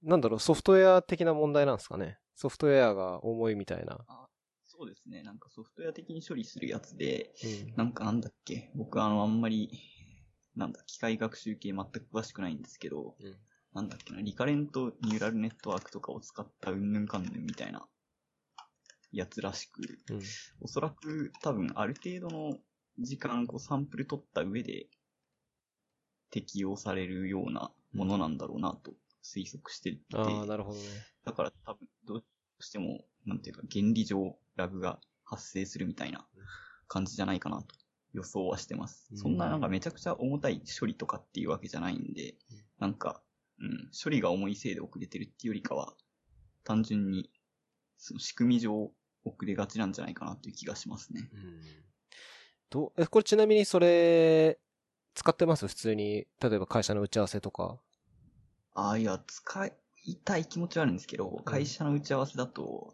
なんだろう、ソフトウェア的な問題なんですかね。ソフトウェアが重いみたいな。 そうですね。なんかソフトウェア的に処理するやつで、 うん。 なんだっけ。僕あんまり、機械学習系全く詳しくないんですけど、 うん。 なんだっけな、リカレントニューラルネットワークとかを使ったうんぬんかんぬんみたいなやつらしく、 うん。 おそらく多分ある程度の時間サンプル取った上で適用されるようなものなんだろうなと推測していああ、 て、 なるほどね。 だから多分どうしても、なんていうか原理上ラグが発生するみたいな感じじゃないかなと予想はしてます。そんなめちゃくちゃ重たい処理とかっていうわけじゃないんで、処理が重いせいで遅れてるっていうよりかは、単純にその仕組み上遅れがちなんじゃないかなっていう気がしますね。 これちなみにそれ、使ってます普通に。例えば会社の打ち合わせとか。 いや、使いたい気持ちはあるんですけど、会社の打ち合わせだと、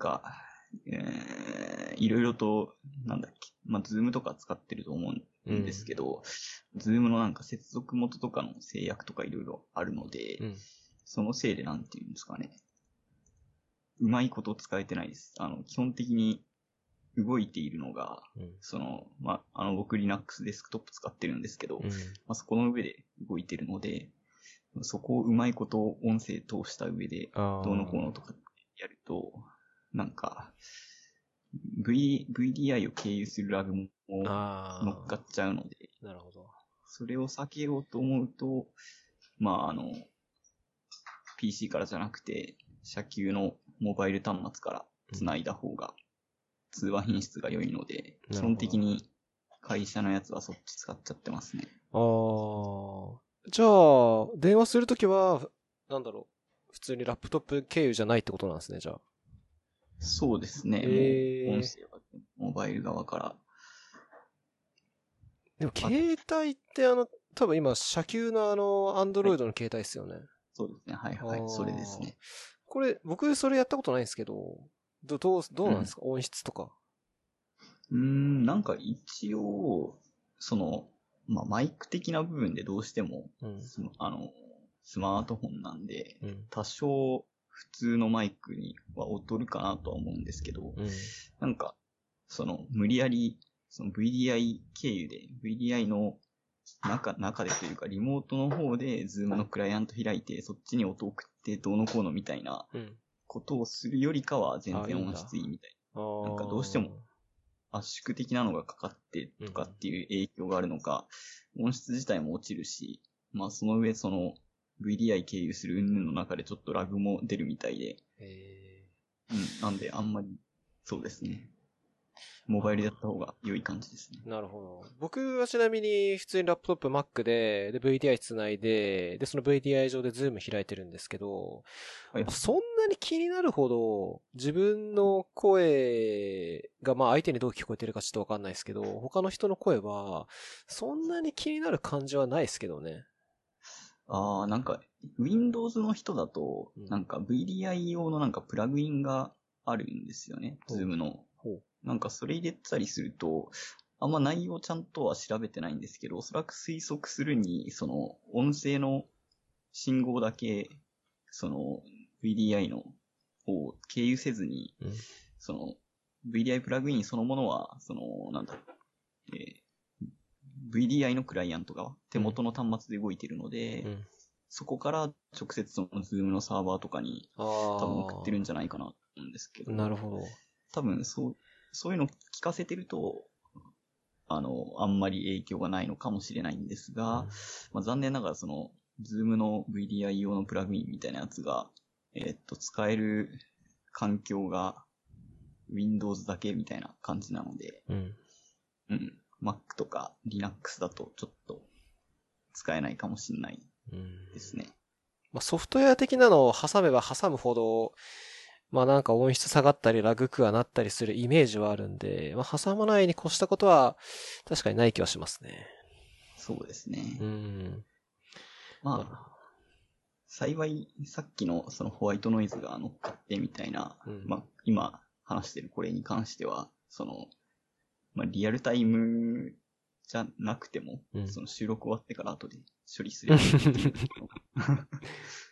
いろいろと、ズームとか使ってると思うんですけど、ズームの接続元とかの制約とかいろいろあるので、そのせいでなんていうんですかね。うまいこと使えてないです。基本的に動いているのが、僕 Linux デスクトップ使ってるんですけど、そこの上で動いてるので、そこをうまいこと音声通した上で、どうのこうのとかやると、VDI を経由するラグも乗っかっちゃうので、 なるほど。 それを避けようと思うと、PC からじゃなくて、社級のモバイル端末から繋いだ方が、通話品質が良いので、基本的に会社のやつはそっち使っちゃってますね。 じゃあ、電話するときは、普通にラップトップ経由じゃないってことなんですね、じゃあ。 そうですね。もう、音声はモバイル側から。 でも、携帯って多分今、社級のアンドロイドの携帯ですよね。 そうですね。はいはい。それですね。 これ、僕それやったことないんですけど、どうなんですか、音質とか。 一応、マイク的な部分でどうしても、スマートフォンなんで、多少普通のマイクには劣るかなとは思うんですけど、無理やり、VDI 経由で、VDI の中でというか、リモートの方で、ズームのクライアント開いて、そっちに音送ってどうのこうのみたいなことをするよりかは全然音質いいみたいな。どうしても圧縮的なのがかかってとかっていう影響があるのか、音質自体も落ちるし、その上VDI 経由する云々の中でちょっとラグも出るみたいで。なんであんまり、そうですね。モバイルでやった方が良い感じですね。 なるほど。僕はちなみに普通にラップトップ Mac で、VDI つないで、その VDI 上で Zoom 開いてるんですけど、そんなに気になるほど自分の声が相手にどう聞こえてるかちょっとわかんないですけど、他の人の声はそんなに気になる感じはないですけどね。 Windows の人だと、VDI 用のプラグインがあるんですよね。Zoom の。それ入れたりすると、あんま内容ちゃんとは調べてないんですけど、おそらく推測するに、音声の信号だけ、VDI の方を経由せずに、VDI プラグインそのものは、VDI のクライアントが手元の端末で動いているので、そこから直接その Zoom のサーバーとかに多分送ってるんじゃないかなと思うんですけど。 なるほど。 多分そういうの聞かせてると、あんまり影響がないのかもしれないんですが、残念ながらZoom の VDI 用のプラグインみたいなやつが、使える環境が Windows だけみたいな感じなので、Mac とか Linux だとちょっと使えないかもしれないですね。 ソフトウェア的なのを挟めば挟むほど、音質下がったりラグくはなったりするイメージはあるんで、挟まないに越したことは確かにない気はしますね。 そうですね。幸いさっきのホワイトノイズが乗っかってみたいな、今話してるこれに関しては、リアルタイムじゃなくても、収録終わってから後で処理すればいい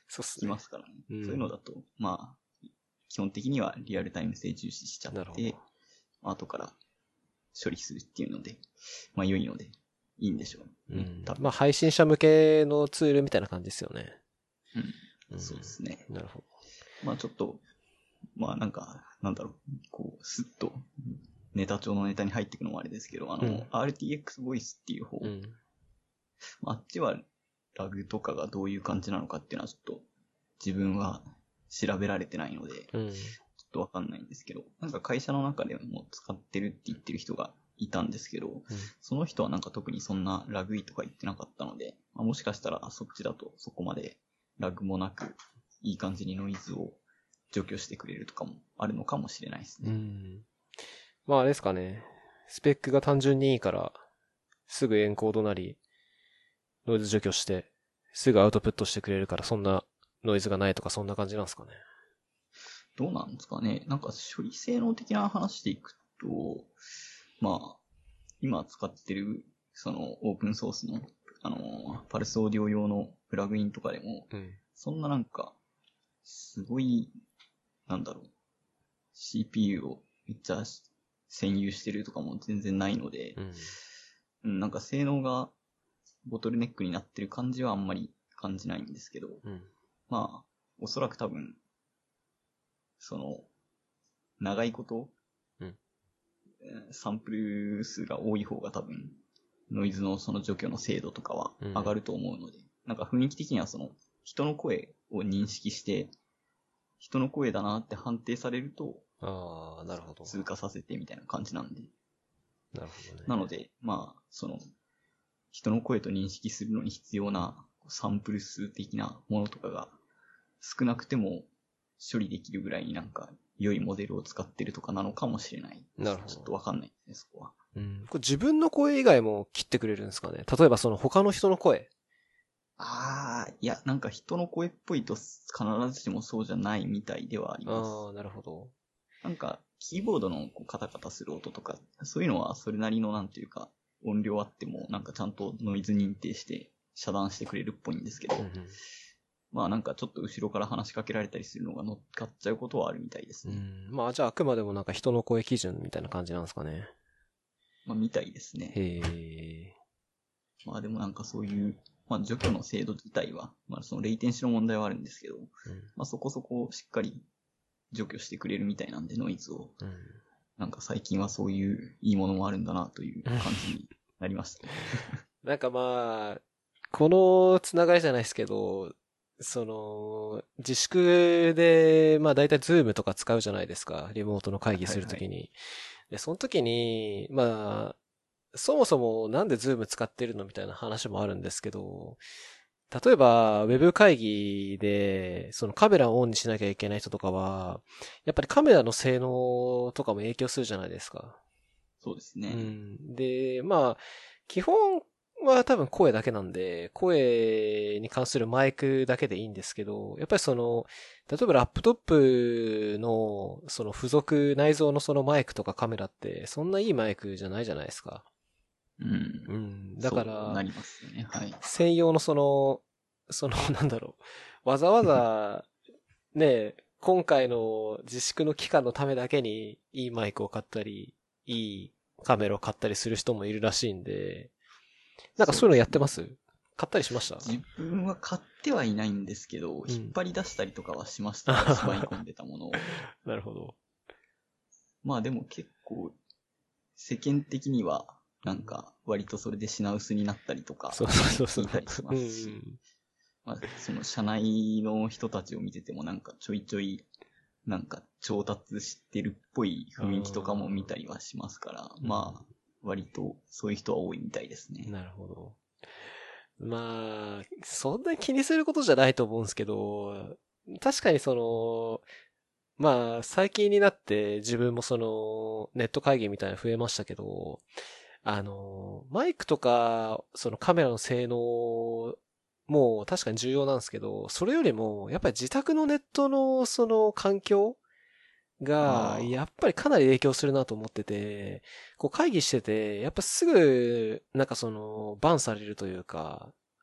そうっすね。 きますからね。そういうのだと、まあ、基本的にはリアルタイム性重視しちゃって、後から処理するっていうので、まあ良いので、いいんでしょう、ね。 まあ配信者向けのツールみたいな感じですよね。 そうですね。 なるほど。 まあちょっと、まあなんか、なんだろう、こう、スッと、ネタ帳のネタに入っていくのもあれですけど、RTX ボイスっていう方、あっちはラグとかがどういう感じなのかっていうのはちょっと自分は調べられてないので、ちょっとわかんないんですけど、なんか会社の中でも使ってるって言ってる人がいたんですけど、その人はなんか特にそんなラグいいとか言ってなかったので、まあ、もしかしたらそっちだとそこまでラグもなくいい感じにノイズを除去してくれるとかもあるのかもしれないですね。 まああれですかね。スペックが単純にいいから、すぐエンコードなり、ノイズ除去して、すぐアウトプットしてくれるから、そんなノイズがないとか、そんな感じなんですかね。 どうなんですかね。なんか処理性能的な話でいくと、まあ、今使ってる、そのオープンソースの、パルスオーディオ用のプラグインとかでも、そんななんか、すごい、なんだろう、CPU をめっちゃ占有してるとかも全然ないので、なんか性能がボトルネックになってる感じはあんまり感じないんですけど、まあ、おそらく多分、その、長いこと、サンプル数が多い方が多分、ノイズのその除去の精度とかは上がると思うので、なんか雰囲気的にはその、人の声を認識して、人の声だなって判定されると、 なるほど。 通過させてみたいな感じなんで。 なるほどね。 なので、まあ、その、人の声と認識するのに必要なサンプル数的なものとかが少なくても処理できるぐらいになんか良いモデルを使ってるとかなのかもしれない。 なるほど。 ちょっとわかんないですね、そこは。 これ自分の声以外も切ってくれるんですかね。例えばその他の人の声。 いや、なんか人の声っぽいと必ずしもそうじゃないみたいではあります。 なるほど。 なんか、キーボードのこうカタカタする音とか、そういうのはそれなりのなんていうか、音量あっても、なんかちゃんとノイズ認定して遮断してくれるっぽいんですけど、まあなんかちょっと後ろから話しかけられたりするのが乗っかっちゃうことはあるみたいですね。 まあじゃああくまでもなんか人の声基準みたいな感じなんですかね。 まあみたいですね。まあでもなんかそういう、まあ除去の精度自体は、まあそのレイテンシの問題はあるんですけど、まあそこそこしっかり除去してくれるみたいなんでノイズを、なんか最近はそういういいものもあるんだなという感じになりましたね。 なんかまあ、このつながりじゃないですけど、その、自粛で、まあ大体ズームとか使うじゃないですか。リモートの会議するときに。で、その時に、まあ、そもそもなんでズーム使ってるのみたいな話もあるんですけど、例えば、ウェブ会議で、そのカメラをオンにしなきゃいけない人とかは、やっぱりカメラの性能とかも影響するじゃないですか。 そうですね。 で、まあ、基本は多分声だけなんで、声に関するマイクだけでいいんですけど、やっぱりその、例えばラップトップの、その付属内蔵のそのマイクとかカメラって、そんないいマイクじゃないじゃないですか。だから、 なりますよね。はい。 専用のその、なんだろう。わざわざ、ね、今回の自粛の期間のためだけにいいマイクを買ったり、いいカメラを買ったりする人もいるらしいんで、なんかそういうのやってます？買ったりしました？ 自分は買ってはいないんですけど、引っ張り出したりとかはしましたね。しまい込んでたものを。 なるほど。 まあでも結構、世間的には、なんか、割とそれで品薄になったりとか、聞いたりしますし、まあ、その社内の人たちを見ててもなんかちょいちょい、なんか調達してるっぽい雰囲気とかも見たりはしますから、まあ、割とそういう人は多いみたいですね。 なるほど。まあ、そんなに気にすることじゃないと思うんですけど、確かにその、まあ、最近になって自分もその、ネット会議みたいなの増えましたけど、マイクとか、そのカメラの性能も確かに重要なんですけど、それよりも、やっぱり自宅のネットのその環境が、やっぱりかなり影響するなと思ってて、こう会議してて、やっぱすぐ、なんかその、バンされるというか、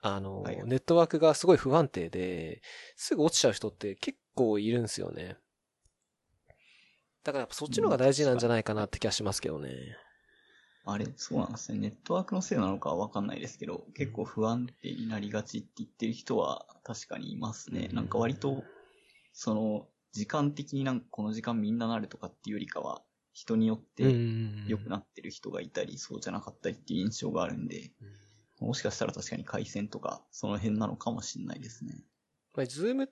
はいはい、 ネットワークがすごい不安定で、すぐ落ちちゃう人って結構いるんですよね。だからやっぱそっちの方が大事なんじゃないかなって気がしますけどね。 あれ、そうなんですね。ネットワークのせいなのかはわかんないですけど、結構不安定になりがちって言ってる人は確かにいますね。なんか割と、時間的にこの時間みんななるとかっていうよりかは、人によって良くなってる人がいたり、そうじゃなかったりっていう印象があるんで、もしかしたら確かに回線とか、その辺なのかもしれないですね。 ズームって、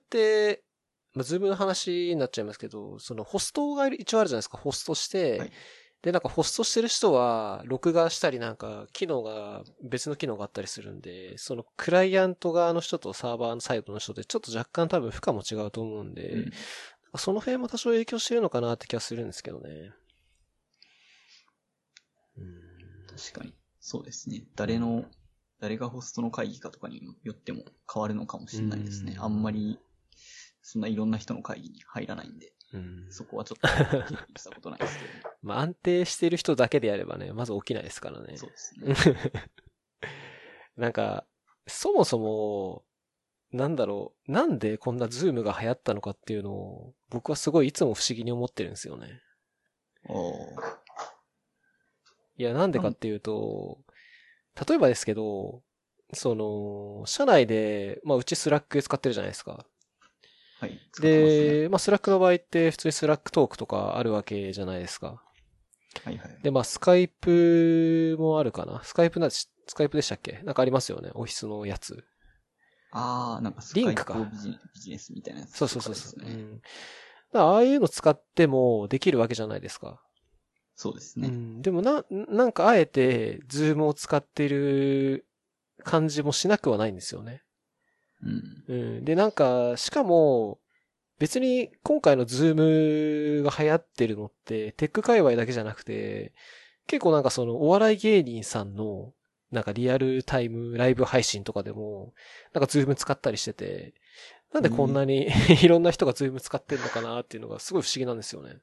ズームの話になっちゃいますけど、そのホストが一応あるじゃないですか。ホストして、はい、で、なんかホストしてる人は、録画したりなんか、別の機能があったりするんで、そのクライアント側の人とサーバーのサイドの人でちょっと若干多分負荷も違うと思うんで、その辺も多少影響してるのかなって気がするんですけどね。 確かに。そうですね。誰がホストの会議かとかによっても変わるのかもしれないですね。あんまり、そんないろんな人の会議に入らないんで。そこはちょっと経験したことないですけど。 安定している人だけでやればね、まず起きないですからね。 そうですね。 なんか、そもそも、なんでこんなズームが流行ったのかっていうのを、僕はすごいいつも不思議に思ってるんですよね。いや、なんでかっていうと、例えばですけど、社内で、うちスラック使ってるじゃないですか。 はい。 で、スラックの場合って普通にスラックトークとかあるわけじゃないですか。 はいはい。 で、スカイプもあるかな。スカイプでしたっけ？なんかありますよね。オフィスのやつ。 なんかスカイプビジネスみたいなやつ、 ね。そう。ああいうの使ってもできるわけじゃないですか。 そうですね。 でもなんかあえて、ズームを使ってる感じもしなくはないんですよね。で、なんか、しかも、別に今回のズームが流行ってるのって、テック界隈だけじゃなくて、結構なんかお笑い芸人さんの、なんかリアルタイムライブ配信とかでも、なんかズーム使ったりしてて、なんでこんなにいろんな人がズーム使ってるのかなっていうのがすごい不思議なんですよね。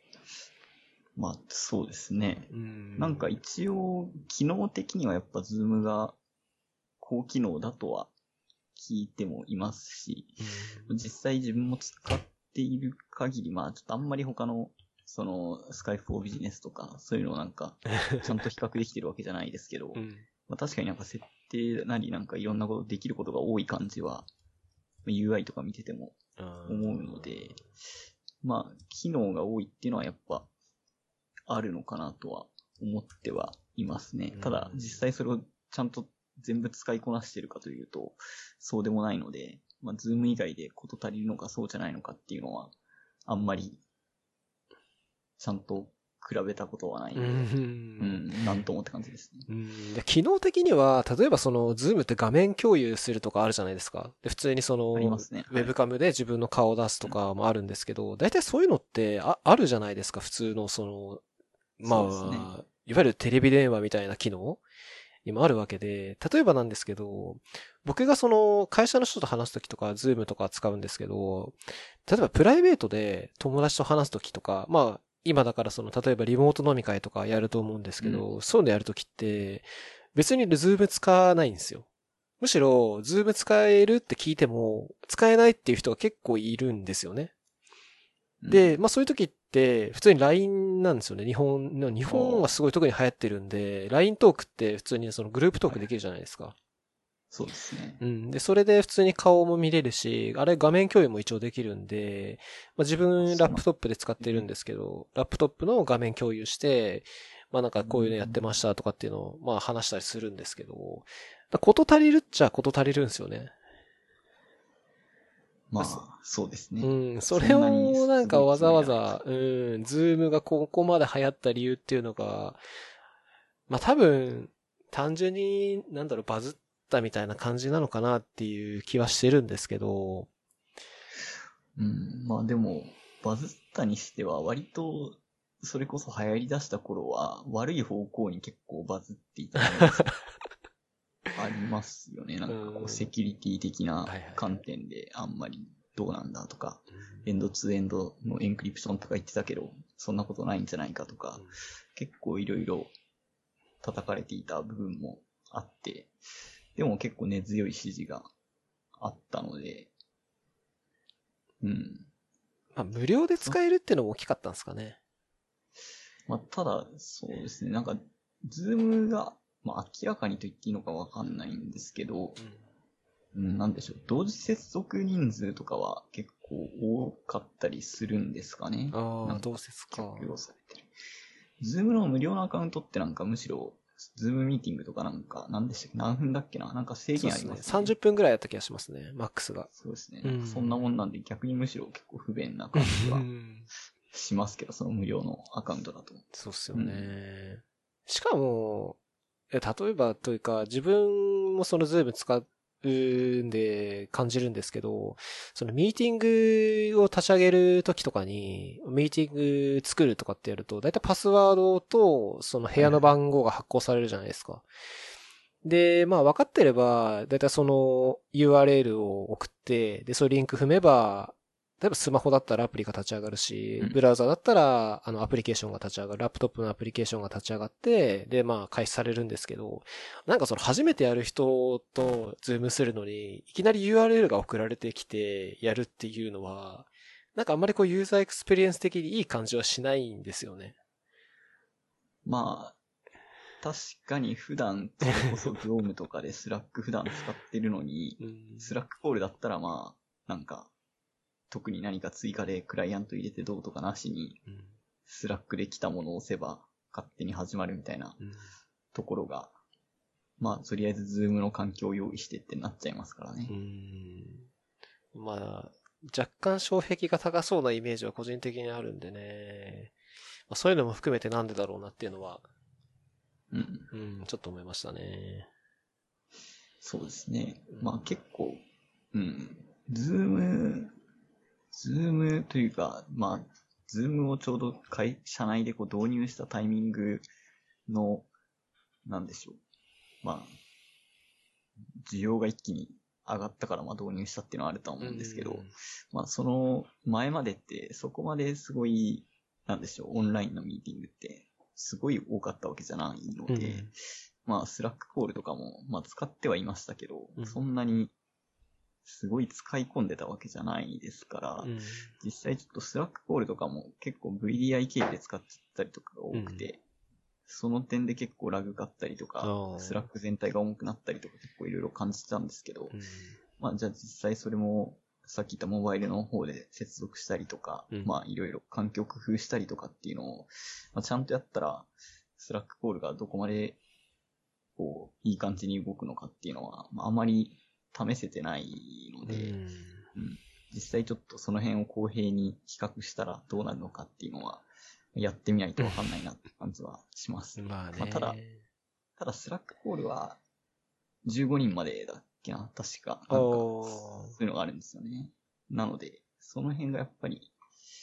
そうですね。なんか一応、機能的にはやっぱズームが高機能だとは聞いてもいますし、実際自分も使っている限り、ちょっとあんまり他の、スカイプフォービジネスとか、そういうのをなんか、ちゃんと比較できてるわけじゃないですけど、確かになんか設定なりなんかいろんなことできることが多い感じは、UI とか見てても思うので、機能が多いっていうのはやっぱ、あるのかなとは思ってはいますね。ただ、実際それをちゃんと全部使いこなしてるかというと、そうでもないので、ズーム以外でこと足りるのかそうじゃないのかっていうのは、あんまり、ちゃんと比べたことはないので、なんともって感じですね。 機能的には、例えばズームって画面共有するとかあるじゃないですか。で、普通にありますね。 ウェブカムで自分の顔を出すとかもあるんですけど、大体そういうのってあるじゃないですか、普通のいわゆるテレビ電話みたいな機能にもあるわけで、例えばなんですけど、僕が会社の人と話すときとか、ズームとか使うんですけど、例えばプライベートで友達と話すときとか、今だから例えばリモート飲み会とかやると思うんですけど、そういうのやるときって、別にズーム使わないんですよ。むしろ、ズーム使えるって聞いても、使えないっていう人が結構いるんですよね。で、そういう時って、普通に LINE なんですよね。日本はすごい特に流行ってるんで、LINE トークって普通にグループトークできるじゃないですか。 そうですね。 で、それで普通に顔も見れるし、あれ画面共有も一応できるんで、自分ラップトップで使ってるんですけど、ラップトップの画面共有して、なんかこういうのやってましたとかっていうのを、話したりするんですけど、こと足りるっちゃこと足りるんですよね。 そうですね。 それをなんかわざわざ、ズームがここまで流行った理由っていうのが、多分、単純に、バズったみたいな感じなのかなっていう気はしてるんですけど。 でも、バズったにしては割と、それこそ流行り出した頃は、悪い方向に結構バズっていたありますよね。なんかこう、セキュリティ的な観点であんまりどうなんだとか、エンドツーエンドのエンクリプションとか言ってたけど、そんなことないんじゃないかとか、結構いろいろ叩かれていた部分もあって、 でも結構根強い支持があったので、うん。 まあ、無料で使えるっていうのも大きかったんですかね。 まあ、ただ、そうですね、なんか、ズームが、まあ、明らかにと言っていいのかわかんないんですけど、なんでしょう、同時接続人数とかは結構多かったりするんですかね。 ああ、同接か。 許容されてる。ズームの無料のアカウントってなんかむしろ、ズームミーティングとかなんか、何でしたっけ、何分だっけな、なんか制限ありますね。 そうですね。30分ぐらいやった気がしますね、マックスが。 そうですね。なんかそんなもんなんで逆にむしろ結構不便な感じはしますけど、その無料のアカウントだと。 そうっすよね。しかも、例えばというか、自分もそのズーム使うんで感じるんですけど、そのミーティングを立ち上げるときとかに、ミーティング作るとかってやると、だいたいパスワードとその部屋の番号が発行されるじゃないですか。で、まあ分かってれば、だいたいその URL を送って、で、そういうリンク踏めば、例えばスマホだったらアプリが立ち上がるし、ブラウザだったらアプリケーションが立ち上がる、ラップトップのアプリケーションが立ち上がって、で、まあ開始されるんですけど、なんかその初めてやる人とズームするのに、いきなり URL が送られてきてやるっていうのは、なんかあんまりこうユーザーエクスペリエンス的にいい感じはしないんですよね。 まあ、確かに普段、それこそ業務とかでスラック普段使ってるのに、スラックコールだったらまあ、なんか、特に何か追加でクライアント入れてどうとかなしに、スラックで来たものを押せば勝手に始まるみたいなところが、まあ、とりあえずズームの環境を用意してってなっちゃいますからね。 まあ、若干障壁が高そうなイメージは個人的にあるんでね。まあ、そういうのも含めてなんでだろうなっていうのは、ちょっと思いましたね。 そうですね。まあ結構、ズームというか、まあ、ズームをちょうど会社内でこう導入したタイミングの、なんでしょう。まあ、需要が一気に上がったからまあ導入したっていうのはあると思うんですけど、まあその前までってそこまですごい、なんでしょう、オンラインのミーティングってすごい多かったわけじゃないので、まあスラックコールとかもまあ使ってはいましたけど、そんなにすごい使い込んでたわけじゃないですから、実際ちょっとスラックコールとかも結構 VDI 経由で使ってたりとかが多くて、その点で結構ラグがあったりとか、スラック全体が重くなったりとか結構いろいろ感じてたんですけど、まあじゃあ実際それもさっき言ったモバイルの方で接続したりとか、まあいろいろ環境工夫したりとかっていうのを、まあ、ちゃんとやったら、スラックコールがどこまでこういい感じに動くのかっていうのは、まああまり試せてないので、実際ちょっとその辺を公平に比較したらどうなるのかっていうのは、やってみないとわかんないなって感じはします。 まあね。 まあ、ただスラックコールは15人までだっけな、確か。なんか、そういうのがあるんですよね。なので、その辺がやっぱり、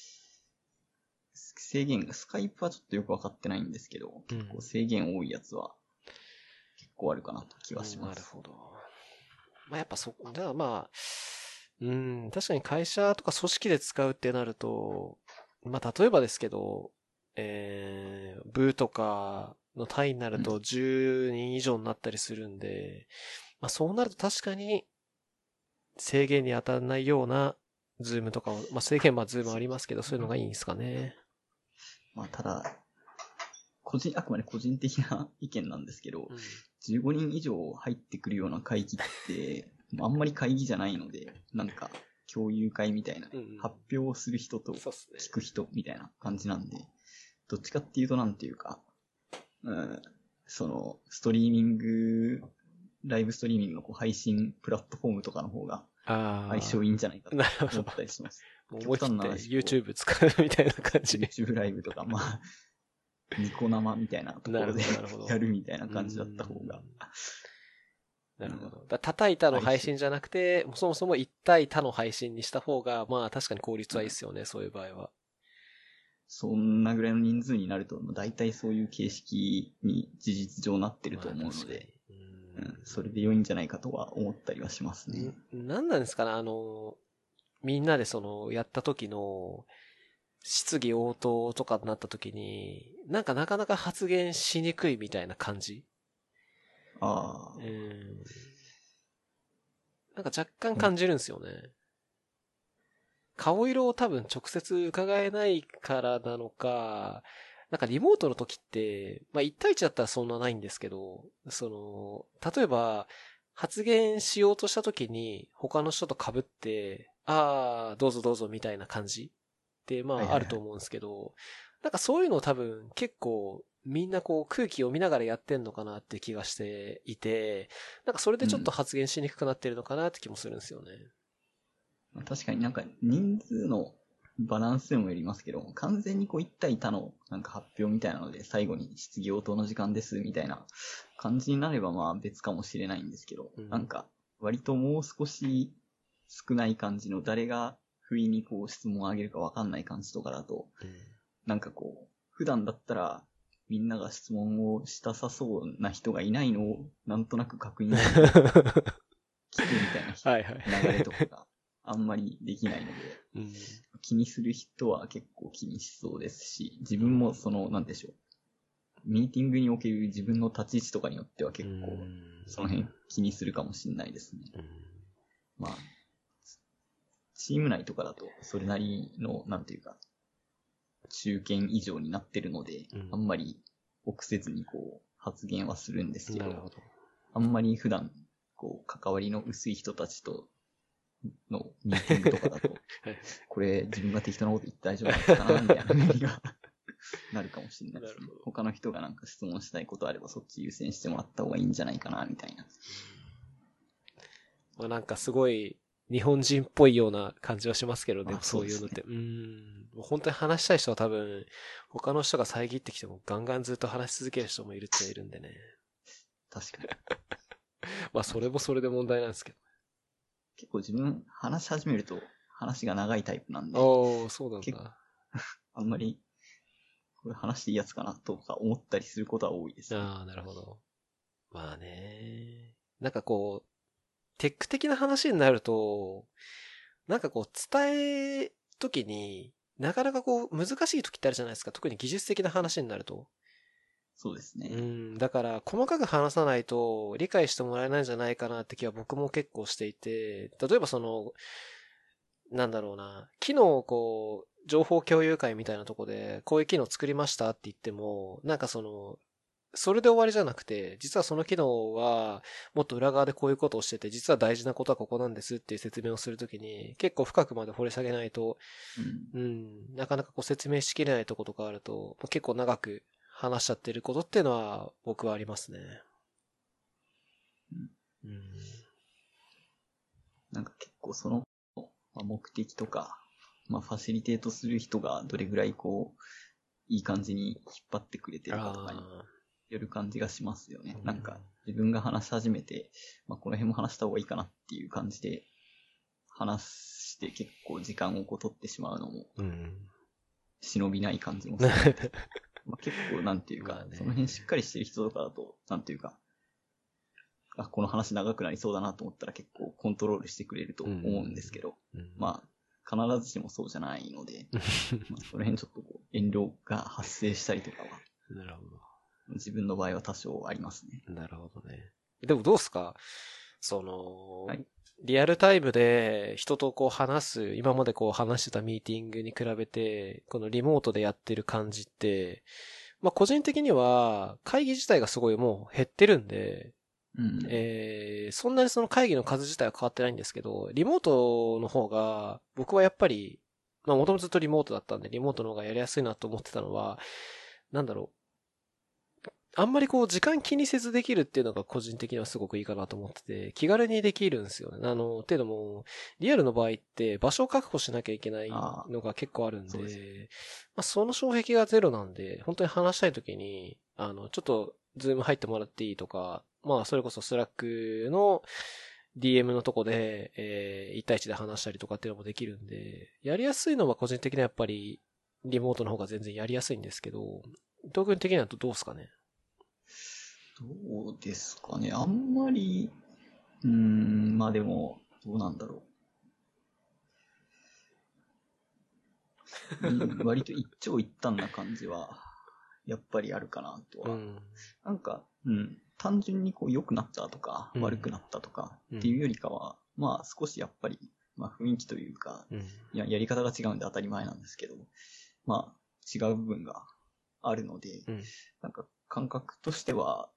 制限が、スカイプはちょっとよくわかってないんですけど、結構制限多いやつは、結構あるかなと気はします。 なるほど。まあやっぱじゃあまあ、確かに会社とか組織で使うってなると、まあ例えばですけど、部とかの単位になると10人以上になったりするんで、まあそうなると確かに制限に当たらないようなズームとかを、まあ制限はズームありますけど、そういうのがいいんですかね。 まあただ、あくまで個人的な意見なんですけど、15人以上入ってくるような会議って、あんまり会議じゃないので、なんか共有会みたいな、発表をする人と聞く人みたいな感じなんで、どっちかっていうとなんていうか、そのストリーミング、ライブストリーミングのこう配信プラットフォームとかの方が相性いいんじゃないかと思ったりします。 思い切って YouTube 使うみたいな感じで。 YouTube ライブとか、まあ、ニコ生みたいなところでやるみたいな感じだった方が。 なるほど。叩いたの配信じゃなくて、そもそも1対他の配信にした方が、まあ確かに効率はいいですよね、そういう場合は。 そんなぐらいの人数になると、大体そういう形式に事実上なってると思うので、それで良いんじゃないかとは思ったりはしますね。 なんなんですかね、みんなでやった時の、質疑応答とかになった時に、なんかなかなか発言しにくいみたいな感じ。 なんか若干感じるんですよね。顔色を多分直接伺えないからなのか、なんかリモートの時って、まあ1対1だったらそんなないんですけど、例えば発言しようとした時に他の人と被って、ああ、どうぞどうぞみたいな感じってまああると思うんですけど、なんかそういうのを多分結構みんなこう空気を見ながらやってんのかなって気がしていて、なんかそれでちょっと発言しにくくなってるのかなって気もするんですよね。 確かになんか人数のバランスでもよりますけど、完全にこう一対他のなんか発表みたいなので最後に質疑応答の時間ですみたいな感じになればまあ別かもしれないんですけど、なんか割ともう少し少ない感じの誰が不意にこう質問をあげるかわかんない感じとかだと、なんかこう普段だったらみんなが質問をしたさそうな人がいないのをなんとなく確認して聞くみたいな流れとかがあんまりできないので、気にする人は結構気にしそうですし、自分もなんでしょう。ミーティングにおける自分の立ち位置とかによっては結構、その辺気にするかもしれないですね。まあ、チーム内とかだと、それなりの、なんていうか、中堅以上になってるので、あんまり臆せずにこう、発言はするんですけど、あんまり普段、こう、関わりの薄い人たちと、のミーティングとかだと、これ自分が適当なこと言って大丈夫なのかなみたいな雰囲気がなるかもしれないですね。他の人がなんか質問したいことあればそっち優先してもらった方がいいんじゃないかなみたいな。 まあなんかすごい日本人っぽいような感じはしますけどね、そういうのって。本当に話したい人は多分他の人が遮ってきてもガンガンずっと話し続ける人もいるっちゃいるんでね。 確かに。 まあそれもそれで問題なんですけど。 結構自分話し始めると話が長いタイプなんで。 そうなんだ。 あんまり、これ話していいやつかなとか思ったりすることは多いですね。 なるほど。まあね。なんかこう、テック的な話になると、なんかこう伝え時になかなかこう難しい時ってあるじゃないですか。特に技術的な話になると。 そうですね。 だから細かく話さないと理解してもらえないんじゃないかなって気は僕も結構していて、例えばなんだろうな、機能こう、情報共有会みたいなとこで、こういう機能作りましたって言っても、なんかそれで終わりじゃなくて、実はその機能は、もっと裏側でこういうことをしてて、実は大事なことはここなんですっていう説明をするときに、結構深くまで掘り下げないと、なかなかこう説明しきれないとことかあると、結構長く話しちゃってることっていうのは僕はありますね。 なんか結構目的とか、ファシリテートする人がどれぐらいこう、いい感じに引っ張ってくれてるかとかによる感じがしますよね。なんか自分が話し始めて、この辺も話した方がいいかなっていう感じで話して結構時間をこう取ってしまうのも、忍びない感じもするので、結構なんていうか、その辺しっかりしてる人とかだと、なんていうか、この話長くなりそうだなと思ったら結構コントロールしてくれると思うんですけど、必ずしもそうじゃないので、その辺ちょっとこう遠慮が発生したりとかは、 なるほど。 自分の場合は多少ありますね。 なるほどね。でもどうすかリアルタイムで人とこう話す、今までこう話してたミーティングに比べて、このリモートでやってる感じって、個人的には会議自体がすごいもう減ってるんで、そんなにその会議の数自体は変わってないんですけど、リモートの方が僕はやっぱり、もともとずっとリモートだったんで、リモートの方がやりやすいなと思ってたのは、なんだろう。あんまりこう時間気にせずできるっていうのが個人的にはすごくいいかなと思ってて、気軽にできるんですよね。っていうのも、リアルの場合って場所を確保しなきゃいけないのが結構あるんで、その障壁がゼロなんで、本当に話したい時に、ちょっとズーム入ってもらっていいとか、それこそスラックの DM のとこで、1対1で話したりとかっていうのもできるんで、やりやすいのは個人的にはやっぱりリモートの方が全然やりやすいんですけど、伊藤君的にはどうですかね？ どうですかね。あんまり、でも、どうなんだろう。割と一長一短な感じは、やっぱりあるかなとは。なんか、単純にこう良くなったとか、悪くなったとかっていうよりかは、 まあ少しやっぱり、まあ雰囲気というか、やり方が違うんで当たり前なんですけど、まあ違う部分があるので、なんか感覚としては、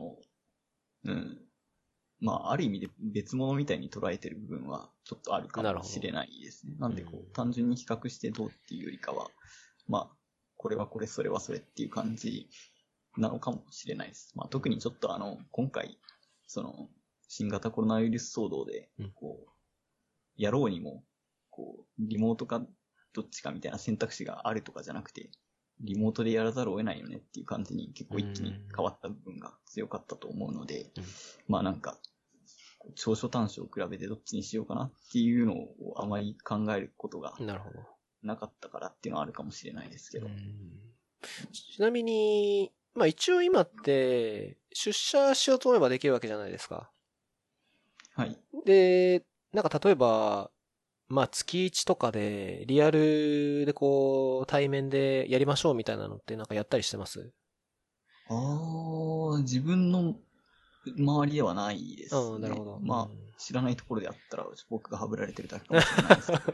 まあある意味で別物みたいに捉えてる部分はちょっとあるかもしれないですね。なんでこう、単純に比較してどうっていうよりかは、まあ、これはこれ、それはそれっていう感じなのかもしれないです。まあ特にちょっと今回、新型コロナウイルス騒動で、こう、やろうにも、こう、リモートかどっちかみたいな選択肢があるとかじゃなくて、リモートでやらざるを得ないよねっていう感じに結構一気に変わった部分が強かったと思うので、まあなんか、長所短所を比べてどっちにしようかなっていうのをあまり考えることがなかったからっていうのはあるかもしれないですけど。 ちなみに、まあ一応今って出社しようと思えばできるわけじゃないですか。 はい。 で、なんか例えば、まあ月1とかでリアルでこう対面でやりましょうみたいなのってなんかやったりしてます？ 自分の周りではないですね。 なるほど。 まあ、知らないところであったら僕がハブられてるだけかもしれないですけど。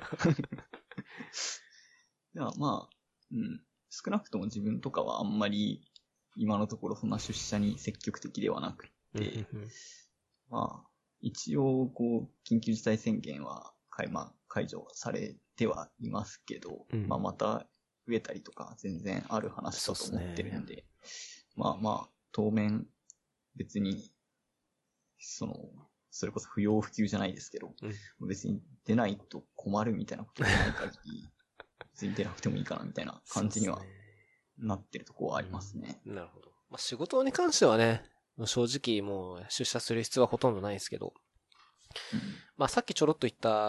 いや、まあ、少なくとも自分とかはあんまり今のところそんな出社に積極的ではなくて、まあ、一応、こう、緊急事態宣言は解除されてはいますけど、まあ、また増えたりとか全然ある話だと思ってるんで、まあまあ、当面、別に、それこそ不要不急じゃないですけど、別に出ないと困るみたいなことがない限り、別に出なくてもいいかなみたいな感じにはなってるところはありますね。 なるほど。まあ、仕事に関してはね、正直もう出社する必要はほとんどないですけど、まあさっきちょろっと言った、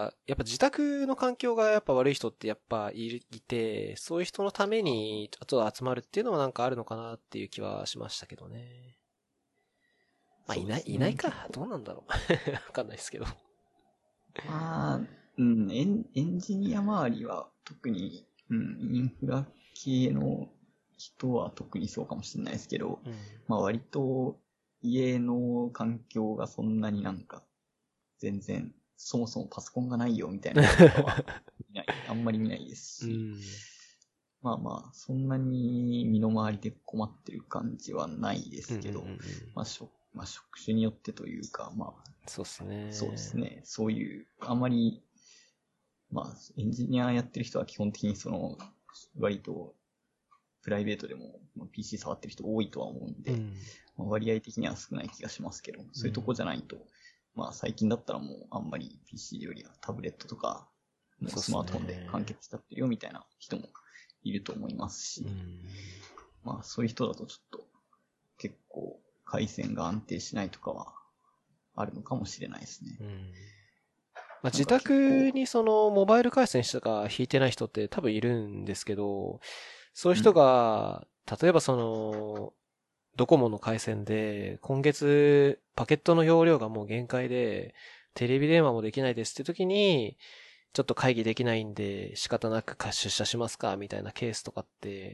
やっぱ自宅の環境がやっぱ悪い人ってやっぱいて、そういう人のためにあとは集まるっていうのはなんかあるのかなっていう気はしましたけどね。まあいないか。どうなんだろう。わかんないですけど。 まあ、エンジニア周りは特に、インフラ系の人は特にそうかもしれないですけど、まあ割と家の環境がそんなになんか全然そもそもパソコンがないよみたいな人とかはあんまり見ないですし、まあまあそんなに身の回りで困ってる感じはないですけど、まあ職種によってというか、まあそうですね。 そうですね。そういう、あんまり、まあ、エンジニアやってる人は基本的に割と、プライベートでも PC 触ってる人多いとは思うんで、まあ、割合的には少ない気がしますけど、そういうとこじゃないと、まあ最近だったらもうあんまり PC よりはタブレットとか、もうスマートフォンで完結しちゃってるよみたいな人もいると思いますし、まあそういう人だとちょっと結構回線が安定しないとかはあるのかもしれないですね。 まあ、自宅にモバイル回線とか引いてない人って多分いるんですけど、そういう人が、例えばドコモの回線で、今月パケットの容量がもう限界で、テレビ電話もできないですって時に、ちょっと会議できないんで仕方なく出社しますかみたいなケースとかって、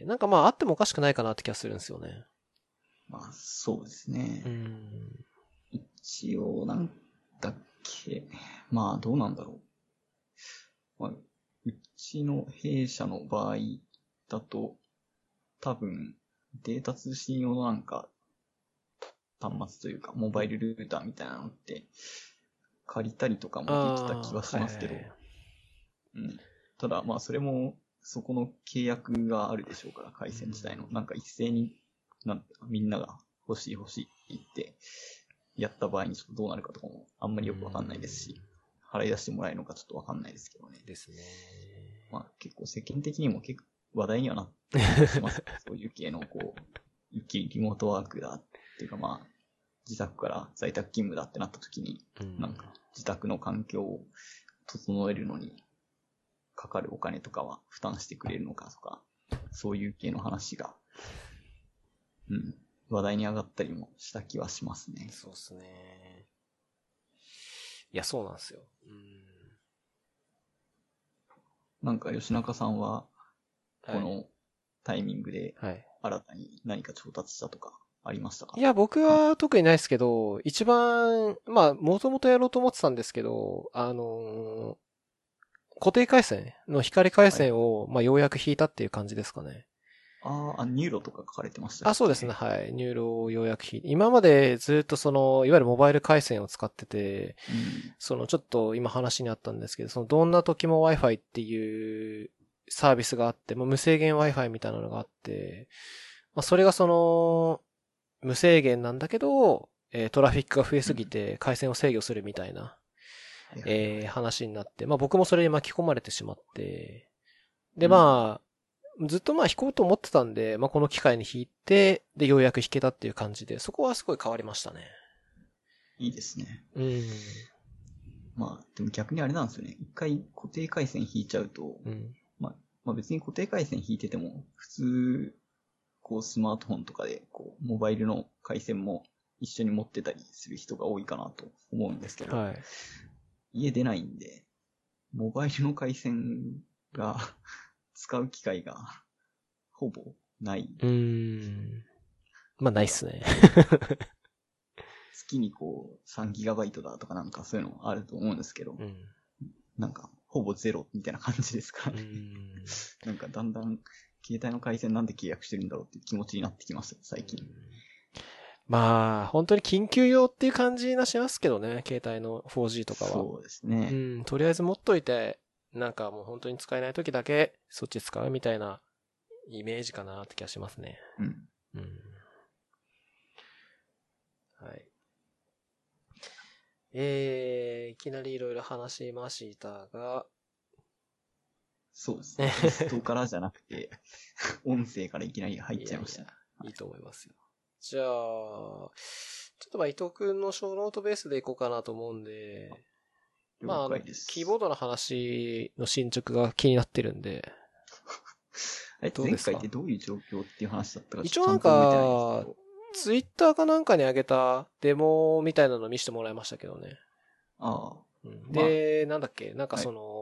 なんかまああってもおかしくないかなって気がするんですよね。 まあそうですね。一応なんだっけ、まあどうなんだろう。まあ、うちの弊社の場合だと、多分データ通信用のなんか端末というかモバイルルーターみたいなのって借りたりとかもできた気はしますけど、ただまあそれもそこの契約があるでしょうから、回線自体のなんか一斉にみんなが欲しいって言ってやった場合にちょっとどうなるかとかもあんまりよくわかんないですし、払い出してもらえるのかちょっとわかんないですけどね。 ですね。 まあ結構世間的にも結構話題にはなってします。そういう系のリモートワークだっていうかまあ、自宅から在宅勤務だってなった時に、なんか自宅の環境を整えるのにかかるお金とかは負担してくれるのかとか、そういう系の話が、話題に上がったりもした気はしますね。 そうですね。いや、そうなんですよ。 なんか吉中さんは、このタイミングで新たに何か調達したとかありましたか？ いや、僕は特にないですけど、一番、まあ、もともとやろうと思ってたんですけど、固定回線の光回線を、まあ、ようやく引いたっていう感じですかね。 ニューロとか書かれてましたっけ？ そうですね、はい。ニューロをようやく引いて、今までずっといわゆるモバイル回線を使ってて、ちょっと今話にあったんですけど、どんな時も Wi-Fi っていうサービスがあって、無制限 Wi-Fi みたいなのがあって、まあ、それが無制限なんだけど、トラフィックが増えすぎて回線を制御するみたいな、話になって、まあ僕もそれに巻き込まれてしまって、でまあ、ずっとまあ弾こうと思ってたんで、まあこの機会に弾いて、でようやく弾けたっていう感じで、そこはすごい変わりましたね。 いいですね。まあ、でも逆にあれなんですよね。一回固定回線引いちゃうと、まあ別に固定回線引いてても、普通、こうスマートフォンとかで、こう、モバイルの回線も一緒に持ってたりする人が多いかなと思うんですけど、家出ないんで、モバイルの回線が使う機会がほぼない。 まあないっすね。 月にこう 3GB だとかなんかそういうのあると思うんですけど、なんかほぼゼロみたいな感じですからね。なんかだんだん携帯の回線なんで契約してるんだろうっていう気持ちになってきます最近。 まあ、本当に緊急用っていう感じがしますけどね、携帯の 4G とかは。 そうですね。 とりあえず持っといて、なんかもう本当に使えない時だけそっち使うみたいなイメージかなって気がしますね。はい。いきなりいろいろ話しましたが。 そうですね。テストからじゃなくて、音声からいきなり入っちゃいました。 いいと思いますよ。じゃあ、ちょっと伊藤くんの小ノートベースでいこうかなと思うんで、まあ、キーボードの話の進捗が気になってるんで。 前回ってどういう状況っていう話だったか一応なんか、ツイッターかなんかに上げたデモみたいなの見せてもらいましたけどね。で、なんだっけ、なんか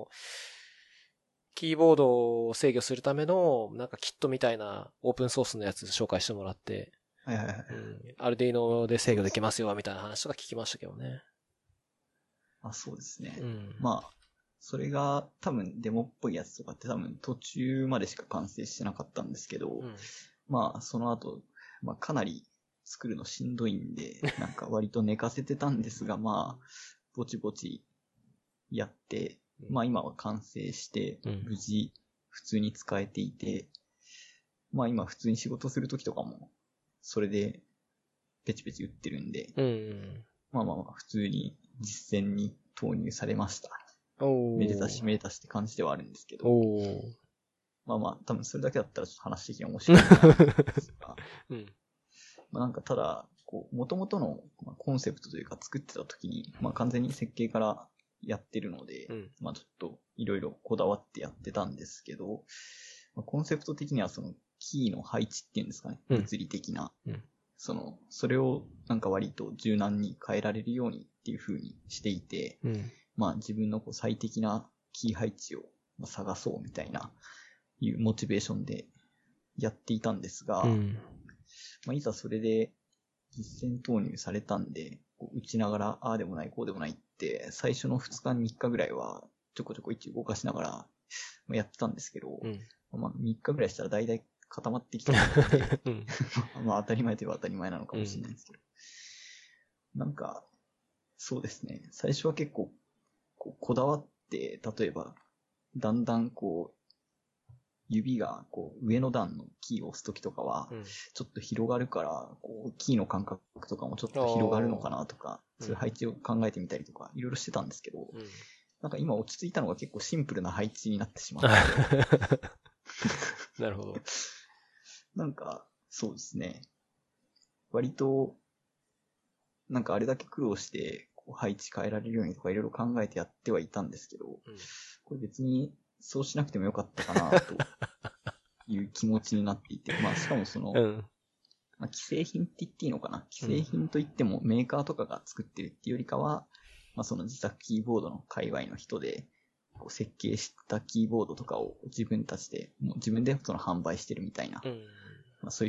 キーボードを制御するための、なんかキットみたいなオープンソースのやつ紹介してもらって、アルディーノで制御できますよ、みたいな話とか聞きましたけどね。 そうですね。まあ、それが多分デモっぽいやつとかって多分途中までしか完成してなかったんですけど、まあその後、まあかなり作るのしんどいんで、なんか割と寝かせてたんですが、まあ、ぼちぼちやって、まあ今は完成して、無事普通に使えていて、まあ今普通に仕事するときとかも、それでペチペチ打ってるんで、まあ普通に実践に投入されました。めでたしめでたしって感じではあるんですけど、まあ多分それだけだったらちょっと話的に面白いなと思うんですが、まあなんかただ、元々のコンセプトというか作ってた時に、まあ完全に設計からやってるので、まあちょっといろいろこだわってやってたんですけど、まあ、コンセプト的にはそのキーの配置っていうんですかね、物理的な、それをなんか割と柔軟に変えられるようにっていう風にしていて、まあ自分の最適なキー配置を探そうみたいないうモチベーションでやっていたんですが、まあいざそれで実践投入されたんで、打ちながらああでもないこうでもないって最初の2日3日ぐらいはちょこちょこ一応動かしながらやってたんですけど、まあ3日ぐらいしたらだいたい固まってきたので、まあ当たり前といえば当たり前なのかもしれないですけど、なんかそうですね、最初は結構こだわって、例えばだんだん指が上の段のキーを押すときとかは、ちょっと広がるから、キーの感覚とかもちょっと広がるのかなとか、そういう配置を考えてみたりとか、いろいろしてたんですけど、なんか今落ち着いたのが結構シンプルな配置になってしまって。 なるほど。 なんか、そうですね。割と、なんかあれだけ苦労して、配置変えられるようにとかいろいろ考えてやってはいたんですけど、これ別にそうしなくてもよかったかなという気持ちになっていて、まあしかもまあ、既製品って言っていいのかな、既製品といってもメーカーとかが作ってるっていうよりかは、まあその自作キーボードの界隈の人で設計したキーボードとかを自分たちで、もう自分で販売してるみたいな、まあそういう人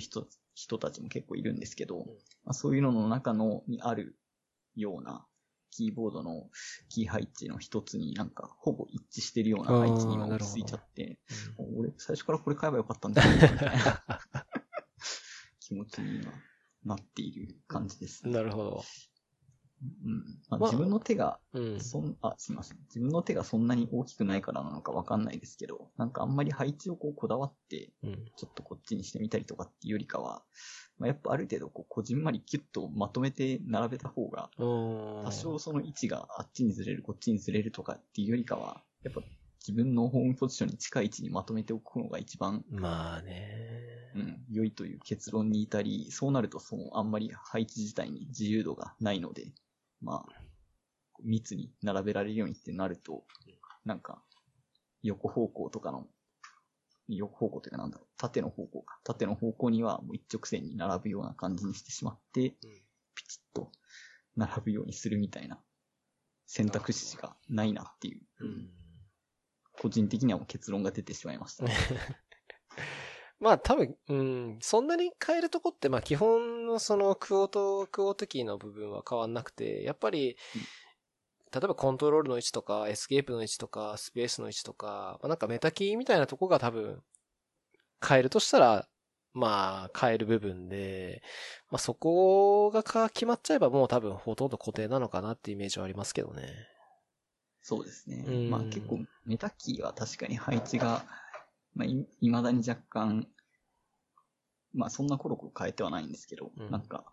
人たちも結構いるんですけど、まあ、そういうのの中にあるようなキーボードのキー配置の一つになんかほぼ一致してるような配置に今落ち着いちゃって、俺最初からこれ買えばよかったんだよみたいな気持ちに今なっている感じです、 ね。なるほど。 まあ、自分の手がすみません。自分の手がそんなに大きくないからなのかわかんないですけど、なんかあんまり配置をこだわって、ちょっとこっちにしてみたりとかっていうよりかは、まあ、やっぱある程度こじんまりキュッとまとめて並べた方が、多少その位置があっちにずれる、こっちにずれるとかっていうよりかは、やっぱ自分のホームポジションに近い位置にまとめておくのが一番、 まあね。 良いという結論に至り、そうなるとあんまり配置自体に自由度がないので、まあ、密に並べられるようにってなると、なんか、横方向というかなんだろう、縦の方向にはもう一直線に並ぶような感じにしてしまって、ピチッと並ぶようにするみたいな選択肢がないなっていう、個人的にはもう結論が出てしまいました。 まあ多分、そんなに変えるとこって、まあ基本のそのクオートキーの部分は変わんなくて、やっぱり、例えばコントロールの位置とか、エスケープの位置とか、スペースの位置とか、まあ、なんかメタキーみたいなとこが多分、変えるとしたら、まあ変える部分で、まあそこが決まっちゃえばもう多分ほとんど固定なのかなってイメージはありますけどね。 そうですね。まあ結構メタキーは確かに配置が、まあ、未だに若干、まあそんなコロコロ変えてはないんですけど、なんか、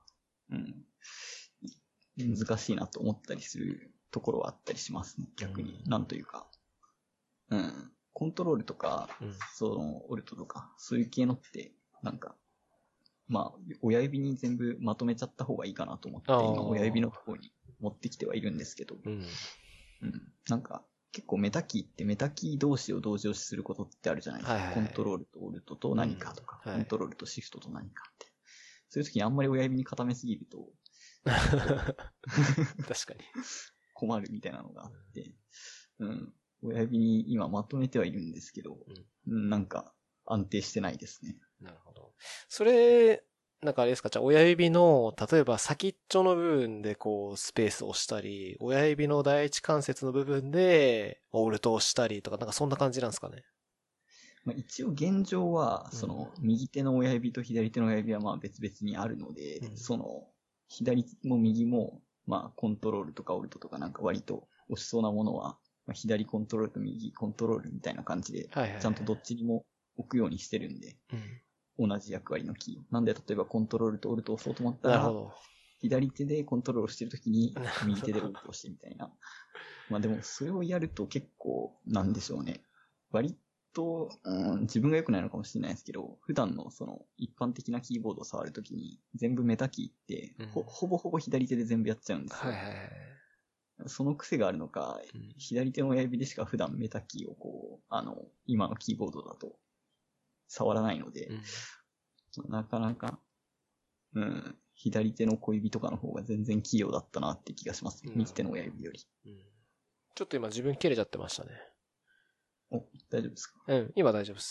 難しいなと思ったりするところはあったりしますね、逆に。なんというか。コントロールとか、オルトとか、そういう系のって、なんか、まあ、親指に全部まとめちゃった方がいいかなと思って、今親指のところに持ってきてはいるんですけど、なんか、結構メタキーってメタキー同士を同時押しすることってあるじゃないですか。コントロールとオルトと何かとか、コントロールとシフトと何かって。そういう時にあんまり親指に固めすぎると、 確かに。 困るみたいなのがあって、親指に今まとめてはいるんですけど、なんか安定してないですね。 なるほど。それ、なんかあれですか、じゃあ親指の、例えば先っちょの部分でこうスペースを押したり、親指の第一関節の部分でオルトを押したりとか、なんかそんな感じなんですかね。 まあ、一応現状は、右手の親指と左手の親指はまあ別々にあるので、左も右も、まあコントロールとかオルトとかなんか割と押しそうなものは、まあ、左コントロールと右コントロールみたいな感じで、ちゃんとどっちにも置くようにしてるんで、同じ役割のキー。なんで例えばコントロールとオルトを押そうと思ったら、左手でコントロールしてるときに右手でオルトをしてみたいな。まあでもそれをやると結構なんでしょうね。割と、自分が良くないのかもしれないですけど、普段の一般的なキーボードを触るときに全部メタキーって、ほぼほぼ左手で全部やっちゃうんですよ。その癖があるのか、左手の親指でしか普段メタキーを今のキーボードだと触らないので、なかなか、左手の小指とかの方が全然器用だったなって気がします。右手の親指より。 ちょっと今自分切れちゃってましたね。 お、大丈夫ですか？ 今大丈夫です。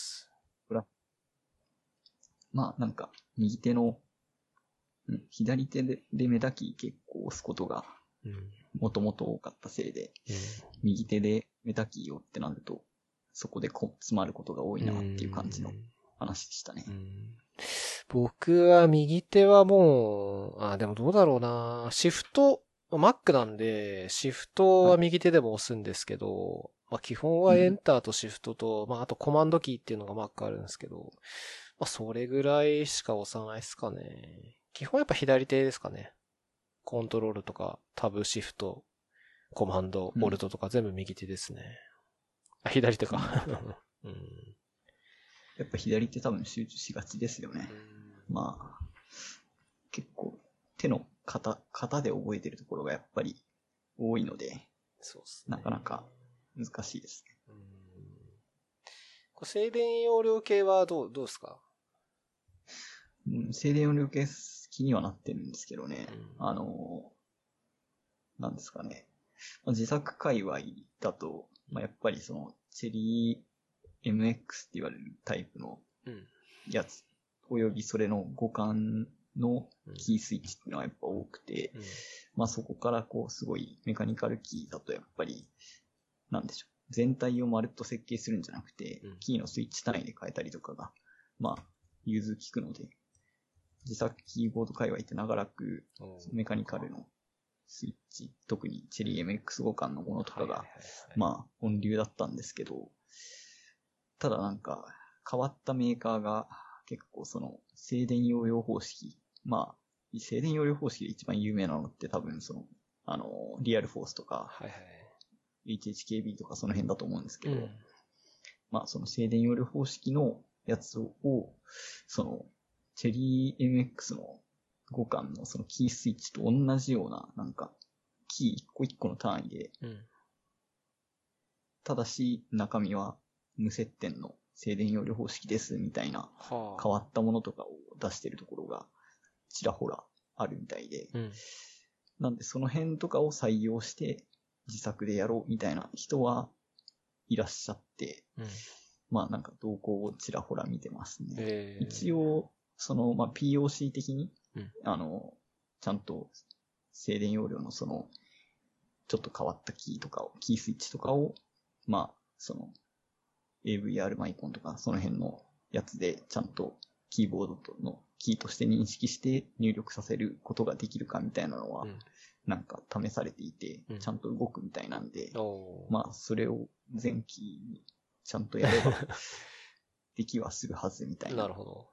まあなんか、右手の、左手でメタキー結構押すことが、もともと多かったせいで、右手でメタキーをってなると、そこで詰まることが多いなっていう感じの話でしたね。 僕は右手はもう、でもどうだろうな。シフト、Mac なんで、シフトは右手でも押すんですけど、まあ基本はエンターとシフトと、まああとコマンドキーっていうのが Mac あるんですけど、まあそれぐらいしか押さないですかね。基本やっぱ左手ですかね。コントロールとか、タブ、シフト、コマンド、オルトとか全部右手ですね。左手か。 やっぱ左手多分集中しがちですよね。まあ、結構手の型で覚えてるところがやっぱり多いので、 そうですね、 なかなか難しいですね。 静電容量計はどうですか？ 静電容量計気にはなってるんですけどね。なんですかね。自作界隈だと、まあ、やっぱりチェリー MX って言われるタイプのやつおよびそれの互換のキースイッチっていうのはやっぱ多くて、まあそこからこうすごいメカニカルキーだとやっぱり、なんでしょう。全体をまるっと設計するんじゃなくて、キーのスイッチ単位で変えたりとかが、まあ、融通きくので、自作キーボード界隈って長らくメカニカルのスイッチ、特にチェリー MX 互換のものとかが、まあ、本流だったんですけど、ただなんか、変わったメーカーが結構その、静電容量方式、まあ、静電容量方式で一番有名なのって多分その、リアルフォースとか、HHKB とかその辺だと思うんですけど、まあその静電容量方式のやつを、その、チェリー MX の互換のそのキースイッチと同じような、なんか、キー一個一個の単位で、ただし中身は無接点の静電容量方式ですみたいな変わったものとかを出してるところがちらほらあるみたいで、なんでその辺とかを採用して自作でやろうみたいな人はいらっしゃって、まあなんか動向をちらほら見てますね。一応、その、まあ POC 的に、ちゃんと静電容量のその、ちょっと変わったキーとかを、キースイッチとかを、まあ、その、AVR マイコンとかその辺のやつでちゃんとキーボードのキーとして認識して入力させることができるかみたいなのは、なんか試されていて、ちゃんと動くみたいなんで、まあそれを前期にちゃんとやればできはするはずみたいな。 なるほど。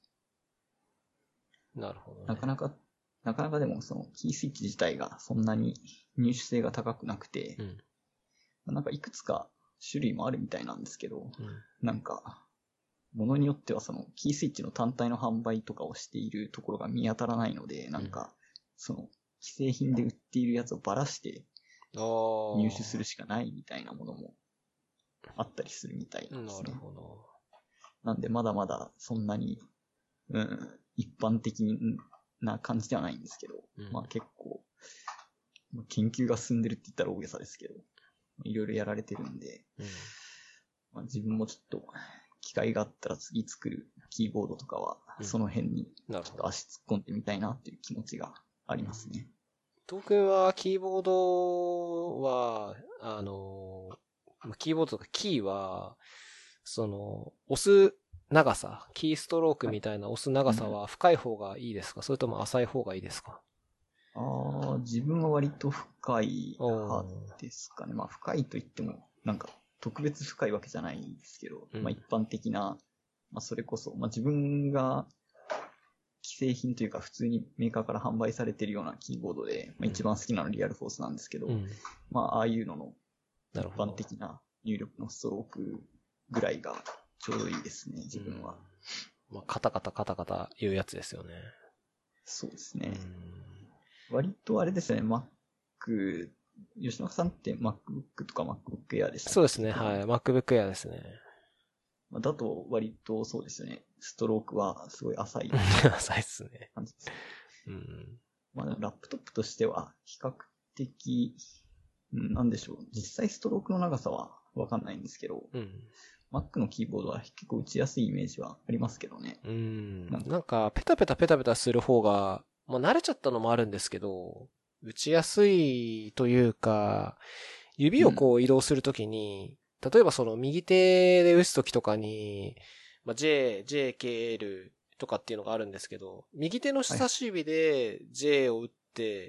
なるほど、ね。 なかなかでもそのキースイッチ自体がそんなに入手性が高くなくて、なんかいくつか種類もあるみたいなんですけど、なんか、ものによってはそのキースイッチの単体の販売とかをしているところが見当たらないので、なんか、その既製品で売っているやつをばらして入手するしかないみたいなものもあったりするみたいなんですね。 なるほど。 なんでまだまだそんなに、一般的な感じではないんですけど、まあ結構、研究が進んでるって言ったら大げさですけど、いろいろやられてるんで、まあ、自分もちょっと機会があったら次作るキーボードとかは、その辺にちょっと足突っ込んでみたいなっていう気持ちがありますね。 伊藤君はキーボードは、キーボードとかキーは、その、押す長さ、キーストロークみたいな押す長さは深い方がいいですか？それとも浅い方がいいですか？ 自分は割と深い派ですかね。まあ深いと言っても、なんか特別深いわけじゃないんですけど、まあ一般的な、まあそれこそ、まあ自分が既製品というか普通にメーカーから販売されているようなキーボードで、まあ一番好きなのはリアルフォースなんですけど、まあああいうのの一般的な入力のストロークぐらいがちょうどいいですね、自分は。 まあカタカタ言うやつですよね。 そうですね。割とあれですね、Mac、吉永さんって MacBook とか MacBook Air でしたっけ？ そうですね、はい。MacBook Air ですね。 だと割とそうですよね。ストロークはすごい浅い。 浅いっすね。 感じですね。まあラップトップとしては比較的、なんでしょう。実際ストロークの長さはわかんないんですけど、Mac のキーボードは結構打ちやすいイメージはありますけどね。 なんかペタペタする方が、まあ慣れちゃったのもあるんですけど、打ちやすいというか、指をこう移動するときに、例えばその右手で打つときとかに、まあ、J、K、L とかっていうのがあるんですけど、右手の人差し指で J を打って、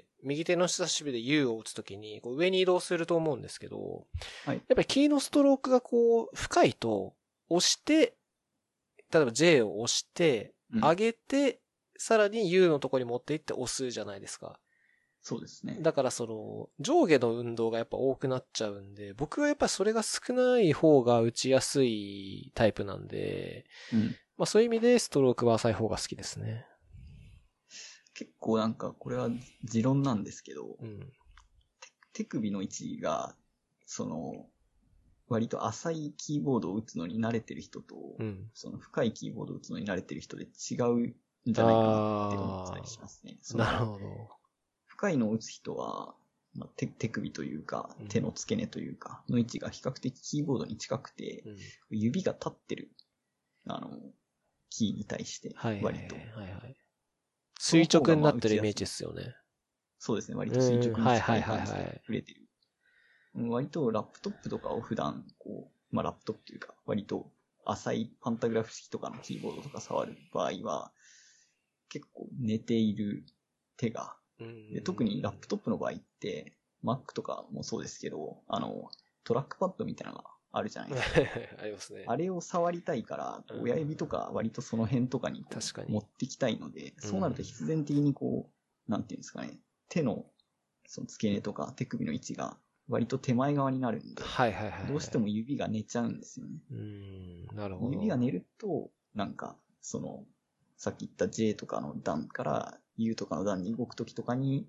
右手の人差し指で U を打つときに、こう上に移動すると思うんですけど、やっぱりキーのストロークがこう深いと、押して、例えば J を押して、上げて、さらに U のところに持っていって押すじゃないですか。 そうですね。 だからその、上下の運動がやっぱ多くなっちゃうんで、僕はやっぱそれが少ない方が打ちやすいタイプなんで、まあそういう意味でストロークは浅い方が好きですね。 結構なんかこれは持論なんですけど、手首の位置が、その、割と浅いキーボードを打つのに慣れてる人と、その深いキーボードを打つのに慣れてる人で違うんじゃないかなって思ったりしますね。 なるほど。 深いのを打つ人は、まあ、手首というか、手の付け根というか、の位置が比較的キーボードに近くて、指が立ってる、 キーに対して、割と。はいはい。垂直になってるイメージですよね。 そうですね、割と垂直に近い感じで触れてる。割とラップトップとかを普段、こう、ラップトップというか、割と浅いパンタグラフ式とかのキーボードとか触る場合は、結構寝ている手が、で特にラップトップの場合って、Mac とかもそうですけど、トラックパッドみたいなのがあるじゃないですか。 ありますね。 あれを触りたいから、親指とか割とその辺とかに持ってきたいので、そうなると必然的にこう、なんていうんですかね、手のその付け根とか手首の位置が割と手前側になるんで、どうしても指が寝ちゃうんですよね。 なるほど。 指が寝ると、なんか、さっき言った J とかの段から U とかの段に動くときとかに、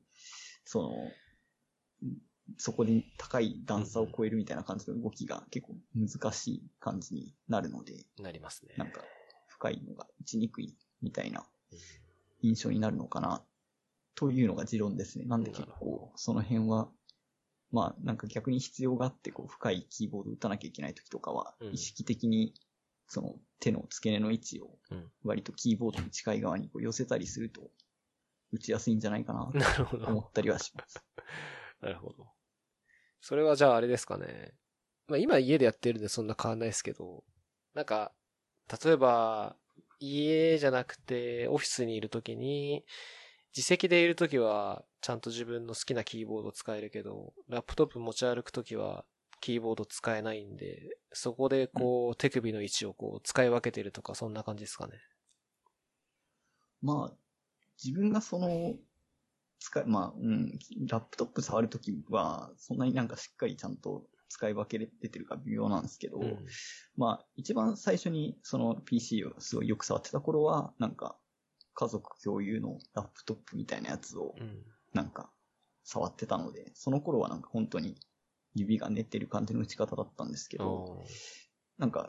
そこで高い段差を超えるみたいな感じの動きが結構難しい感じになるので、 なりますね。 なんか深いのが打ちにくいみたいな印象になるのかなというのが持論ですね。なんで結構その辺は、なんか逆に必要があってこう深いキーボード打たなきゃいけない時とかは、意識的にその手の付け根の位置を割とキーボードに近い側にこう寄せたりすると打ちやすいんじゃないかなと思ったりはします。 なるほど。それはじゃああれですかね。今家でやってるんでそんな変わんないですけど、なんか、例えば、家じゃなくてオフィスにいるときに、自席でいるときはちゃんと自分の好きなキーボード使えるけど、ラップトップ持ち歩くときはキーボード使えないんで、そこでこう手首の位置をこう使い分けてるとかそんな感じですかね。 自分がラップトップ触るときは、そんなになんかしっかりちゃんと使い分けれてるか微妙なんですけど、一番最初にその PC をすごいよく触ってた頃は、なんか家族共有のラップトップみたいなやつをなんか触ってたので、その頃はなんか本当に指が寝てる感じの打ち方だったんですけど、なんか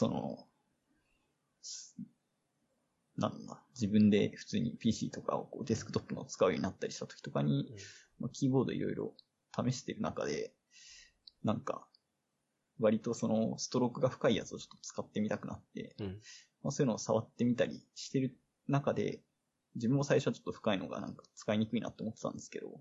自分で普通に PC とかをこうデスクトップの使うようになったりした時とかに、キーボードいろいろ試してる中で、なんか、割とそのストロークが深いやつをちょっと使ってみたくなって、そういうのを触ってみたりしてる中で、自分も最初はちょっと深いのがなんか使いにくいなって思ってたんですけど、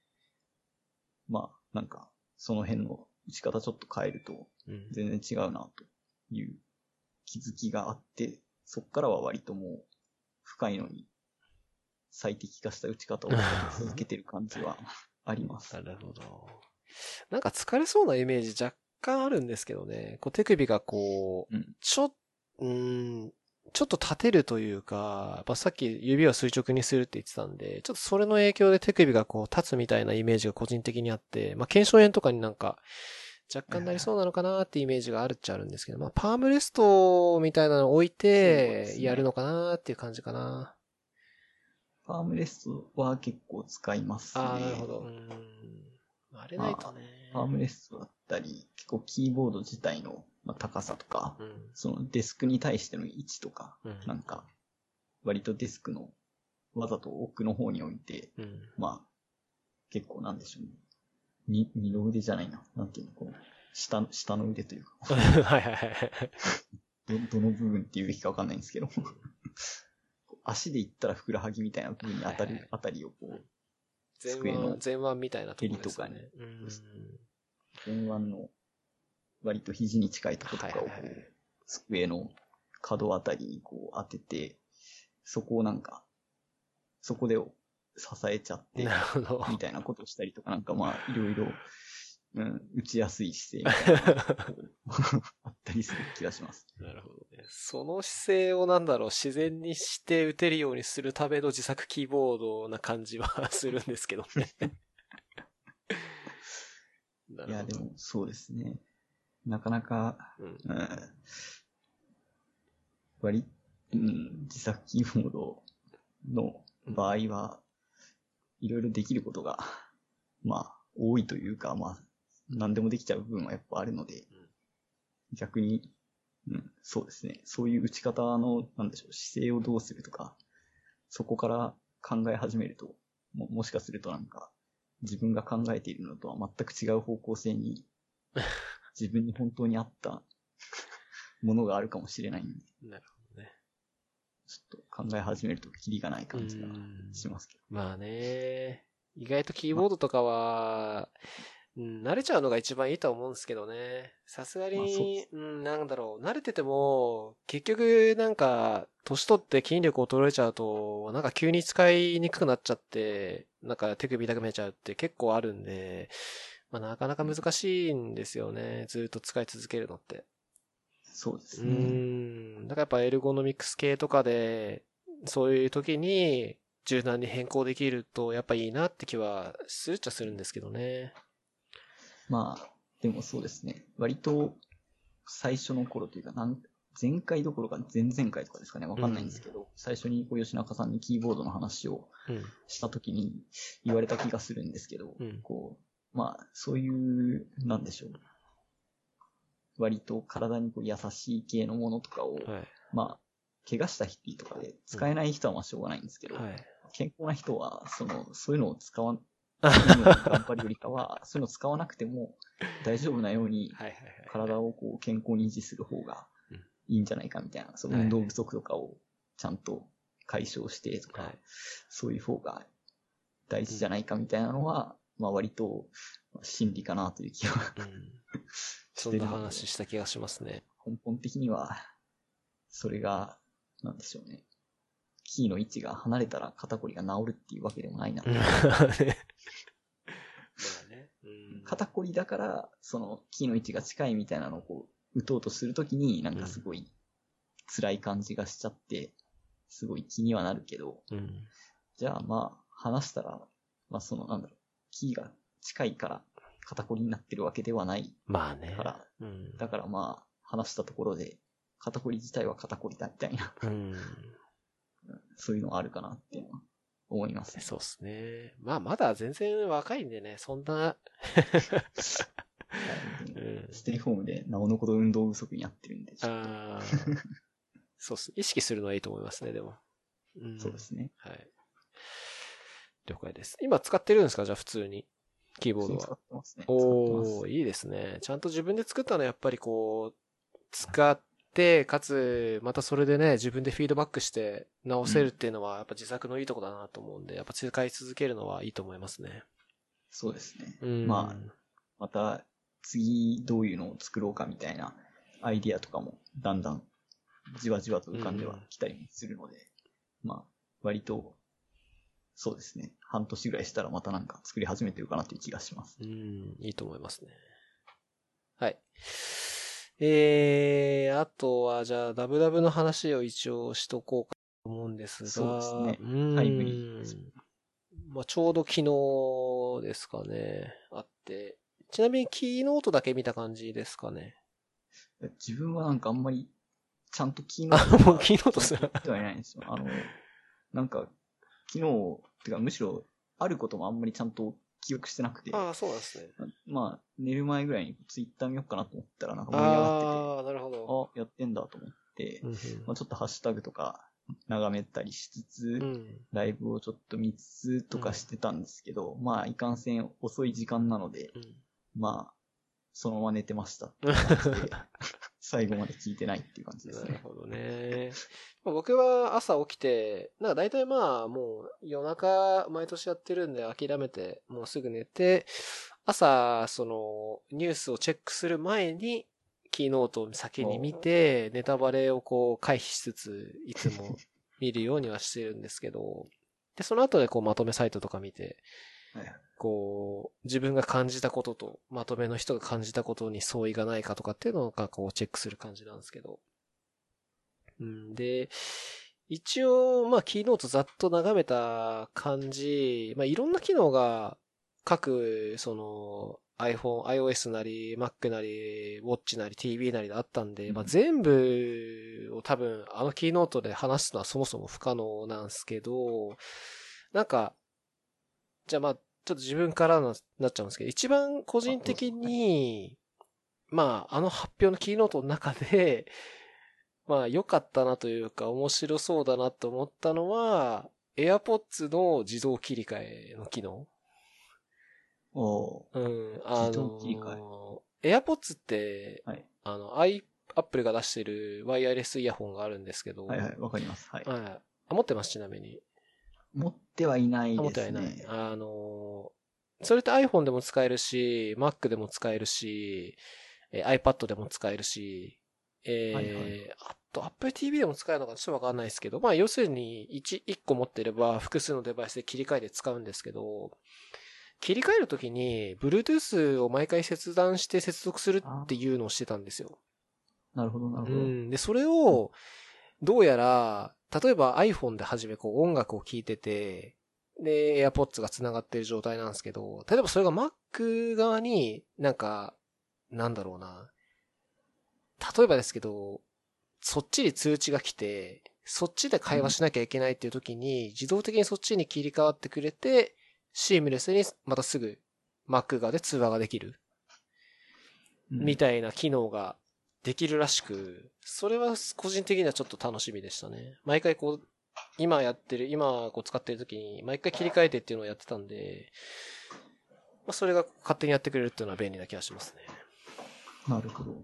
なんか、その辺の打ち方ちょっと変えると、全然違うなという気づきがあって、そっからは割ともう、深いのに最適化した打ち方を続けてる感じはあります。 なるほど。なんか疲れそうなイメージ若干あるんですけどね。こう手首がこう、ちょっと立てるというか、やっぱさっき指を垂直にするって言ってたんで、ちょっとそれの影響で手首がこう立つみたいなイメージが個人的にあって、腱鞘炎とかになんか若干なりそうなのかなってイメージがあるっちゃあるんですけど、パームレストみたいなのを置いてやるのかなっていう感じかな。 パームレストは結構使いますね。 なるほど。あれないとね。 パームレストだったり、結構キーボード自体の高さとか、そのデスクに対しての位置とか、なんか、割とデスクのわざと奥の方に置いて、結構なんでしょうね。二の腕じゃないな。なんていうの、こう、下の腕というか。 はいはいはい。 どの部分っていうべきかわかんないんですけど。足で言ったらふくらはぎみたいな部分にあたりをこう、 机の前腕みたいなところですかね。 前腕の割と肘に近いところとかをこう、机の角あたりにこう当てて、そこをなんか、そこで支えちゃって、みたいなことをしたりとか、なんかいろいろ、打ちやすい姿勢みたいなあったりする気がします。 なるほどね。その姿勢を自然にして打てるようにするための自作キーボードな感じはするんですけどね。 いや、でもそうですね。なかなか、自作キーボードの場合は、いろいろできることが、多いというか、何でもできちゃう部分はやっぱあるので、逆に、そうですね。そういう打ち方の、姿勢をどうするとか、そこから考え始めると、もしかするとなんか、自分が考えているのとは全く違う方向性に、自分に本当に合ったものがあるかもしれないんで。 なるほどね。 ちょっと考え始めるとキリがない感じがしますけど。 まあね。意外とキーボードとかは、慣れちゃうのが一番いいと思うんですけどね。さすがに、なんだろう、慣れてても、結局なんか、年取って筋力衰えちゃうと、なんか急に使いにくくなっちゃって、なんか手首痛くなっちゃうって結構あるんで、まあなかなか難しいんですよね。ずっと使い続けるのって。 そうですね。 だからやっぱエルゴノミクス系とかで、そういう時に柔軟に変更できるとやっぱいいなって気はするっちゃするんですけどね。 まあ、でもそうですね。割と最初の頃というか、前回どころか前々回とかですかね、わかんないんですけど、最初に吉中さんにキーボードの話をした時に言われた気がするんですけど、まあ、そういう、なんでしょう。割と体に優しい系のものとかを、まあ、怪我した日とかで使えない人はまあしょうがないんですけど、健康な人は、そういうのを使わ頑張るよりかは、そういうのを使わなくても大丈夫なように、体をこう健康に維持する方がいいんじゃないかみたいな、その運動不足とかをちゃんと解消してとか、そういう方が大事じゃないかみたいなのは、まあ割と真理かなという気はそんな話した気がしますね。 根本的には、それが、なんでしょうね。キーの位置が離れたら肩こりが治るっていうわけでもないな。まあね。肩こりだから、そのキーの位置が近いみたいなのをこう、打とうとするときになんかすごい辛い感じがしちゃって、すごい気にはなるけど、じゃあまあ、話したら、まあキーが近いから肩こりになってるわけではない。 まあね。 だからまあ、話したところで、肩こり自体は肩こりだみたいな。そういうのあるかなっていうのは思いますね。 そうですね。まあまだ全然若いんでね、そんなステイホームでなおのこと運動不足にやってるんで、 そうっす。意識するのはいいと思いますね、でも。 そうですね。 はい。了解です。今使ってるんですか？じゃあ普通に。キーボードは。 使ってますね。 いいですね。ちゃんと自分で作ったのはやっぱりこう、使って、かつ、またそれでね、自分でフィードバックして直せるっていうのは、やっぱ自作のいいとこだなと思うんで、やっぱ使い続けるのはいいと思いますね。 そうですね。まあ、また次どういうのを作ろうかみたいなアイディアとかもだんだんじわじわと浮かんではきたりもするので、まあ、割と、そうですね。半年ぐらいしたらまたなんか作り始めてるかなという気がします。 いいと思いますね。はい。あとは、じゃあ、ダブダブの話を一応しとこうかと思うんですが。 そうですね。タイムリーです。 まあ、ちょうど昨日ですかね。あって。ちなみにキーノートだけ見た感じですかね。 自分はなんかあんまり、ちゃんとキーノートもうキーノートする。 ではいないんですよ。なんか、昨日、てかむしろ、あることもあんまりちゃんと記憶してなくて。 そうなんですね。 まあ、寝る前ぐらいにツイッター見ようかなと思ったらなんか盛り上がってて。 なるほど。 やってんだと思って、まあ、ちょっとハッシュタグとか眺めたりしつつ、ライブをちょっと見つつとかしてたんですけど、まあ、いかんせん遅い時間なので、まあ、そのまま寝てましたっていう感じで、最後まで聞いてないっていう感じですね。 なるほどね。僕は朝起きて、なんか大体まあもう夜中毎年やってるんで諦めてもうすぐ寝て、朝そのニュースをチェックする前にキーノートを先に見て、ネタバレをこう回避しつついつも見るようにはしてるんですけど、で、その後でこうまとめサイトとか見て、こう、自分が感じたことと、まとめの人が感じたことに相違がないかとかっていうのがこうチェックする感じなんですけど。で、一応、まあ、キーノートざっと眺めた感じ、まあ、いろんな機能が各、その、iPhone、iOS なり、Mac なり、Watch なり、TV なりであったんで、まあ、全部を多分、あのキーノートで話すのはそもそも不可能なんですけど、なんか、じゃあまあ、ちょっと自分からなっちゃうんですけど、一番個人的に、まあ、あの発表のキーノートの中で、まあ、良かったなというか、面白そうだなと思ったのは、AirPods の自動切り替えの機能。 自動切り替 AirPods って、 アップルが出してるワイヤレスイヤホンがあるんですけど。 はいはい、わかります。はい。 持ってます、ちなみに。 持ってはいないですね。 持ってはいない。それって iPhone でも使えるし、Mac でも使えるし、iPad でも使えるし、あと Apple TV でも使えるのかちょっとわかんないですけど、まあ要するに1個持ってれば複数のデバイスで切り替えて使うんですけど、切り替えるときに Bluetooth を毎回切断して接続するっていうのをしてたんですよ。 なるほど、なるほど。 で、それを、どうやら、例えば iPhone で初めこう音楽を聴いてて、で、AirPods が繋がってる状態なんですけど、例えばそれが Mac 側になんか、なんだろうな。例えばですけど、そっちに通知が来て、そっちで会話しなきゃいけないっていう時に、自動的にそっちに切り替わってくれて、シームレスにまたすぐ Mac 側で通話ができる。みたいな機能ができるらしく、それは個人的にはちょっと楽しみでしたね。毎回こう、今こう使ってる時に、毎回切り替えてっていうのをやってたんで、まあ、それが勝手にやってくれるっていうのは便利な気がしますね。 なるほど。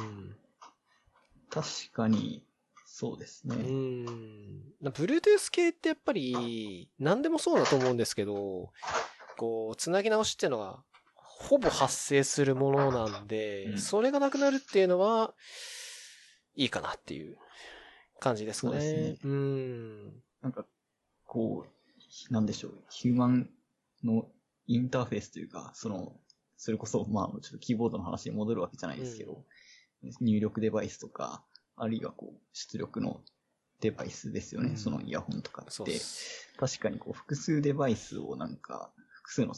確かに、そうですね。 Bluetooth 系ってやっぱり、何でもそうだと思うんですけど、こう、つなぎ直しっていうのが、ほぼ発生するものなんで、それがなくなるっていうのは、いいかなっていう感じですかね。そうですね。 なんか、こう、なんでしょう、ヒューマンのインターフェースというか、それこそ、まあ、ちょっとキーボードの話に戻るわけじゃないですけど、入力デバイスとか、あるいはこう、出力のデバイスですよね、そのイヤホンとかって。確かにこう、複数デバイスをなんか、複数の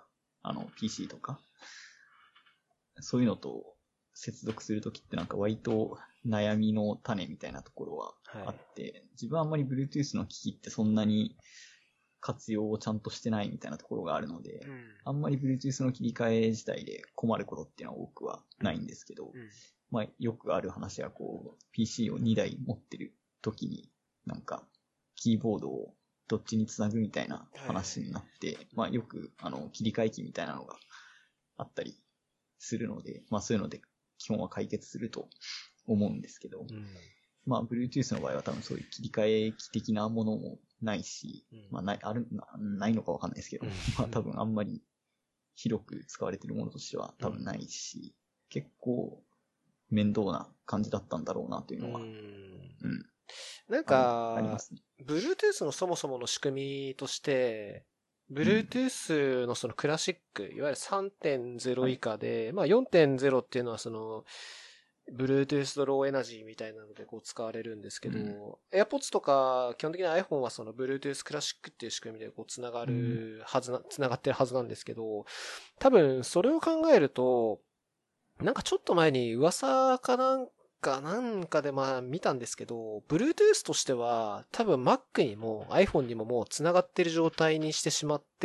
PC とか、そういうのと接続するときってなんか割と悩みの種みたいなところはあって、自分はあんまり Bluetooth の機器ってそんなに活用をちゃんとしてないみたいなところがあるので、あんまり Bluetooth の切り替え自体で困ることっていうのは多くはないんですけど、まあよくある話はこう、PC を2台持ってるときになんかキーボードをどっちにつなぐみたいな話になって、まあよく切り替え機みたいなのがあったりするので、まあそういうので基本は解決すると思うんですけど、まあ Bluetooth の場合は多分そういう切り替え機的なものもないし、まあないのかわかんないですけど、まあ多分あんまり広く使われているものとしては多分ないし、結構面倒な感じだったんだろうなというのは、 なんか、Bluetooth のそもそもの仕組みとして、Bluetooth のそのクラシック、いわゆる 3.0 以下で、まあ 4.0 っていうのはその、Bluetooth ローエナジーみたいなのでこう使われるんですけど、AirPods とか基本的に iPhone はその Bluetooth クラシックっていう仕組みでこうつながってるはずなんですけど、多分それを考えると、なんかちょっと前に噂かなんかでまあ見たんですけど、Bluetooth としては多分 Mac にも iPhone にももう繋がってる状態にしてしまって、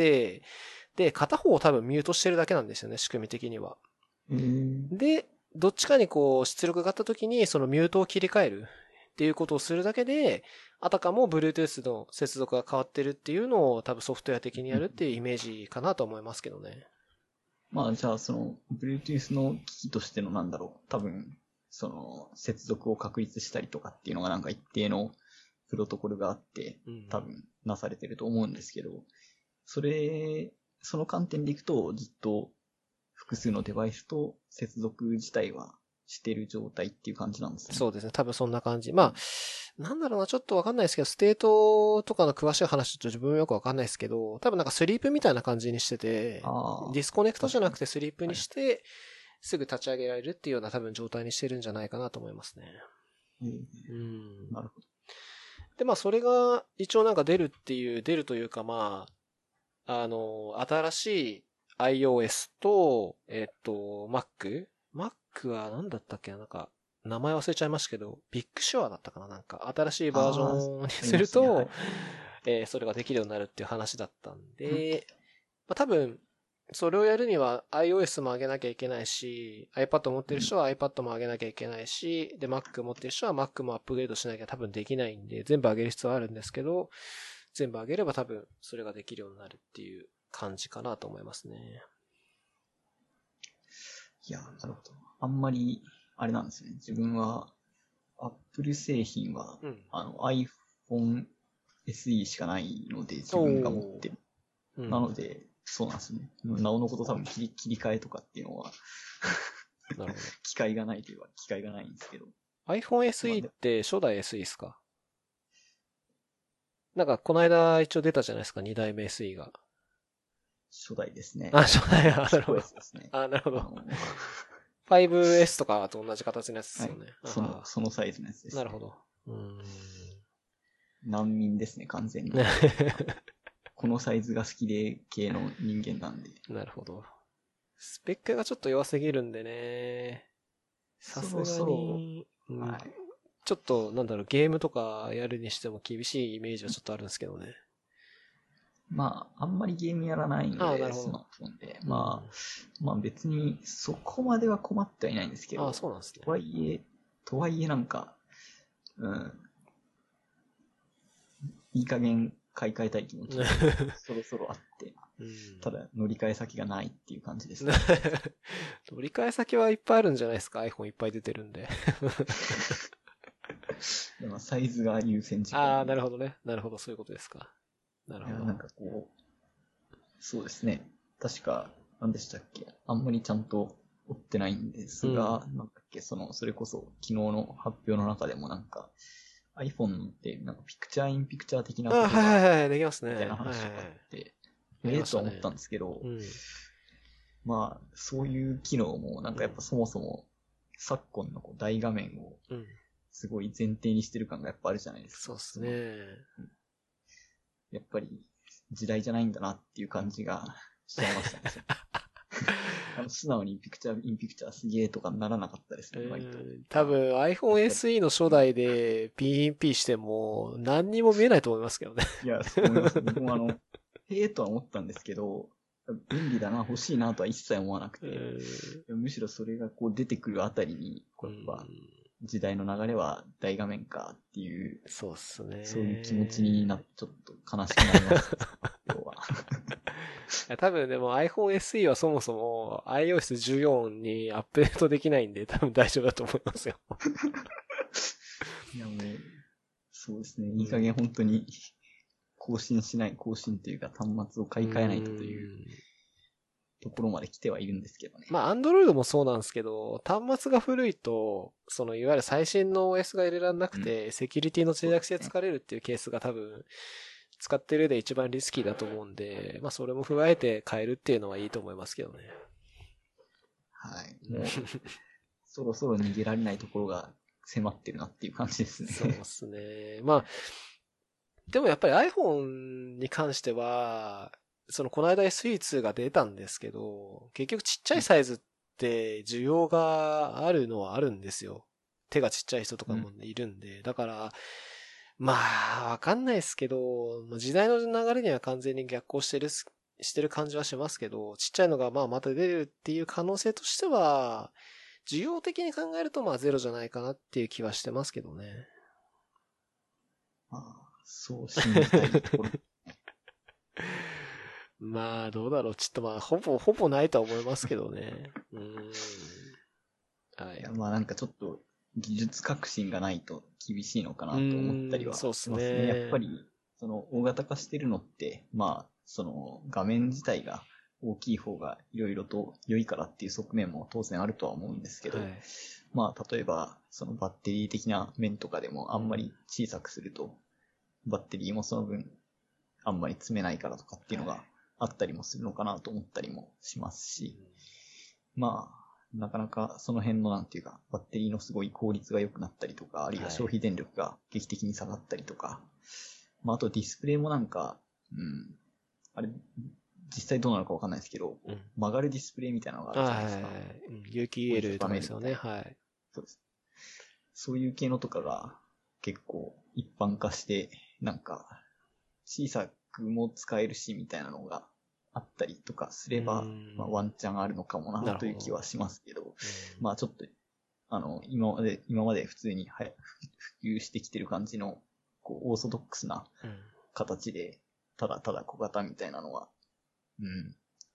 で、片方を多分ミュートしてるだけなんですよね、仕組み的には。で、どっちかにこう出力があった時にそのミュートを切り替えるっていうことをするだけで、あたかも Bluetooth の接続が変わってるっていうのを多分ソフトウェア的にやるっていうイメージかなと思いますけどね。 まあじゃあBluetooth の機器としての多分、接続を確立したりとかっていうのがなんか一定のプロトコルがあって、多分なされてると思うんですけど、その観点でいくとずっと複数のデバイスと接続自体はしてる状態っていう感じなんですね。 そうですね。多分そんな感じ。まあ、なんだろうな、ちょっとわかんないですけど、ステートとかの詳しい話ちょっと自分はよくわかんないですけど、多分なんかスリープみたいな感じにしてて、ディスコネクトじゃなくてスリープにして、すぐ立ち上げられるっていうような多分状態にしてるんじゃないかなと思いますね。 なるほど。 で、まあそれが一応なんか出るというかまあ、新しい iOS と、Mac は何だったっけな、なんか、名前忘れちゃいましたけど、ビッグショアだったかな、なんか、新しいバージョンにすると、それができるようになるっていう話だったんで、まあ、多分、それをやるには iOS も上げなきゃいけないし、iPad 持ってる人は iPad も上げなきゃいけないし、で、Mac 持ってる人は Mac もアップグレードしなきゃ多分できないんで、全部上げる必要はあるんですけど、全部上げれば多分それができるようになるっていう感じかなと思いますね。 いや、なるほど。あんまりあれなんですよね。自分は、Apple 製品は、iPhone SE しかないので、自分が持ってる。なので、そうなんですね。なおのこと多分切り替えとかっていうのは、なるほど。機会がないといえば機会がないんですけど。 iPhone SE って初代 SE ですか？なんか、この間一応出たじゃないですか、2代目 SE が。 初代ですね。 初代、なるほど。 ですね。 なるほど。5S とかと同じ形のやつですよね。 そのサイズのやつです、 なるほど。 難民ですね、完全に。このサイズが好きで系の人間なんで。 なるほど。スペックがちょっと弱すぎるんでね。さすがに、ちょっと、ゲームとかやるにしても厳しいイメージはちょっとあるんですけどね。 まあ、あんまりゲームやらないんで、スマートフォンで。まあ別にそこまでは困ってはいないんですけど。 そうなんですね。 とはいえなんか、いい加減買い替えたい気持ちがそろそろあって、ただ乗り換え先がないっていう感じですね。 乗り換え先はいっぱいあるんじゃないですか？ iPhone いっぱい出てるんで。 サイズが優先事項。 なるほどね。なるほど、そういうことですか。なるほど。 なんかこう、そうですね。確か、何でしたっけ？あんまりちゃんと追ってないんですが、なんだっけ、それこそ昨日の発表の中でもなんか、iPhone ってなんかピクチャーインピクチャー的なことが、 できますね。 みたいな話とかあって、とは思ったんですけど、まあ、そういう機能もなんかやっぱそもそも昨今の大画面をすごい前提にしてる感がやっぱあるじゃないですか。 そうですね。 やっぱり時代じゃないんだなっていう感じがしちゃいましたね。素直にインピクチャーすげえとかならなかったですね、割と。 多分 iPhone SE の初代で PNP しても何にも見えないと思いますけどね。 いや、そう思います。僕もへえとは思ったんですけど、便利だな、欲しいなとは一切思わなくて、むしろそれがこう出てくるあたりに、やっぱ時代の流れは大画面かっていう、 そうっすね。 そういう気持ちにちょっと悲しくなります、今日は。 多分でも iPhone SE はそもそも iOS14 にアップデートできないんで多分大丈夫だと思いますよ。 いやもう、そうですね。いい加減本当に更新というか端末を買い替えないとというところまで来てはいるんですけどね。 まあ Android もそうなんですけど、端末が古いと、いわゆる最新の OS が入れられなくて、セキュリティの脆弱性疲れるっていうケースが多分、使ってる上で一番リスキーだと思うんで、まあそれも踏まえて変えるっていうのはいいと思いますけどね。 はい。もう、そろそろ逃げられないところが迫ってるなっていう感じですね。 そうですね。まあ、でもやっぱり iPhone に関しては、この間 SE2 が出たんですけど、結局ちっちゃいサイズって需要があるのはあるんですよ。手がちっちゃい人とかもいるんで。だから、まあ、わかんないですけど、時代の流れには完全に逆行してる感じはしますけど、ちっちゃいのがまた出るっていう可能性としては、需要的に考えるとゼロじゃないかなっていう気はしてますけどね。 そう信じたいところ。 まあ、どうだろう。ちょっとほぼないとは思いますけどね。 はい。まあなんかちょっと技術革新がないと厳しいのかなと思ったりはしますね。やっぱり、大型化してるのって、まあ、画面自体が大きい方がいろいろと良いからっていう側面も当然あるとは思うんですけど、まあ、例えば、バッテリー的な面とかでもあんまり小さくすると、バッテリーもその分、あんまり詰めないからとかっていうのがあったりもするのかなと思ったりもしますし、まあ、なかなかその辺のバッテリーのすごい効率が良くなったりとか、あるいは消費電力が劇的に下がったりとか、まあ、あとディスプレイもあれ、実際どうなのかわかんないですけど、曲がるディスプレイみたいなのがあるじゃないですか。 有機 EL とかですよね。はい。 そうです。そういう系のとかが結構一般化して、小さくも使えるしみたいなのがあったりとかすれば、まあ、ワンチャンあるのかもなという気はしますけど、まあちょっと、今まで普通に普及してきてる感じの、オーソドックスな形で、ただただ小型みたいなのは、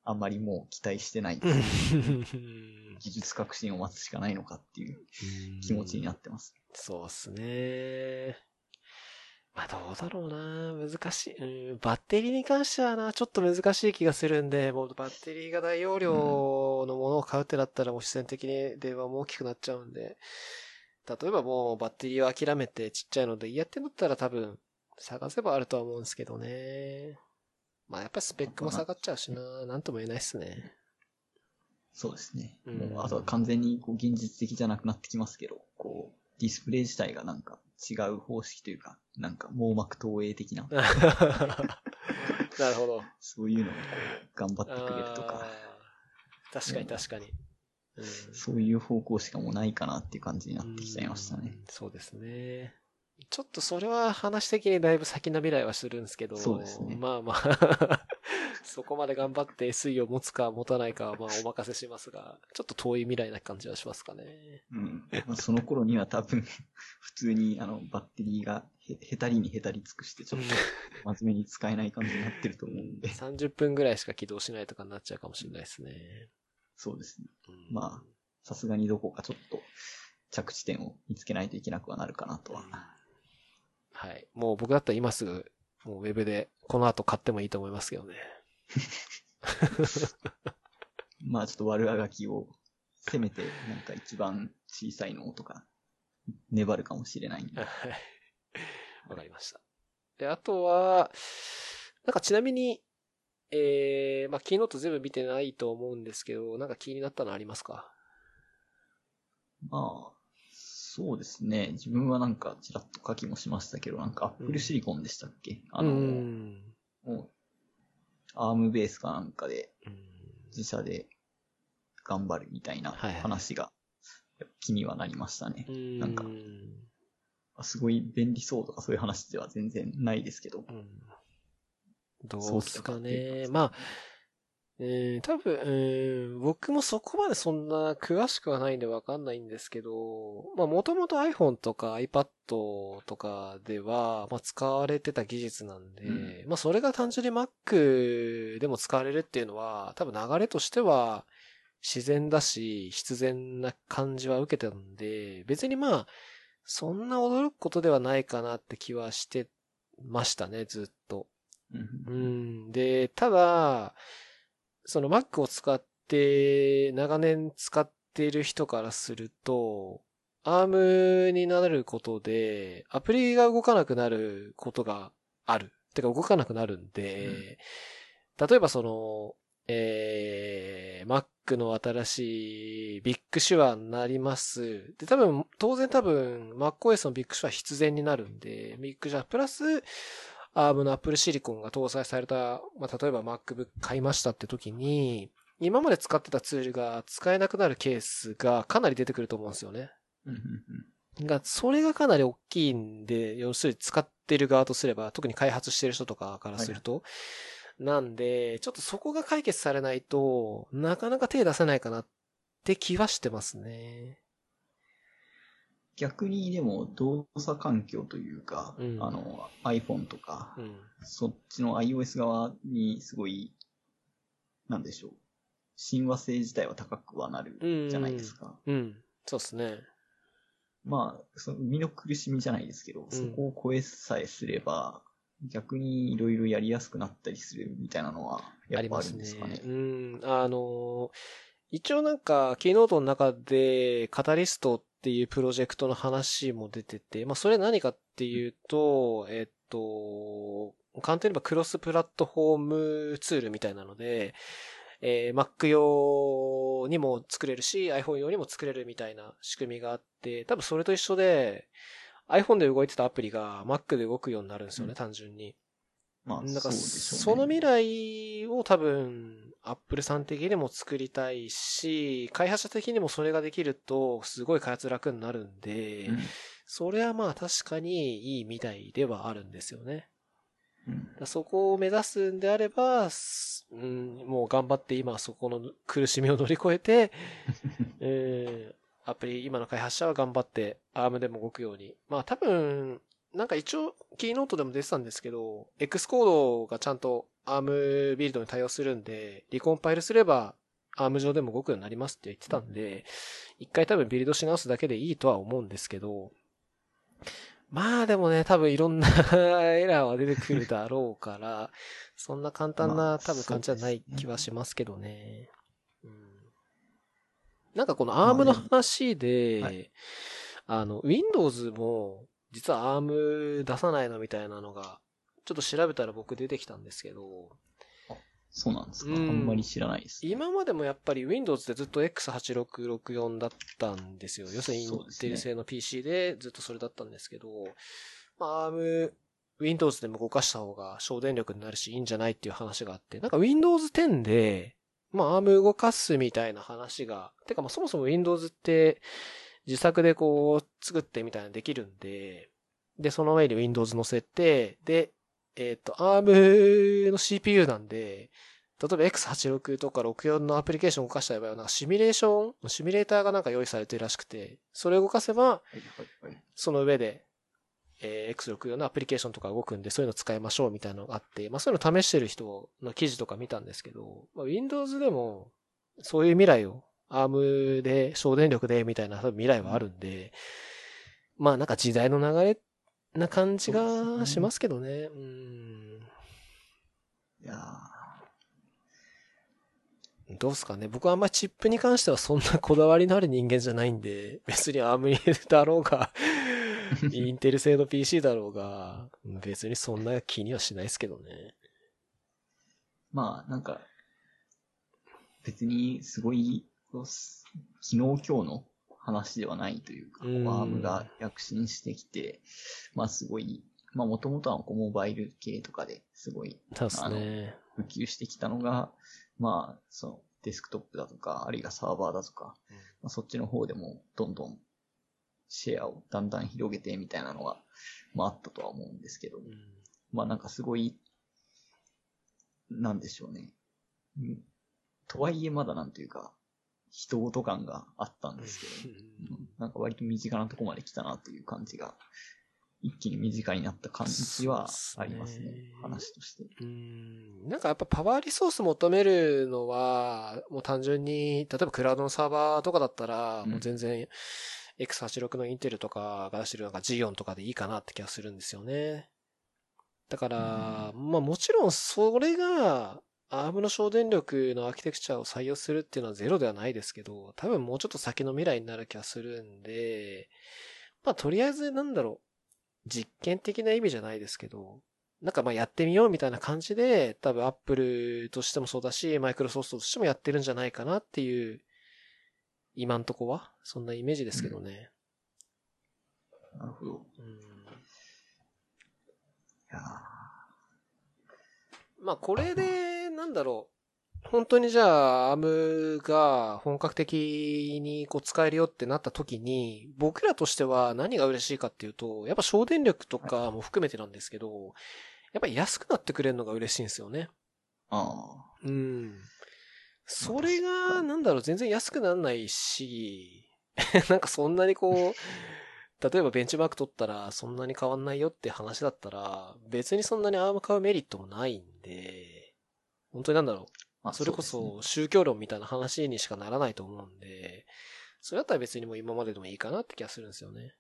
あんまりもう期待してない技術革新を待つしかないのかっていう気持ちになってます。 そうっすね。まあどうだろうな、難しい、バッテリーに関してはな、ちょっと難しい気がするんで、もうバッテリーが大容量のものを買うってなったらもう必然的に電話も大きくなっちゃうんで、例えばもうバッテリーを諦めてちっちゃいのでやってんだったら多分探せばあるとは思うんですけどね。まあやっぱりスペックも下がっちゃうしな、なんとも言えないっすね。 そうですね。もうあとは完全にこう現実的じゃなくなってきますけど、こうディスプレイ自体がなんか違う方式というか、なんか網膜投影的な。 なるほど。 そういうのをこう頑張ってくれるとか。 確かに確かに、 そういう方向しかもうないかなっていう感じになってきちゃいましたね。 そうですね。ちょっとそれは話的にだいぶ先の未来はするんですけど、 そうですね。 まあまあそこまで頑張って SE を持つか持たないかはまあお任せしますが、ちょっと遠い未来な感じはしますかね。 まあ、その頃には多分普通にバッテリーがへたりにへたり尽くしてちょっと真面目に使えない感じになってると思うんで 30分ぐらいしか起動しないとかになっちゃうかもしれないですね。 そうですね。まあさすがにどこかちょっと着地点を見つけないといけなくはなるかなとは。 はい。もう僕だったら今すぐ、もうウェブでこの後買ってもいいと思いますけどね。 まあちょっと悪あがきを、せめてなんか一番小さいのとか、粘るかもしれないんで。はい。 わかりました。で、あとは、なんかちなみに、まあキーノート全部見てないと思うんですけど、なんか気になったのありますか？ まあ、そうですね。自分はなんかちらっと書きもしましたけど、なんか Apple Silicon でしたっけ？もう、ARM ベースかなんかで、自社で頑張るみたいな話が気にはなりましたね。なんか、すごい便利そうとかそういう話では全然ないですけど。 どうですかね。まあ、多分、僕もそこまでそんな詳しくはないんでわかんないんですけど、まあもともと iPhone とか iPad とかでは、まあ使われてた技術なんで、まあそれが単純に Mac でも使われるっていうのは、多分流れとしては自然だし、必然な感じは受けたんで、別にまあ、そんな驚くことではないかなって気はしてましたね、ずっと。で、ただ、その Mac を使って長年使っている人からすると、ARM になることで、アプリが動かなくなることがある。てか動かなくなるんで、例えばその、Mac の新しいビッグシュアになります。で、当然MacOS のビッグシュア必然になるんで、ビッグシュアプラス、ARM の Apple Silicon が搭載された、まあ、例えば MacBook 買いましたって時に、今まで使ってたツールが使えなくなるケースがかなり出てくると思うんですよね。それがかなり大きいんで、要するに使ってる側とすれば、特に開発してる人とかからすると、なんで、ちょっとそこが解決されないと、なかなか手出せないかなって気はしてますね。 逆にでも動作環境というか、iPhone とか、そっちの iOS 側にすごい、なんでしょう。親和性自体は高くはなるじゃないですか。 そうですね。 まあ、その身の苦しみじゃないですけど、そこを超えさえすれば、逆にいろいろやりやすくなったりするみたいなのは、やっぱあるんですかね。 一応なんか、キーノートの中で、カタリストっていうプロジェクトの話も出てて、まあそれ何かっていうと、簡単に言えばクロスプラットフォームツールみたいなので、Mac 用にも作れるし、iPhone 用にも作れるみたいな仕組みがあって、多分それと一緒で、iPhone で動いてたアプリが Mac で動くようになるんですよね、単純に。 まあ、 なんかその未来を多分、Apple さん的にも作りたいし、開発者的にもそれができると、すごい開発楽になるんで、それはまあ確かにいい未来ではあるんですよね。そこを目指すんであれば、もう頑張って今そこの苦しみを乗り越えて、アプリ、今の開発者は頑張って ARM でも動くように。まあ多分、なんか一応キーノートでも出てたんですけど、X コードがちゃんと ARM ビルドに対応するんで、リコンパイルすれば ARM 上でも動くようになりますって言ってたんで、一回多分ビルドし直すだけでいいとは思うんですけど、まあでもね、多分いろんなエラーは出てくるだろうから、そんな簡単な多分感じじゃない気はしますけどね。なんかこの ARM の話で、Windows も実は ARM 出さないのみたいなのが、ちょっと調べたら僕出てきたんですけど。 そうなんですか、あんまり知らないです、 ね。今までもやっぱり Windows でずっと X8664 だったんですよ。要するにインテル製の PC でずっとそれだったんですけど、まあ Windows でも動かした方が省電力になるしいいんじゃないっていう話があって、なんか Windows 10で、まあ ARM 動かすみたいな話が、てかまあそもそも Windows って自作でこう作ってみたいなのできるんで、で、その上に Windows 載せて、で、ARM の CPU なんで、例えば X86 とか64のアプリケーションを動かした場合は、なんかシミュレーターがなんか用意されてるらしくて、それを動かせば、その上で、X64 のアプリケーションとか動くんで、そういうの使いましょうみたいなのがあって、まあそういうの試してる人の記事とか見たんですけど、まあ、Windows でも、そういう未来を、ARM で省電力でみたいな未来はあるんで、まあなんか時代の流れな感じがしますけどね。 いやどうすかね。僕はあんまりチップに関してはそんなこだわりのある人間じゃないんで、別にARMにだろうが、インテル製の PC だろうが、別にそんな気にはしないですけどね。 まあなんか、別にすごい、昨日今日の話ではないというか、ARM が躍進してきて、まあすごい、まあもともとはモバイル系とかですごい、 そうですね。 普及してきたのが、まあそのデスクトップだとか、あるいはサーバーだとか、まあ、そっちの方でもどんどんシェアをだんだん広げてみたいなのが、まああったとは思うんですけど、まあなんかすごい、なんでしょうね。とはいえまだなんていうか、人事感があったんですけど、なんか割と身近なとこまで来たなという感じが、一気に身近になった感じはありますね、話として。 なんかやっぱパワーリソース求めるのは、もう単純に、例えばクラウドのサーバーとかだったら、もう全然 X86 のインテルとかが出してるなんか Xeon とかでいいかなって気がするんですよね。だから、まあもちろんそれが、ARM の省電力のアーキテクチャを採用するっていうのはゼロではないですけど、多分もうちょっと先の未来になる気がするんで、まあとりあえずなんだろう、実験的な意味じゃないですけど、なんかまあやってみようみたいな感じで、多分 Apple としてもそうだし、Microsoft としてもやってるんじゃないかなっていう、今んとこは、そんなイメージですけどね。 なるほど。いやまあこれで、なんだろう、本当にじゃあ ARM が本格的にこう使えるよってなった時に、僕らとしては何が嬉しいかっていうと、やっぱ省電力とかも含めてなんですけど、やっぱり安くなってくれるのが嬉しいんですよね。それが、なんだろう、全然安くならないし、なんかそんなにこう、例えばベンチマーク取ったらそんなに変わんないよって話だったら、別にそんなにARM買うメリットもないんで、本当になんだろう。それこそ宗教論みたいな話にしかならないと思うんで、それだったら別にもう今まででもいいかなって気がするんですよね。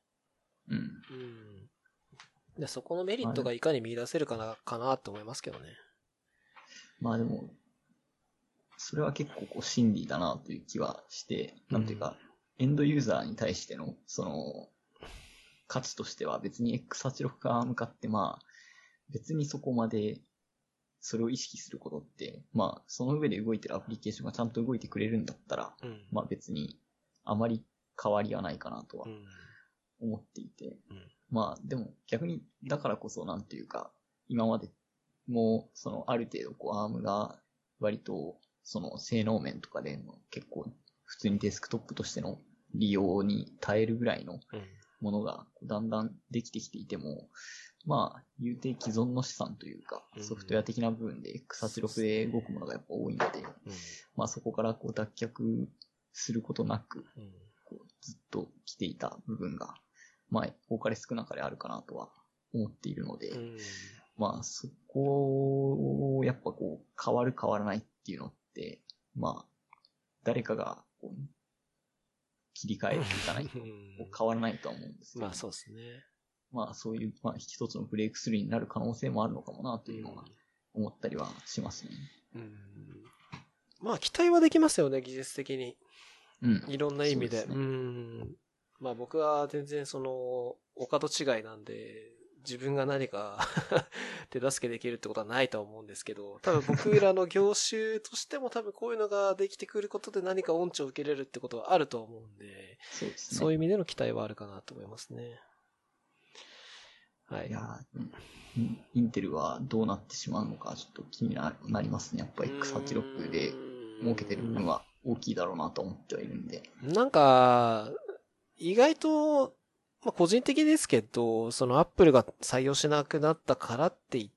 でそこのメリットがいかに見出せるかなって思いますけどね。 まあでも、それは結構こう真理だなという気はして、なんていうか、エンドユーザーに対しての、その、価値としては別に X86 が向かってまあ、別にそこまでそれを意識することって、まあ、その上で動いてるアプリケーションがちゃんと動いてくれるんだったら、まあ別にあまり変わりはないかなとは思っていて、まあでも逆にだからこそなんていうか、今までもそのある程度こう ARM が割とその性能面とかでも結構普通にデスクトップとしての利用に耐えるぐらいのものがだんだんできてきていても、まあ、言うて既存の資産というか、ソフトウェア的な部分で X86 で動くものがやっぱ多いので、まあそこからこう脱却することなく、こうずっと来ていた部分が、まあ多かれ少なかれあるかなとは思っているので、まあそこをやっぱこう変わる変わらないっていうのって、まあ誰かがこう切り替えていかないと変わらないとは思うんですけど、 まあそうですね。 まあそういう、まあ一つのブレイクスルーになる可能性もあるのかもなというのは思ったりはしますね。 まあ期待はできますよね、技術的に。いろんな意味で。 ね、 まあ僕は全然その、お門違いなんで、自分が何か手助けできるってことはないと思うんですけど、多分僕らの業種としても多分こういうのができてくることで何か恩寵を受けれるってことはあると思うんで、そういう意味での期待はあるかなと思いますね。はい。 いやインテルはどうなってしまうのかちょっと気になりますね。やっぱり X86 で儲けてる部分は大きいだろうなと思ってはいるんで。 なんか、意外と、まあ、個人的ですけど、そのアップルが採用しなくなったからって言って、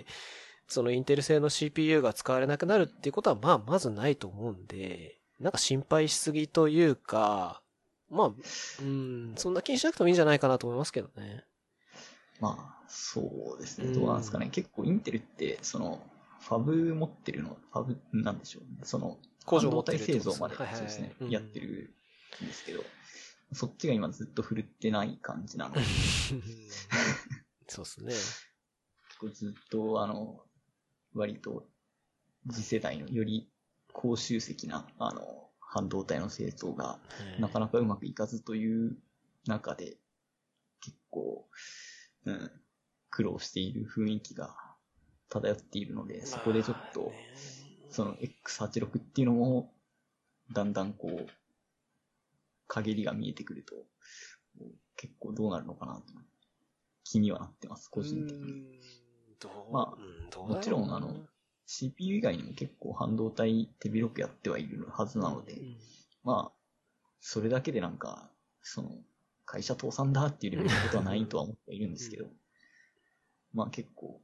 そのインテル製の CPU が使われなくなるっていうことはまあまずないと思うんで、なんか心配しすぎというか、まあ、そんな気にしなくてもいいんじゃないかなと思いますけどね。 まあ、そうですね。どうなんですかね。結構インテルって、その、ファブ持ってるの、ファブなんでしょうね。その、 工場持ってる製造まで、そうですね、やってるんですけど、そっちが今ずっと振るってない感じなので。 そうですね。 ずっと、割と、次世代のより高集積な、半導体の製造が、なかなかうまくいかずという中で、結構、苦労している雰囲気が漂っているので、そこでちょっと、その X86 っていうのも、だんだんこう、陰りが見えてくると、結構どうなるのかなと、気にはなってます、個人的に。まあ、もちろんCPU 以外にも結構半導体手広くやってはいるはずなので、まあ、それだけでなんか、その、会社倒産だっていうレベルのことはないとは思っているんですけど、まあ結構、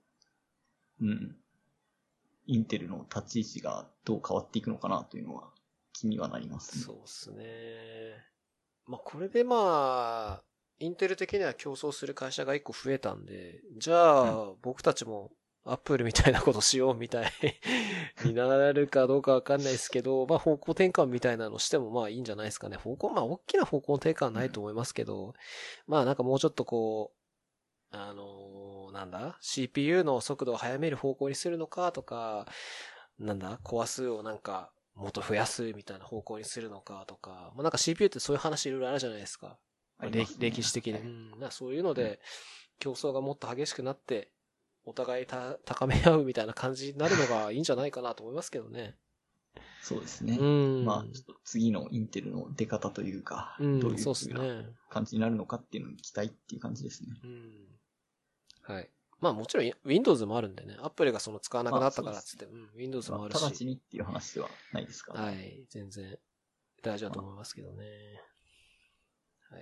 インテルの立ち位置がどう変わっていくのかなというのは気にはなりますね。 そうですね。まあこれでまあ、インテル的には競争する会社が一個増えたんで、じゃあ、僕たちもアップルみたいなことしようみたいになるかどうかわかんないですけど、まあ方向転換みたいなのしてもまあいいんじゃないですかね。まあ大きな方向転換はないと思いますけど、まあなんかもうちょっとこう、CPU の速度を速める方向にするのかとか、コア数をなんか、もっと増やすみたいな方向にするのかとか、まあ、なんか CPU ってそういう話いろいろあるじゃないですか。歴史的に。そういうので、競争がもっと激しくなって、お互い高め合うみたいな感じになるのがいいんじゃないかなと思いますけどね。 そうですね。まあ、ちょっと次のインテルの出方というか、どういう風な感じになるのかっていうのに期待っていう感じですね。 はい。まあもちろん Windows もあるんでね、Apple がその使わなくなったからっつって、Windows もあるし。 直ちにっていう話ではないですから、 ね。はい。全然大事だと思いますけどね。はい。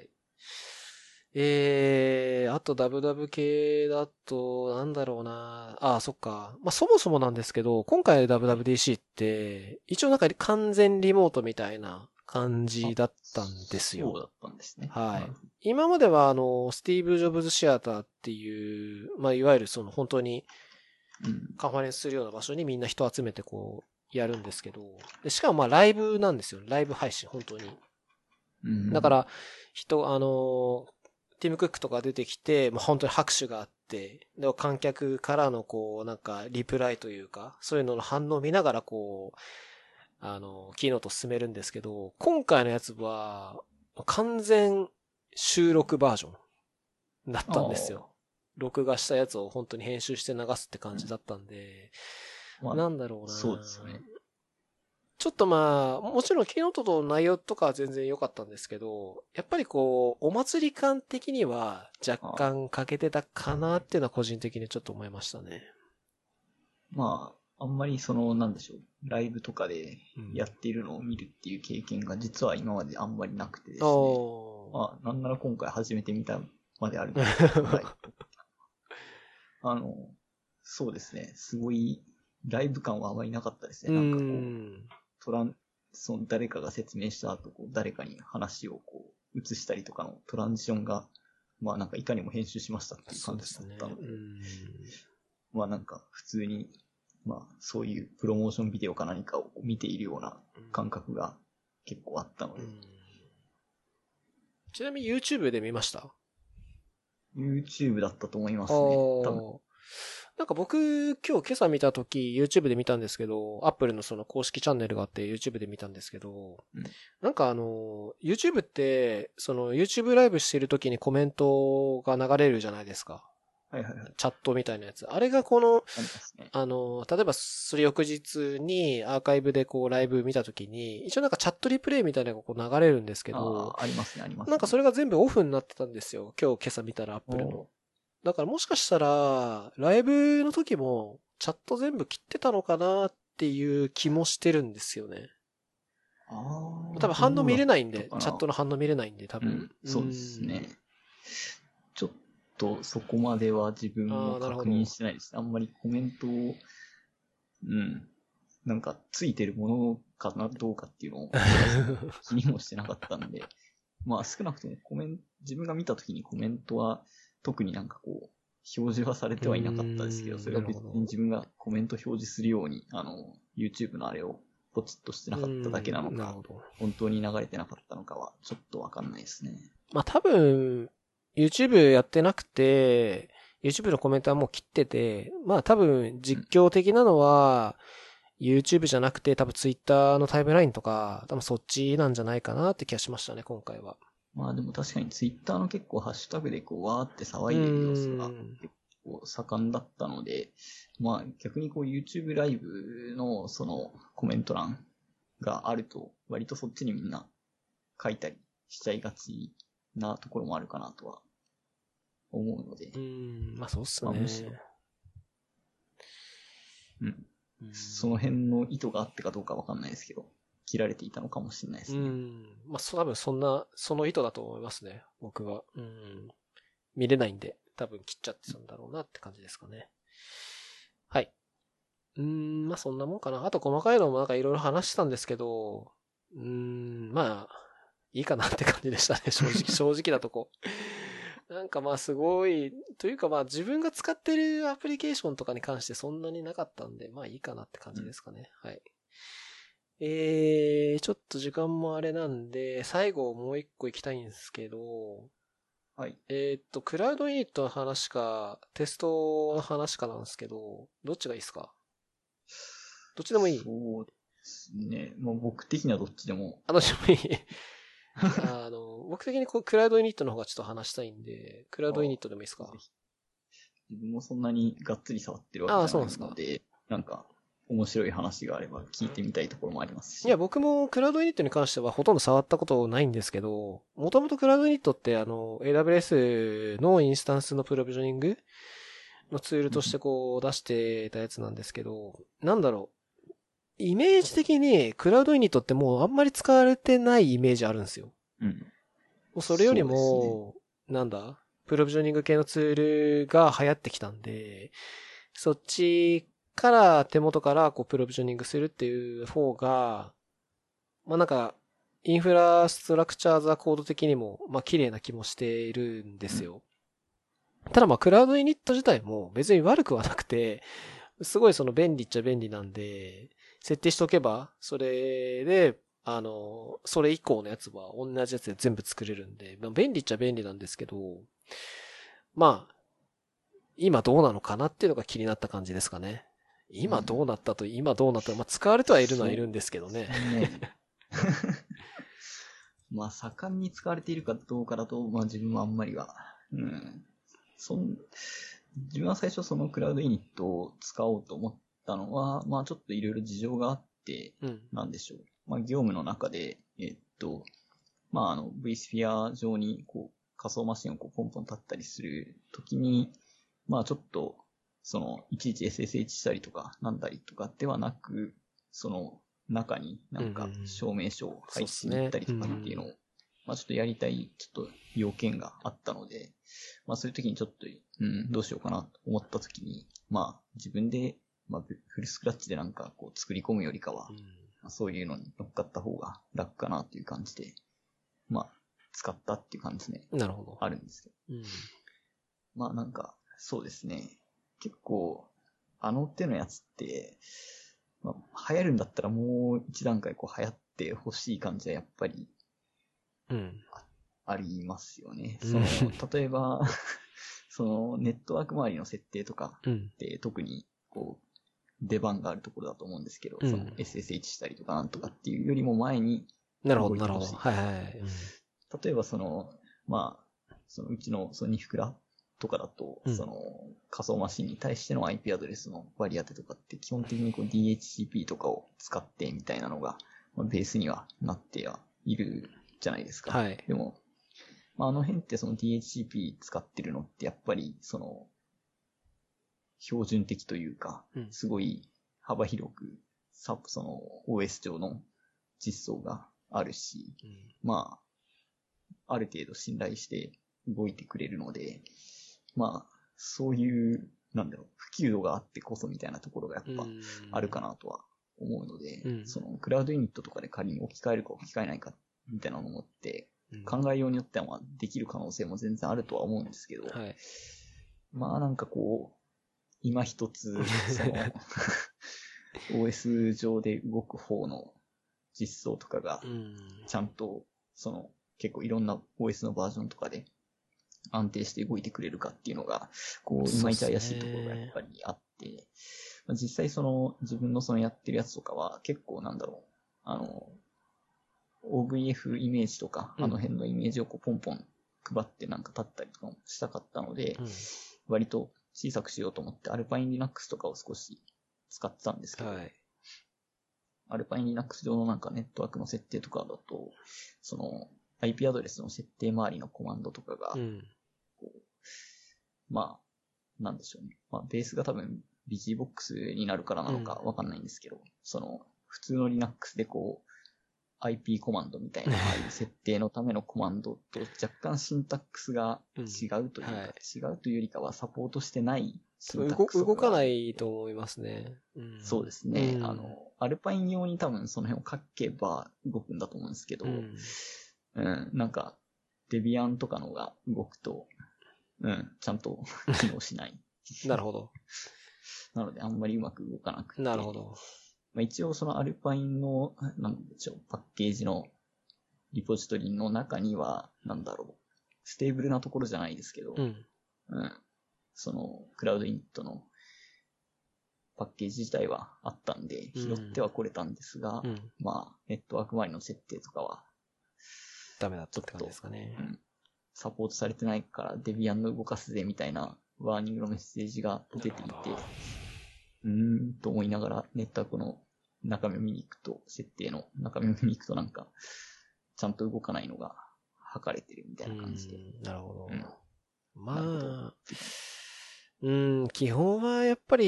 あと WW 系だと、なんだろうな。そっか。まあ、そもそもなんですけど、今回 WWDC って、一応なんか完全リモートみたいな感じだったんですよ。 そうだったんですね。 はい。今まではスティーブ・ジョブズ・シアターっていう、まあ、いわゆるその本当に、カンファレンスするような場所にみんな人集めてこう、やるんですけど、でしかもまあライブなんですよ。ライブ配信、本当に。だから、ティム・クックとか出てきて、まあ、本当に拍手があって、で観客からのこう、なんかリプライというか、そういうのの反応を見ながらこう、キーノート進めるんですけど、今回のやつは、完全収録バージョンだったんですよ。録画したやつを本当に編集して流すって感じだったんで、なんだろうな。 そうですね。 ちょっとまあ、もちろんキーノートと内容とかは全然良かったんですけど、やっぱりこう、お祭り感的には若干欠けてたかなっていうのは個人的にちょっと思いましたね。 まあ、あんまりなんでしょう、ライブとかでやっているのを見るっていう経験が実は今まであんまりなくてですね。まあ、なんなら今回初めて見たまであるんですけど、そうですね、すごい、ライブ感はあまりなかったですね。なんかこう、誰かが説明した後、誰かに話をこう、移したりとかのトランジションがまあなんかいかにも編集しましたっていう感じだったので、まあなんか普通に、まあそういうプロモーションビデオか何かを見ているような感覚が結構あったので。 ちなみに YouTube で見ました？ YouTube だったと思いますね。多分。 なんか僕、今朝見たとき YouTube で見たんですけど、Apple のその公式チャンネルがあって YouTube で見たんですけど、なんかYouTube って、その YouTube ライブしてるときにコメントが流れるじゃないですか。 はいはいはい。 チャットみたいなやつ。あれがこの、例えばそれ翌日にアーカイブでこうライブ見たときに、一応なんかチャットリプレイみたいなのがこう流れるんですけど、 ありますね、ありますね。 なんかそれが全部オフになってたんですよ。今朝見たら Apple の。だからもしかしたら、ライブの時も、チャット全部切ってたのかなっていう気もしてるんですよね。多分反応見れないんで、チャットの反応見れないんで、多分。 そうですね。ちょっとそこまでは自分も確認してないです。あんまりコメントを、なんかついてるものかな、どうかっていうのを気にもしてなかったんで、まあ少なくとも自分が見た時にコメントは、特になんかこう、表示はされてはいなかったですけど、それは別に自分がコメント表示するように、YouTube のあれをポチッとしてなかっただけなのか、本当に流れてなかったのかは、ちょっとわかんないですね。 まあ多分、YouTube やってなくて、YouTube のコメントはもう切ってて、まあ多分実況的なのは、YouTube じゃなくて多分 Twitter のタイムラインとか、多分そっちなんじゃないかなって気がしましたね、今回は。 まあでも確かにツイッターの結構ハッシュタグでこうわーって騒いでる様子が結構盛んだったので、まあ逆にこう YouTube ライブのそのコメント欄があると割とそっちにみんな書いたりしちゃいがちなところもあるかなとは思うので。 まあそうっすね。 まあむしろ。その辺の意図があってかどうかわかんないですけど。切られていたのかもしれないですね。 まあ、多分その意図だと思いますね。僕は。見れないんで、多分切っちゃってたんだろうなって感じですかね。はい。まあそんなもんかな。あと細かいのもなんかいろいろ話したんですけど、まあ、いいかなって感じでしたね。正直なとこ。なんかまあすごい、というかまあ自分が使ってるアプリケーションとかに関してそんなになかったんで、まあいいかなって感じですかね。はい。ちょっと時間もあれなんで、最後もう一個行きたいんですけど、 はい。 クラウドイニットの話か、テストの話かなんですけど、どっちがいいですか？どっちでもいい？ そうですね。まあ僕的にはどっちでも。 どっちでもいい。僕的にクラウドイニットの方がちょっと話したいんで、クラウドイニットでもいいですか？ 自分もそんなにがっつり触ってるわけじゃないので、なんか、面白い話があれば聞いてみたいところもありますし。 いや、僕もクラウドイニットに関してはほとんど触ったことないんですけど、もともとクラウドイニットってAWS のインスタンスのプロビジョニングのツールとしてこう出してたやつなんですけど、なんだろう。イメージ的にクラウドイニットってもうあんまり使われてないイメージあるんですよ。もうそれよりも、なんだ、プロビジョニング系のツールが流行ってきたんで、そっちから手元からこうプロビジョニングするっていう方が、まあなんか、インフラストラクチャーザコード的にも、まあ綺麗な気もしているんですよ。ただまあクラウドイニット自体も別に悪くはなくて、すごいその便利っちゃ便利なんで、設定しとけば、それで、それ以降のやつは同じやつで全部作れるんで、まあ、便利っちゃ便利なんですけど、まあ、今どうなのかなっていうのが気になった感じですかね。今どうなった、まあ、使われてはいるのはいるんですけどね。 まあ、盛んに使われているかどうかだと、まあ自分はあんまりは、自分は最初そのクラウドイニットを使おうと思ったのは、まあちょっといろいろ事情があって、なんでしょう。まあ業務の中で、まあvSphere 上にこう仮想マシンをこうポンポン立ったりするときに、まあちょっと、いちいち SSH したりとか、なんだりとかではなく、中になんか証明書を配置しに行ったりとかっていうのを、まあちょっとやりたい、ちょっと要件があったので、まあそういう時にちょっと、どうしようかなと思った時に、まあ自分で、まあフルスクラッチでなんかこう作り込むよりかは、まあ、そういうのに乗っかった方が楽かなという感じで、まあ使ったっていう感じね。 なるほど。 あるんですけど。うん、まあなんか、そうですね。結構、あの手のやつって、まあ、流行るんだったらもう一段階こう流行ってほしい感じはやっぱり、ありますよね。例えば、そのネットワーク周りの設定とかって特にこう、出番があるところだと思うんですけど、その SSH したりとかなんとかっていうよりも前に動いてほしい。 はいはい。 例えばまあ、うちのニフクラとかだと、仮想マシンに対しての IP アドレスの割り当てとかって基本的にこう DHCP とかを使ってみたいなのが、まあ、ベースにはなってはいるじゃないですか。 はい。 でも、まあ、あの辺ってDHCP 使ってるのってやっぱり標準的というか、すごい幅広く、OS 上の実装があるし、まあ、ある程度信頼して動いてくれるので、まあ、そういう、普及度があってこそみたいなところがやっぱあるかなとは思うので、クラウドユニットとかで仮に置き換えるか置き換えないかみたいなものって、考えようによってはできる可能性も全然あるとは思うんですけど、 はい、 まあなんかこう、今一つ、OS 上で動く方の実装とかが、ちゃんと、結構いろんな OS のバージョンとかで安定して動いてくれるかっていうのが、こう、いまいち怪しいところがやっぱりあって、実際自分のやってるやつとかは結構OVF イメージとか、あの辺のイメージをこうポンポン配ってなんか立ったりとかもしたかったので、割と小さくしようと思って、アルパイン Linux とかを少し使ってたんですけど、アルパイン Linux 上のなんかネットワークの設定とかだと、IP アドレスの設定周りのコマンドとかが、こうまあ、なんでしょうね。まあ、ベースが多分、BGBox になるからなのかわかんないんですけど、普通の Linux でこう、IP コマンドみたいな、ああいう設定のためのコマンドと若干シンタックスが違うというか、違うというよりかはサポートしてないシンタックス動かないと思いますね。 そうですね。アルパイン用に多分その辺を書けば動くんだと思うんですけど、なんか、デビアンとかのが動くと、ちゃんと機能しない。 なるほど。 なのであんまりうまく動かなくて。 なるほど。 まあ、一応アルパインの、なんでしょう、パッケージのリポジトリの中には、ステーブルなところじゃないですけど、クラウドイントのパッケージ自体はあったんで、拾ってはこれたんですが、まあ、ネットワーク周りの設定とかは、 ダメだったって感じですかね。 サポートされてないからデビアンの動かすぜみたいなワーニングのメッセージが出ていて、と思いながらネットワークの中身を見に行くと、設定の中身を見に行くとなんか、ちゃんと動かないのが測れてるみたいな感じで。 なるほど。まあ、基本はやっぱり、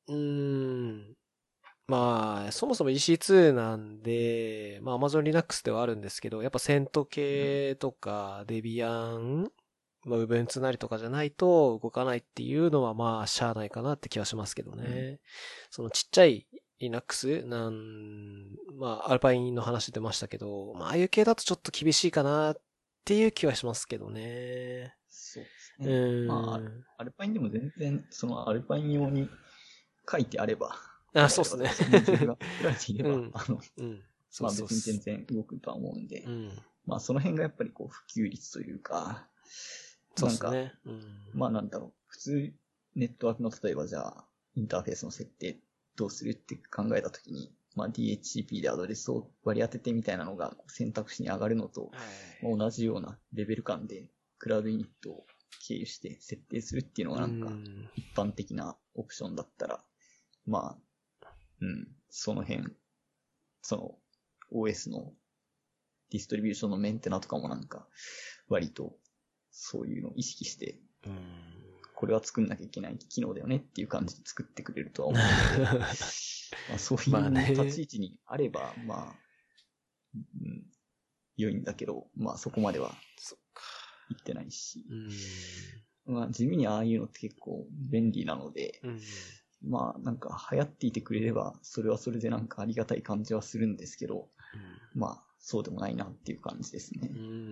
まあ、そもそも EC2 なんで、まあ Amazon Linux ではあるんですけど、やっぱセント系とか、デビアン、まあ Ubuntu なりとかじゃないと動かないっていうのはまあ、しゃあないかなって気はしますけどね。そのちっちゃい Linux まあ、アルパインの話出ましたけど、まあ、ああいう系だとちょっと厳しいかなっていう気はしますけどね。 そうですね。まあ、アルパインでも全然、アルパイン用に書いてあれば、 そうですね。 モジュールが作られていれば、まあ別に全然動くとは思うんで、まあその辺がやっぱりこう普及率というか、 そうですね。 まあ普通ネットワークの例えばじゃあ、インターフェースの設定どうするって考えたときに、まあ DHCP でアドレスを割り当ててみたいなのが選択肢に上がるのと、同じようなレベル感でクラウドユニットを経由して設定するっていうのがなんか一般的なオプションだったら、まあ、その辺、OS のディストリビューションのメンテナとかもなんか、割とそういうのを意識して、これは作んなきゃいけない機能だよねっていう感じで作ってくれるとは思うので、まあそういう立ち位置にあれば、まあ、良いんだけど、まあそこまでは言ってないし、まあ地味にああいうのって結構便利なので、まあなんか流行っていてくれれば、それはそれでなんかありがたい感じはするんですけど、まあそうでもないなっていう感じですね。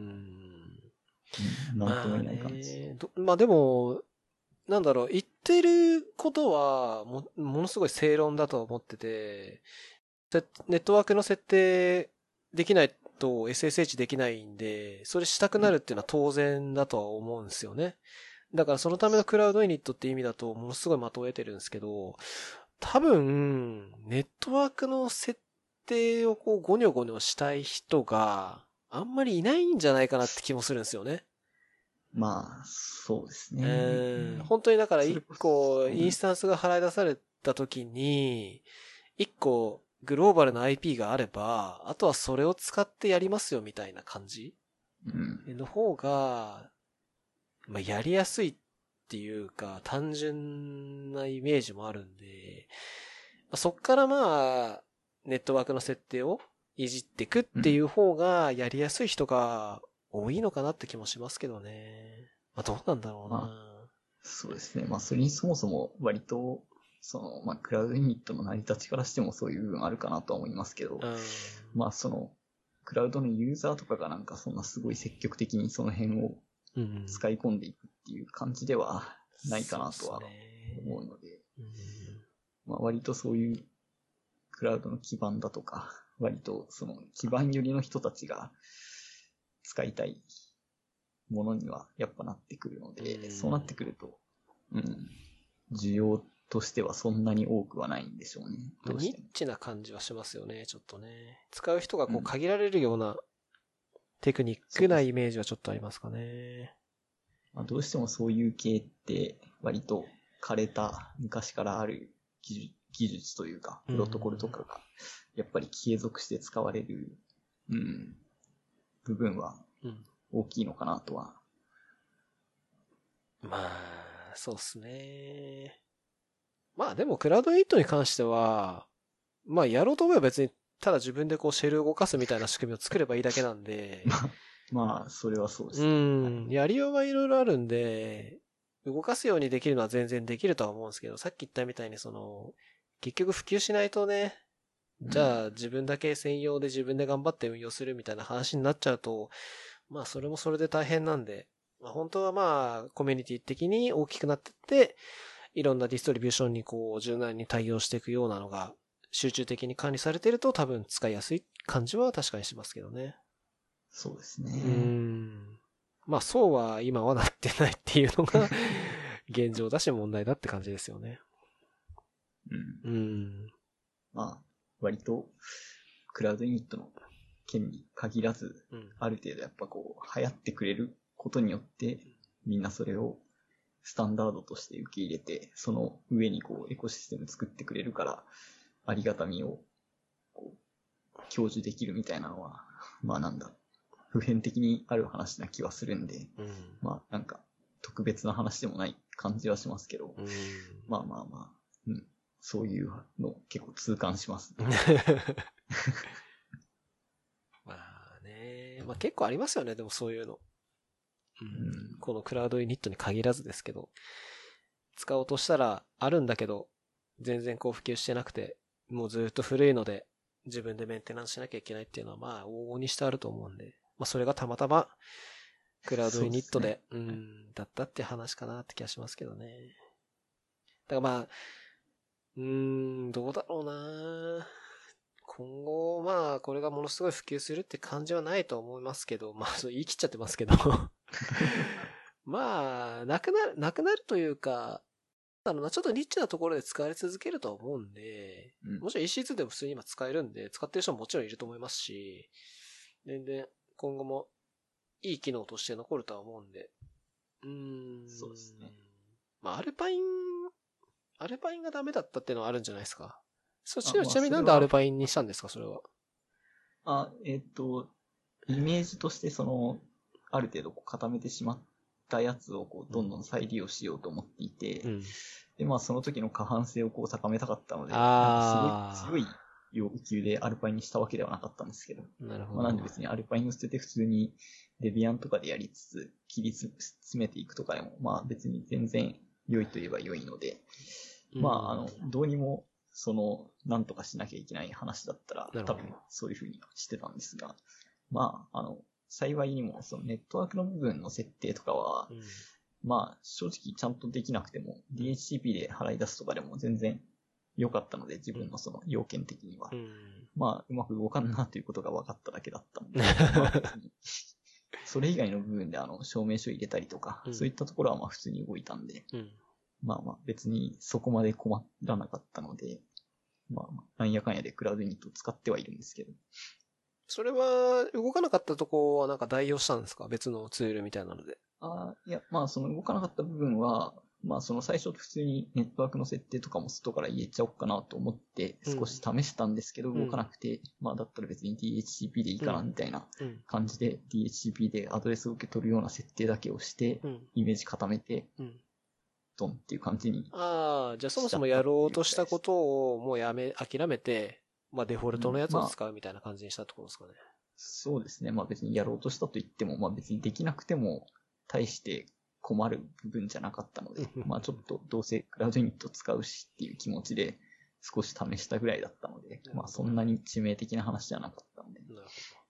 なんとも言えない感じ。 まあでも、なんだろう、言ってることはものすごい正論だと思ってて、ネットワークの設定できないと SSH できないんで、それしたくなるっていうのは当然だとは思うんですよね。だからそのためのクラウドイニットって意味だとものすごい的を得てるんですけど、多分、ネットワークの設定をこうゴニョゴニョしたい人があんまりいないんじゃないかなって気もするんですよね。 まあ、そうですね。 本当にだから一個インスタンスが払い出された時に、一個グローバルな IP があれば、あとはそれを使ってやりますよみたいな感じの方が、まあ、やりやすいっていうか、単純なイメージもあるんで、そっからまあ、ネットワークの設定をいじっていくっていう方がやりやすい人が多いのかなって気もしますけどね。まあどうなんだろうな。まあ、 そうですね。まあそれにそもそも割と、まあクラウドユニットの成り立ちからしてもそういう部分あるかなとは思いますけど、まあクラウドのユーザーとかがなんかそんなすごい積極的にその辺を使い込んでいくっていう感じではないかなとは思うので、まあ割とそういうクラウドの基盤だとか、割と基盤寄りの人たちが使いたいものにはやっぱなってくるので、そうなってくると、需要としてはそんなに多くはないんでしょうね。 ニッチな感じはしますよね、ちょっとね。使う人がこう限られるようなテクニックなイメージはちょっとありますかね。 まあ、どうしてもそういう系って割と枯れた昔からある技術というか、プロトコルとかがやっぱり継続して使われる、部分は大きいのかなとは。 まあ、そうっすね。まあでもクラウドイットに関しては、まあやろうと思えば別にただ自分でこうシェルを動かすみたいな仕組みを作ればいいだけなんで。 まあ、それはそうですね。 やりようはいろいろあるんで、動かすようにできるのは全然できるとは思うんですけど、さっき言ったみたいに結局普及しないとね、じゃあ自分だけ専用で自分で頑張って運用するみたいな話になっちゃうと、まあそれもそれで大変なんで、まあ本当はまあコミュニティ的に大きくなってって、いろんなディストリビューションにこう柔軟に対応していくようなのが集中的に管理されていると多分使いやすい感じは確かにしますけどね。 そうですね。 まあそうは今はなってないっていうのが現状だし問題だって感じですよね。 まあ、割とクラウドユニットの件に限らず、ある程度やっぱこう流行ってくれることによってみんなそれをスタンダードとして受け入れて、その上にこうエコシステム作ってくれるから、ありがたみをこう享受できるみたいなのは、まあなんだ、普遍的にある話な気はするんで、まあなんか特別な話でもない感じはしますけど、まあまあまあ、そういうの結構痛感します、ね。 まあね、まあ結構ありますよね、でもそういうの。このクラウドユニットに限らずですけど、使おうとしたらあるんだけど、全然こう普及してなくて、もうずっと古いので自分でメンテナンスしなきゃいけないっていうのはまあ往々にしてあると思うんで、まあそれがたまたまクラウドユニットで、だったって話かなって気がしますけどね。だからまあ、どうだろうな今後、まあ、これがものすごい普及するって感じはないと思いますけど、まあ、そう言い切っちゃってますけど。まあ、なくなるというか、ちょっとニッチなところで使われ続けるとは思うんで、もちろん EC2 でも普通に今使えるんで、使ってる人ももちろんいると思いますし、全然今後もいい機能として残るとは思うんで。 そうですね。 まあ、アルパインがダメだったっていうのはあるんじゃないですか。ちなみになんでアルパインにしたんですか、それは。 イメージとしてある程度固めてしまったやつをどんどん再利用しようと思っていて、で、まあその時の過半性を高めたかったので、すごい強い要求でアルパインにしたわけではなかったんですけど、 なるほど。 まあなんで別にアルパインを捨てて普通にデビアンとかでやりつつ、切り詰めていくとかでも、まあ別に全然良いといえば良いので、まあどうにもなんとかしなきゃいけない話だったら、多分そういう風にしてたんですが、まあ、幸いにも、ネットワークの部分の設定とかは、まあ、正直ちゃんとできなくても、DHCP で払い出すとかでも全然良かったので、自分の要件的には。まあ、うまく動かんなということが分かっただけだったので、まあ別にそれ以外の部分で証明書入れたりとか、そういったところはまあ普通に動いたんで、まあまあ別にそこまで困らなかったので、まあなんやかんやでクラウドユニットを使ってはいるんですけど。 それは動かなかったとこはなんか代用したんですか？別のツールみたいなので。 いや、まあ動かなかった部分は、まあ最初普通にネットワークの設定とかも外から入れちゃおうかなと思って少し試したんですけど動かなくて、まあだったら別に DHCP でいいかなみたいな感じで DHCP でアドレスを受け取るような設定だけをして、イメージ固めて、ドンっていう感じに。 じゃあそもそもやろうとしたことをもう諦めて、まあデフォルトのやつを使うみたいな感じにしたってことですかね。 そうですね。まあ別にやろうとしたと言っても、まあ別にできなくても大して困る部分じゃなかったので、まあちょっとどうせクラウドユニット使うしっていう気持ちで少し試したぐらいだったので、まあそんなに致命的な話じゃなかったので。なるほど。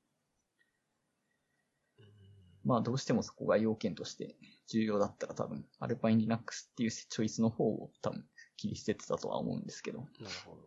まあどうしてもそこが要件として重要だったら多分、アルパイン Linux っていうチョイスの方を多分切り捨ててたとは思うんですけど。なるほど。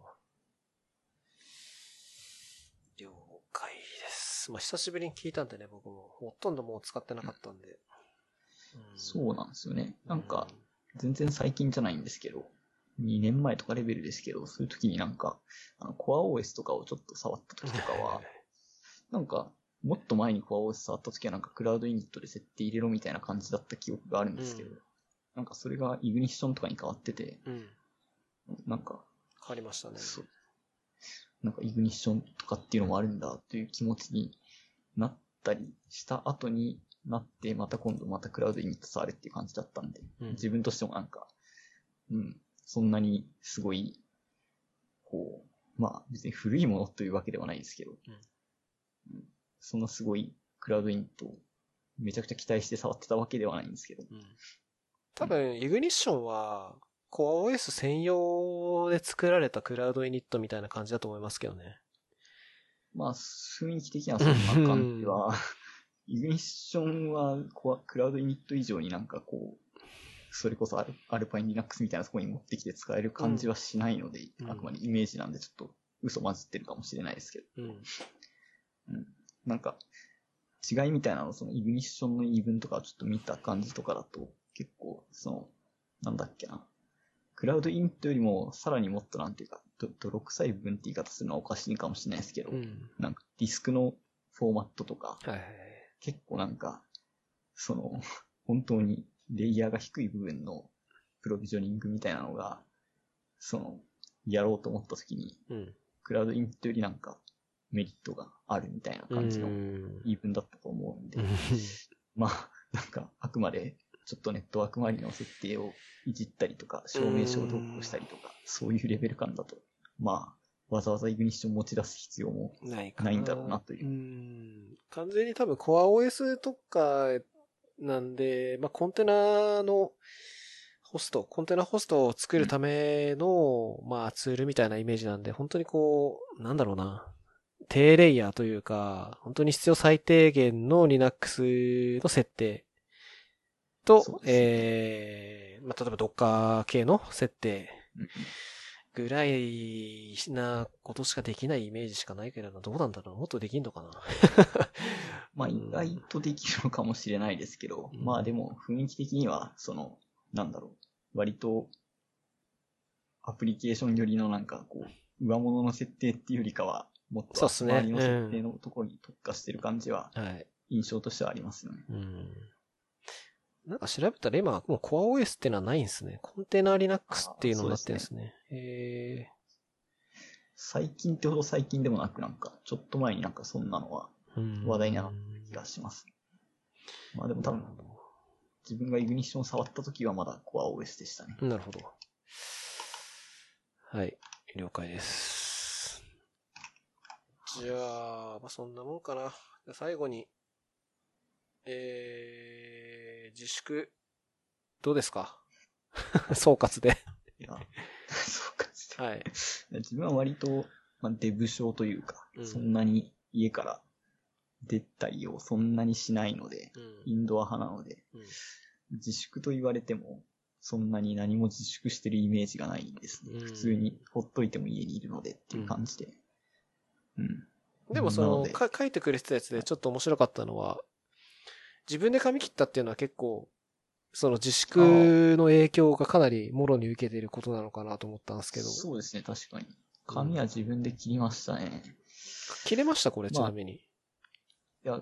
了解です。まあ久しぶりに聞いたんでね、僕も。ほとんどもう使ってなかったんで。 そうなんですよね。なんか、全然最近じゃないんですけど、2年前とかレベルですけど、そういう時になんか、CoreOS とかをちょっと触った時とかは、なんか、もっと前に CoreOS 触った時はなんかクラウドユニットで設定入れろみたいな感じだった記憶があるんですけど、なんかそれがイグニッションとかに変わってて、なんか、 変わりましたね。 そう。なんかイグニッションとかっていうのもあるんだという気持ちになったりした後になって、また今度またクラウドユニット触るっていう感じだったんで、自分としてもなんか、そんなにすごい、こう、まあ別に古いものというわけではないですけど、そんなすごいクラウドユニットをめちゃくちゃ期待して触ってたわけではないんですけど。 多分、イグニッションは、CoreOS 専用で作られたクラウドユニットみたいな感じだと思いますけどね。 まあ、雰囲気的にはそんな感じは、イグニッションはクラウドユニット以上になんかこう、それこそアルパイン Linux みたいなところに持ってきて使える感じはしないので、あくまでイメージなんでちょっと嘘混じってるかもしれないですけど。なんか、違いみたいなの、そのイグニッションの言い分とかちょっと見た感じとかだと、結構、なんだっけな。クラウドイントよりもさらにもっとなんていうか、泥臭い部分って言い方するのはおかしいかもしれないですけど、なんかディスクのフォーマットとか、結構なんか、本当にレイヤーが低い部分のプロビジョニングみたいなのが、やろうと思った時に、クラウドイントよりなんかメリットがあるみたいな感じの言い分だったと思うんで、まあ、なんかあくまでちょっとネットワーク周りの設定をいじったりとか、証明書を同行したりとか、そういうレベル感だと、まあ、わざわざイグニッション持ち出す必要もないんだろうなという。 完全に多分 CoreOS とかなんで、まあコンテナホストを作るための、まあツールみたいなイメージなんで、本当にこう、なんだろうな。低レイヤーというか、本当に必要最低限の Linux の設定と、まあ、例えば Docker 系の設定ぐらいなことしかできないイメージしかないけれど、どうなんだろう、もっとできんのかなまあ意外とできるのかもしれないですけど、まあでも雰囲気的には、なんだろう、割とアプリケーション寄りのなんかこう、上物の設定っていうよりかは、もっと周りの設定のところに特化してる感じは、印象としてはありますよね。 なんか調べたら今、もう CoreOS っていうのはないんですね。コンテナ Linux っていうのになってるんですね。 最近ってほど最近でもなくなんか、ちょっと前になんかそんなのは話題になった気がします。まあでも多分、自分がイグニッションを触った時はまだ CoreOS でしたね。 なるほど。はい、了解です。じゃあ、まあ、そんなもんかな。最後に、自粛、どうですか総括で。 いや、総括で。 はい。 自分は割と、まあ、デブ症というか、そんなに家から出たりをそんなにしないので、インドア派なので、自粛と言われても、そんなに何も自粛してるイメージがないんですね。普通にほっといても家にいるのでっていう感じで。 でも書いてくれてたやつでちょっと面白かったのは、自分で髪切ったっていうのは結構、その自粛の影響がかなりもろに受けていることなのかなと思ったんですけど。 そうですね、確かに。髪は自分で切りましたね。 切れましたこれ、ちなみに。 いや、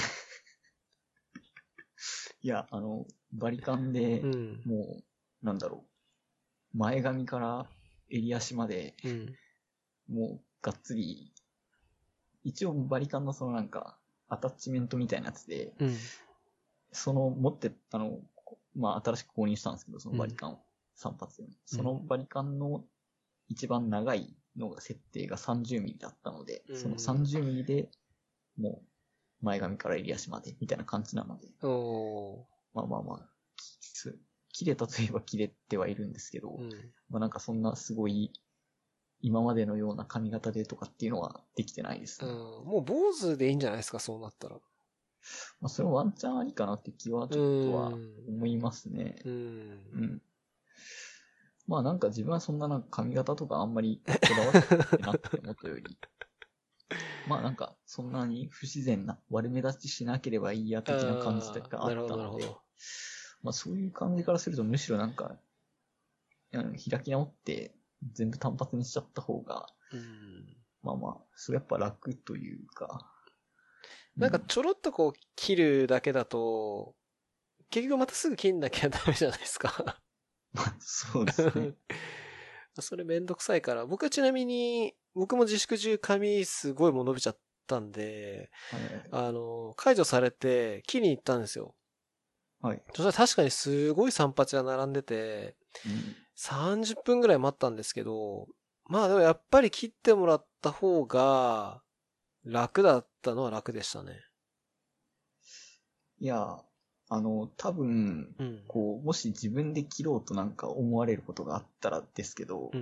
いや、バリカンで、もう、なんだろう。前髪から襟足まで、もう、がっつり、一応バリカンのそのなんか、アタッチメントみたいなやつで、持って、まあ、新しく購入したんですけど、そのバリカンを、3発で。そのバリカンの一番長いのが設定が30ミリだったので、その30ミリで、もう、前髪から襟足まで、みたいな感じなので。まあ、切れたといえば切れてはいるんですけど、まあなんかそんなすごい、今までのような髪型でとかっていうのはできてないですね。 もう坊主でいいんじゃないですか、そうなったら。 まあそれもワンチャンありかなって気はちょっとは思いますね。まあなんか自分はそんななんか髪型とかあんまりこだわってなくてもとより、まあなんかそんなに不自然な悪目立ちしなければいいや的な感じがあったので、まあそういう感じからするとむしろなんか、開き直って全部単発にしちゃった方が、まあ、それやっぱ楽というか。 なんかちょろっとこう切るだけだと、結局またすぐ切んなきゃダメじゃないですか。 そうですね。 それめんどくさいから、僕はちなみに、僕も自粛中髪すごいもう伸びちゃったんで、解除されて切りに行ったんですよ。 はい。 そしたら確かにすごい散髪が並んでて、30分ぐらい待ったんですけど、まあでもやっぱり切ってもらった方が楽だったのは楽でしたね。 いや、多分、もし自分で切ろうとなんか思われることがあったらですけど、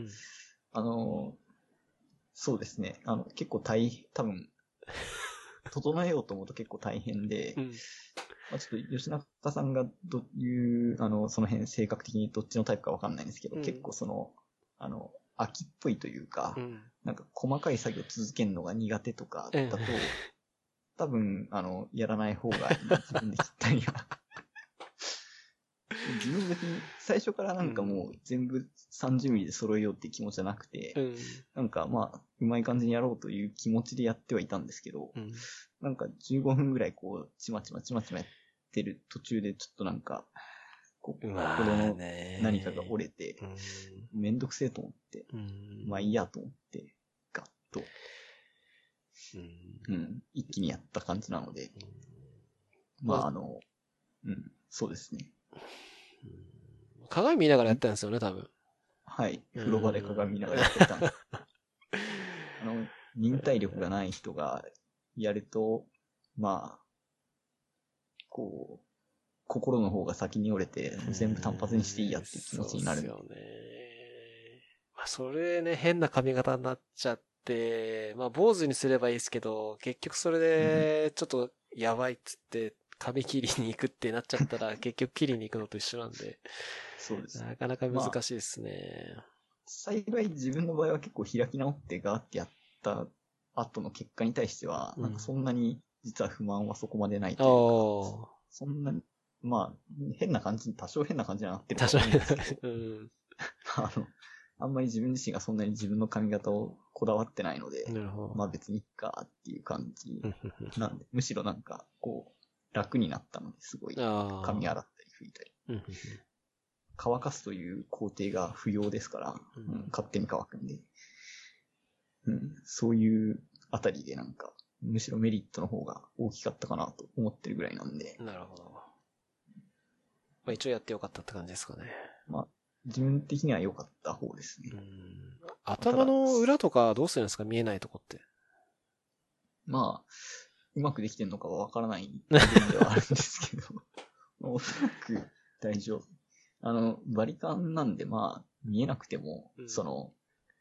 そうですね、結構多分、整えようと思うと結構大変で、まあ、ちょっと吉中さんがどういう、その辺性格的にどっちのタイプかわかんないんですけど、結構秋っぽいというか、なんか細かい作業続けるのが苦手とかだと、多分、やらない方がいい。自分で切ったりは。自分別に最初からなんかもう全部30ミリで揃えようっていう気持ちじゃなくて、なんかまあ、うまい感じにやろうという気持ちでやってはいたんですけど、なんか15分ぐらいこう、ちまちまやってる途中でちょっとなんか、心の何かが折れて、めんどくせえと思って、まあいいやと思って、ガッと、一気にやった感じなので、まあそうですね。 鏡見ながらやったんですよね、多分。 はい。風呂場で鏡見ながらやってたんです。忍耐力がない人がやると、まあ、こう、心の方が先に折れて、全部単発にしていいやっていう気持ちになる。 そうですよね。まあ、それね、変な髪型になっちゃって、まあ、坊主にすればいいですけど、結局それで、ちょっとやばいっつって、髪切りに行くってなっちゃったら、結局切りに行くのと一緒なんで。 そうです。 なかなか難しいですね。 まあ、幸い自分の場合は結構開き直ってガーってやった後の結果に対しては、なんかそんなに実は不満はそこまでないというか、そんなに、まあ、多少変な感じにはなってると思うんですけど、あんまり自分自身がそんなに自分の髪型をこだわってないので、まあ別にいっかっていう感じなんで、むしろなんかこう楽になったので、すごい髪洗ったり拭いたり。乾かすという工程が不要ですから、勝手に乾くんで、そういうあたりでなんか、むしろメリットの方が大きかったかなと思ってるぐらいなんで。 なるほど。まあ一応やってよかったって感じですかね。 まあ、自分的には良かった方ですね。 頭の裏とかどうするんですか、見えないとこって。 まあ、うまくできてるのかはわからない部分ではあるんですけど、おそらく大丈夫。バリカンなんでまあ、見えなくても、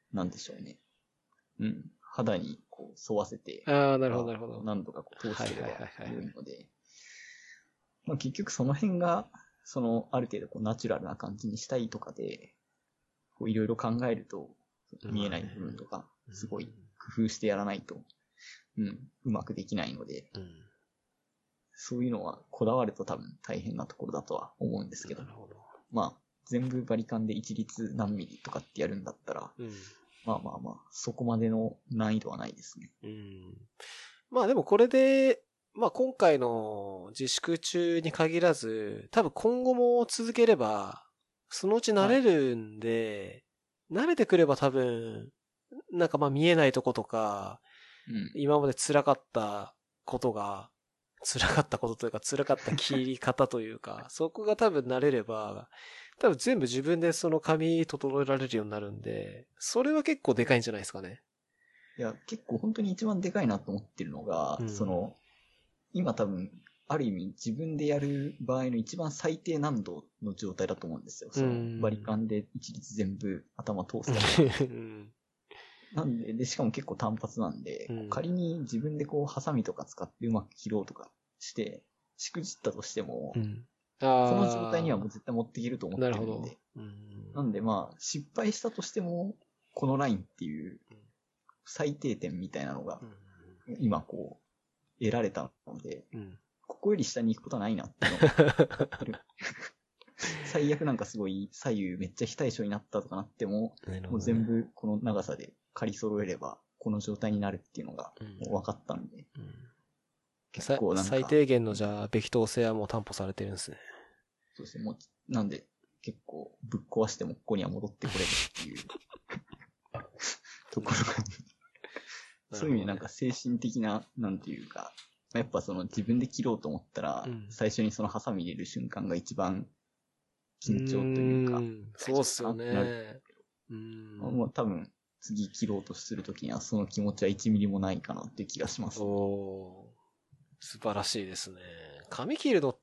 なんでしょうね。うん。肌にこう沿わせて。 ああ、なるほど、なるほど。 何度かこう通してれば良いので。まあ結局その辺が、ある程度こうナチュラルな感じにしたいとかで、こういろいろ考えると、見えない部分とか、すごい工夫してやらないと、うまくできないので、そういうのはこだわると多分大変なところだとは思うんですけど、まあ、全部バリカンで一律何ミリとかってやるんだったら、まあ、そこまでの難易度はないですね。 まあでもこれで、まあ今回の自粛中に限らず、多分今後も続ければ、そのうち慣れるんで、慣れてくれば多分、なんかまあ見えないとことか、今まで辛かったことというか辛かった切り方というか、そこが多分慣れれば、多分全部自分でその髪整えられるようになるんで、それは結構でかいんじゃないですかね。 いや、結構本当に一番でかいなと思ってるのが、今多分、ある意味自分でやる場合の一番最低難度の状態だと思うんですよ。バリカンで一律全部頭通すから。なんで、しかも結構単発なんで、仮に自分でこう、ハサミとか使ってうまく切ろうとかして、しくじったとしても、その状態にはもう絶対持っていけると思ってるんで。なんでまあ、失敗したとしても、このラインっていう最低点みたいなのが、今こう、得られたので、ここより下に行くことはないなっていうのが最悪なんかすごい左右めっちゃ非対称になったとかなっても、もう全部この長さで仮揃えれば、この状態になるっていうのがもう分かったんで。 結構なんか最低限のじゃあ、べき当性はもう担保されてるんですね。 そうですね。もう、なんで、結構ぶっ壊してもここには戻ってこれるっていうところが、そういう意味でなんか精神的な、なんていうか、やっぱ自分で切ろうと思ったら、最初にそのハサミ入れる瞬間が一番緊張というか、 そうっすよね。 もう多分、次切ろうとするときにはその気持ちは1ミリもないかなっていう気がします。 素晴らしいですね。髪切るのって、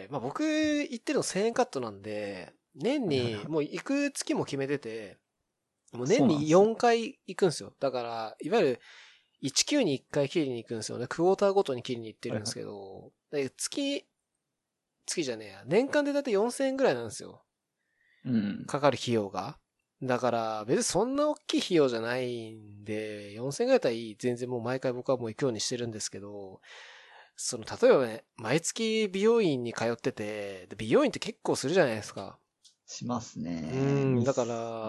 まあ僕言ってるの1000円カットなんで、年にもう行く月も決めてて、もう年に4回行くんですよ。だから、いわゆる19に1回切りに行くんですよね。クォーターごとに切りに行ってるんですけど、月じゃねえや。年間でだいたい4000円ぐらいなんですよ。かかる費用が。だから、別にそんな大きい費用じゃないんで、4000円ぐらいだったらいい。全然もう毎回僕はもう行くようにしてるんですけど、例えばね、毎月美容院に通ってて、美容院って結構するじゃないですか。 しますね。 だから、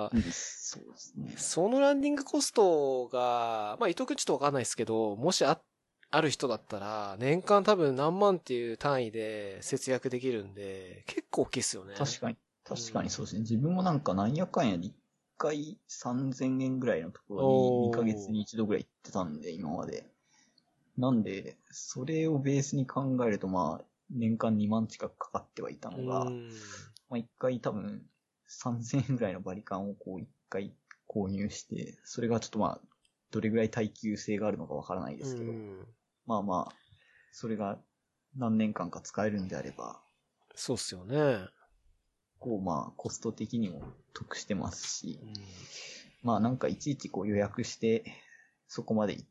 そうですね。 そのランディングコストが、まあ、伊藤くんちょっとわかんないですけど、もしある人だったら、年間多分何万っていう単位で節約できるんで、結構大きいっすよね。 確かにそうですね。自分もなんかなんやかんやで1回3000円ぐらいのところに2ヶ月に1度ぐらい行ってたんで、今まで。なんで、それをベースに考えると、まあ、年間2万近くかかってはいたのが、まあ1回多分3000円ぐらいのバリカンをこう1回購入して、それがちょっとまあ、どれぐらい耐久性があるのかわからないですけど、まあまあ、それが何年間か使えるんであれば、 そうっすよね。 こうまあ、コスト的にも得してますし、まあなんかいちいちこう予約して、そこまで行って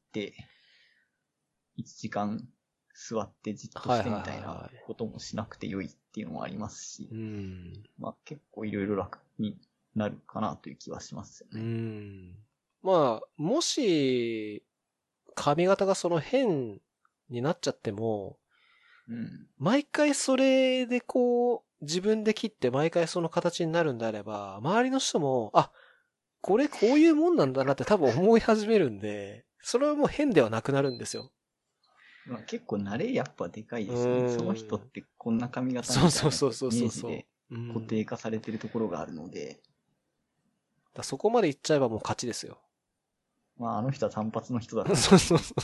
、1時間座ってじっとしてみたいなこともしなくて良いっていうのもありますし、まあ結構いろいろ楽になるかなという気はしますよね。 まあ、もし、髪型がその変になっちゃっても、毎回それでこう、自分で切って毎回その形になるんであれば、周りの人も、あ、こういうもんなんだなって多分思い始めるんで、それはもう変ではなくなるんですよ。 まあ、結構慣れやっぱでかいですね。その人ってこんな髪型みたいなイメージで固定化されてるところがあるので。 そこまでいっちゃえばもう勝ちですよ。 まああの人は単発の人だから。 そう。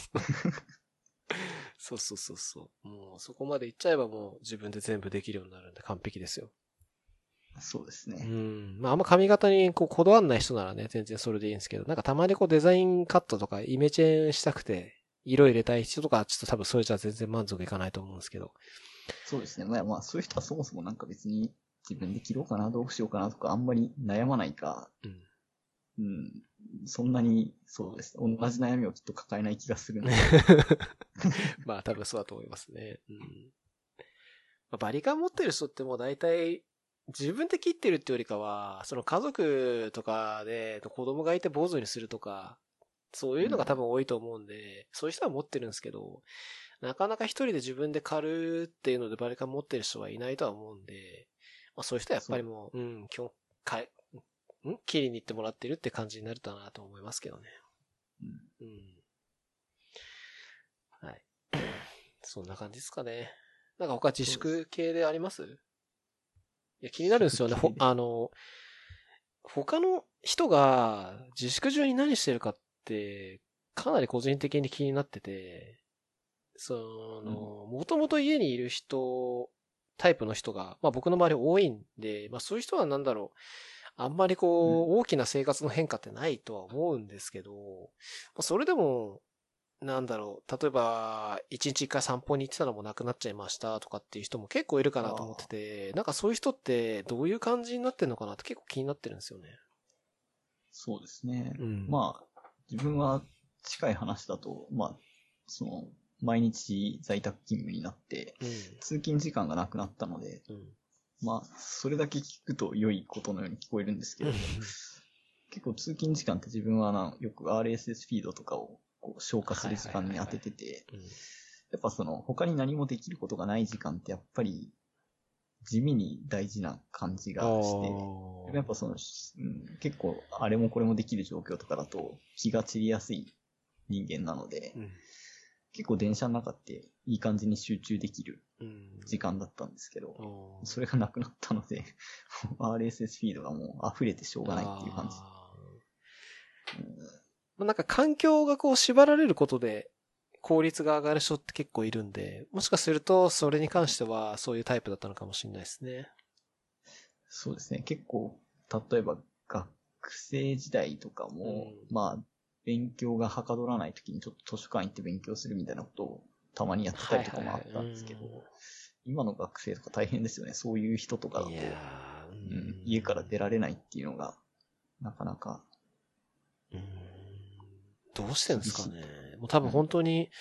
もうそこまでいっちゃえばもう自分で全部できるようになるんで完璧ですよ。 そうですね。 まああんま髪型にこだわんない人ならね、全然それでいいんですけど、なんかたまにデザインカットとかイメチェンしたくて、色入れたい人とかちょっと多分それじゃ全然満足いかないと思うんですけど。 そうですね。まあそういう人はそもそもなんか別に自分で切ろうかな、どうしようかなとかあんまり悩まないか、 そんなに、そうです。同じ悩みをきっと抱えない気がするので。 まあ多分そうだと思いますね。うん。まあ、バリカン持ってる人ってもう大体、自分で切ってるってよりかは、その家族とかで子供がいて坊主にするとか、そういうのが多分多いと思うんで、そういう人は持ってるんですけど、なかなか一人で自分で刈るっていうのでバリカン持ってる人はいないとは思うんで、まあそういう人はやっぱりもう、切りに行ってもらってるって感じになるかなと思いますけどね。うん。はい。そんな感じですかね。なんか他自粛系であります？いや、気になるんですよね。他の人が自粛中に何してるかって、かなり個人的に気になってて、もともと家にいる人、タイプの人が、まあ僕の周り多いんで、まあそういう人はなんだろう、あんまり大きな生活の変化ってないとは思うんですけど、それでも、なんだろう、例えば、一日一回散歩に行ってたのもなくなっちゃいましたとかっていう人も結構いるかなと思ってて、なんかそういう人ってどういう感じになってるのかなって結構気になってるんですよね。 そうですね。まあ、自分は近い話だと、まあ、毎日在宅勤務になって、通勤時間がなくなったので、まあ、それだけ聞くと良いことのように聞こえるんですけれども、結構通勤時間って自分はよく RSS フィードとかを消化する時間に当ててて、やっぱ他に何もできることがない時間ってやっぱり地味に大事な感じがして、やっぱ結構あれもこれもできる状況とかだと気が散りやすい人間なので、結構電車の中っていい感じに集中できる時間だったんですけど、それがなくなったので、RSS フィードがもう溢れてしょうがないっていう感じ。 なんか環境が縛られることで効率が上がる人って結構いるんで、もしかするとそれに関してはそういうタイプだったのかもしれないですね。 そうですね。結構、例えば学生時代とかも、まあ、勉強がはかどらない時にちょっと図書館行って勉強するみたいなことをたまにやってたりとかもあったんですけど、今の学生とか大変ですよね。そういう人とかだと、家から出られないっていうのが、なかなか。 どうしてんですかね。もう多分本当に、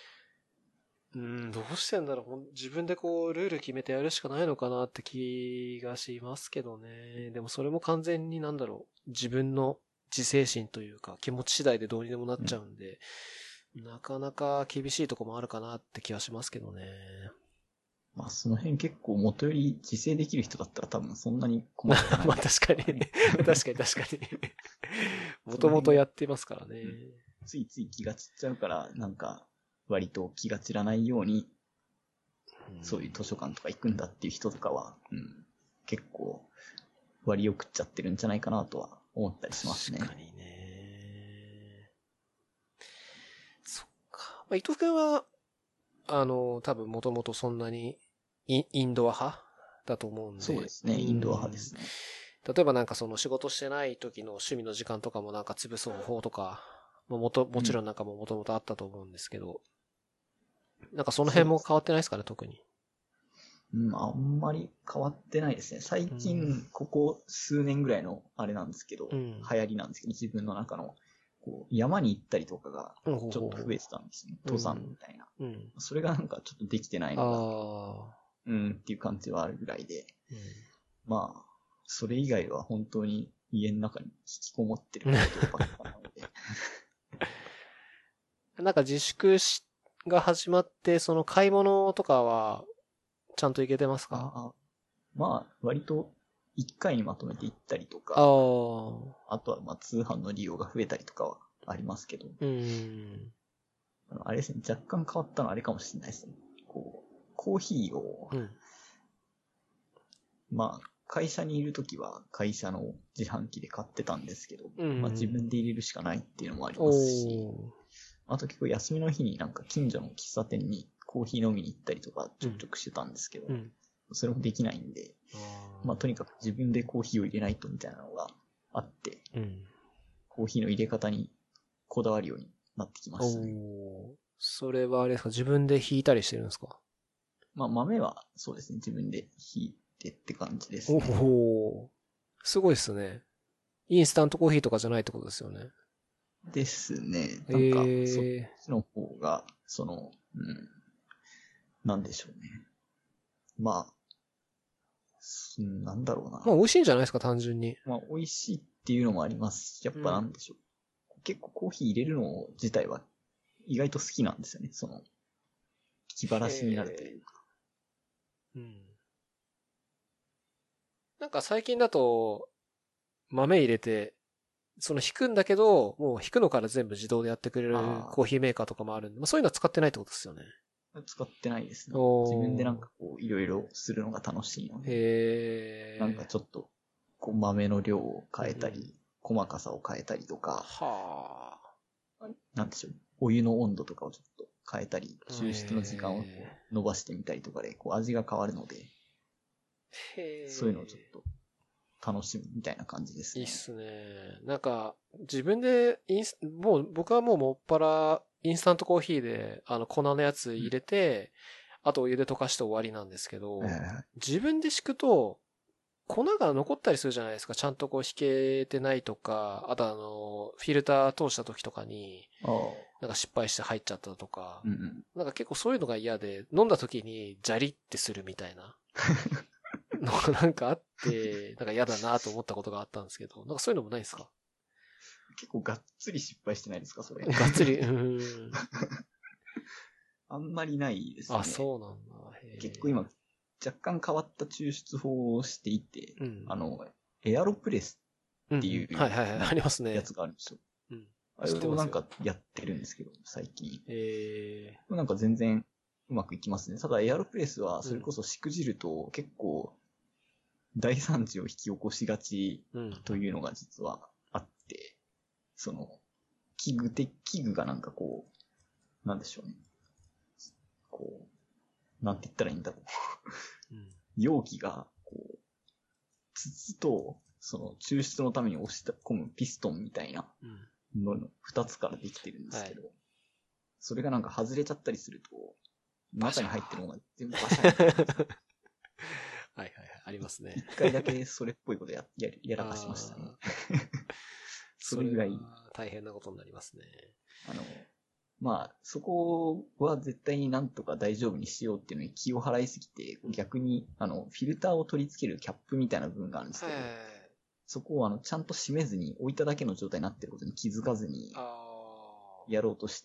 どうしてんだろう。自分でルール決めてやるしかないのかなって気がしますけどね。でもそれも完全に自分の自制心というか気持ち次第でどうにでもなっちゃうんで、なかなか厳しいとこもあるかなって気はしますけどね。 まあその辺結構元より自制できる人だったら多分そんなに困ってない。 まあ確かに。確かに。もともとやってますからね。 ついつい気が散っちゃうから、なんか割と気が散らないように、そういう図書館とか行くんだっていう人とかは、結構割を食っちゃってるんじゃないかなとは思ったりしますね。 確かにね。そっか。伊藤君は、多分もともとそんなにインドア派だと思うんで。 そうですね、インドア派ですね。 例えばなんか仕事してない時の趣味の時間とかもなんか潰す方法とか、もちろんなんかもともとあったと思うんですけど、なんかその辺も変わってないですかね、特に。 あんまり変わってないですね。最近、ここ数年ぐらいのあれなんですけど、流行りなんですけど、自分の中の、山に行ったりとかが、ちょっと増えてたんですね。登山みたいな。それがなんかちょっとできてないのが、っていう感じはあるぐらいで。まあ、それ以外は本当に家の中に引きこもってることばっかなので。 なんか自粛が始まって、買い物とかは、ちゃんと行けてますか？ まあ、割と一回にまとめて行ったりとか、あとはまあ通販の利用が増えたりとかはありますけど、あれですね、若干変わったのはあれかもしれないですね。コーヒーを、まあ、会社にいるときは会社の自販機で買ってたんですけど、まあ自分で入れるしかないっていうのもありますし、あと結構休みの日になんか近所の喫茶店にコーヒー飲みに行ったりとかちょくちょくしてたんですけど、それもできないんで、まあとにかく自分でコーヒーを入れないとみたいなのがあって、コーヒーの入れ方にこだわるようになってきましたね。 それはあれですか、自分で引いたりしてるんですか？ まあ豆はそうですね、自分で引いてって感じですね。 すごいっすね。インスタントコーヒーとかじゃないってことですよね。 ですね。なんか、そっちの方が、なんでしょうね。まあ、なんだろうな。 まあ美味しいんじゃないですか、単純に。 まあ美味しいっていうのもありますし、やっぱなんでしょう。結構コーヒー入れるの自体は意外と好きなんですよね。気晴らしになるというか。 なんか最近だと、豆入れて、引くんだけど、もう引くのから全部自動でやってくれるコーヒーメーカーとかもあるんで、まあそういうのは使ってないってことですよね。 使ってないですね。自分でなんかいろいろするのが楽しいので。なんかちょっと、豆の量を変えたり、細かさを変えたりとか。なんでしょう。お湯の温度とかをちょっと変えたり、抽出の時間を伸ばしてみたりとかで、味が変わるので。そういうのをちょっと楽しむみたいな感じですね。 いいっすね。なんか、自分で僕はもうもっぱらインスタントコーヒーで、粉のやつ入れて、あとお湯で溶かして終わりなんですけど、自分で敷くと、粉が残ったりするじゃないですか。ちゃんと引けてないとか、あとフィルター通した時とかに、なんか失敗して入っちゃったとか、なんか結構そういうのが嫌で、飲んだ時にジャリってするみたいな。のがなんかあって、なんか嫌だなと思ったことがあったんですけど、なんかそういうのもないですか？ 結構がっつり失敗してないですか、それ。 がっつり、 あんまりないですね。 あ、そうなんだ。 結構今、若干変わった抽出法をしていて、エアロプレスっていう、 ありますね。 やつがあるんですよ。あれをなんかやってるんですけど、最近。なんか全然うまくいきますね。ただエアロプレスはそれこそしくじると結構大惨事を引き起こしがちというのが実はあって、器具がなんかなんでしょうね。なんて言ったらいいんだろう。容器が、筒と、抽出のために押し込むピストンみたいなの2つからできてるんですけど、それがなんか外れちゃったりすると、中に入ってるのが全部バシャンってなるんですよ。 はい、ありますね。 一回だけそれっぽいことやらかしましたね。それぐらい。 大変なことになりますね。 まあ、そこは絶対になんとか大丈夫にしようっていうのに気を払いすぎて、逆に、フィルターを取り付けるキャップみたいな部分があるんですけど、そこをちゃんと閉めずに置いただけの状態になってることに気づかずに、やろうとして、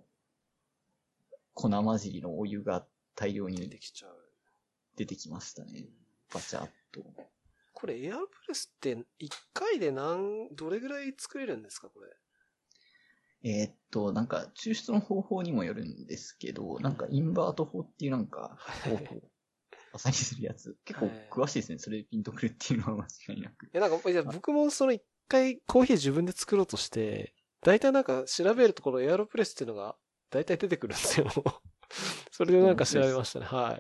粉混じりのお湯が大量に出てきましたね。バチャッと。 これエアロプレスって1回でどれぐらい作れるんですか、これ。 なんか、抽出の方法にもよるんですけど、なんか、インバート法っていうなんか、方法、朝にするやつ。結構詳しいですね。それでピンとくるっていうのは間違いなく。 なんか、僕も一回コーヒー自分で作ろうとして、大体なんか調べるところエアロプレスっていうのが大体出てくるんですよ。それでなんか調べましたね。はい。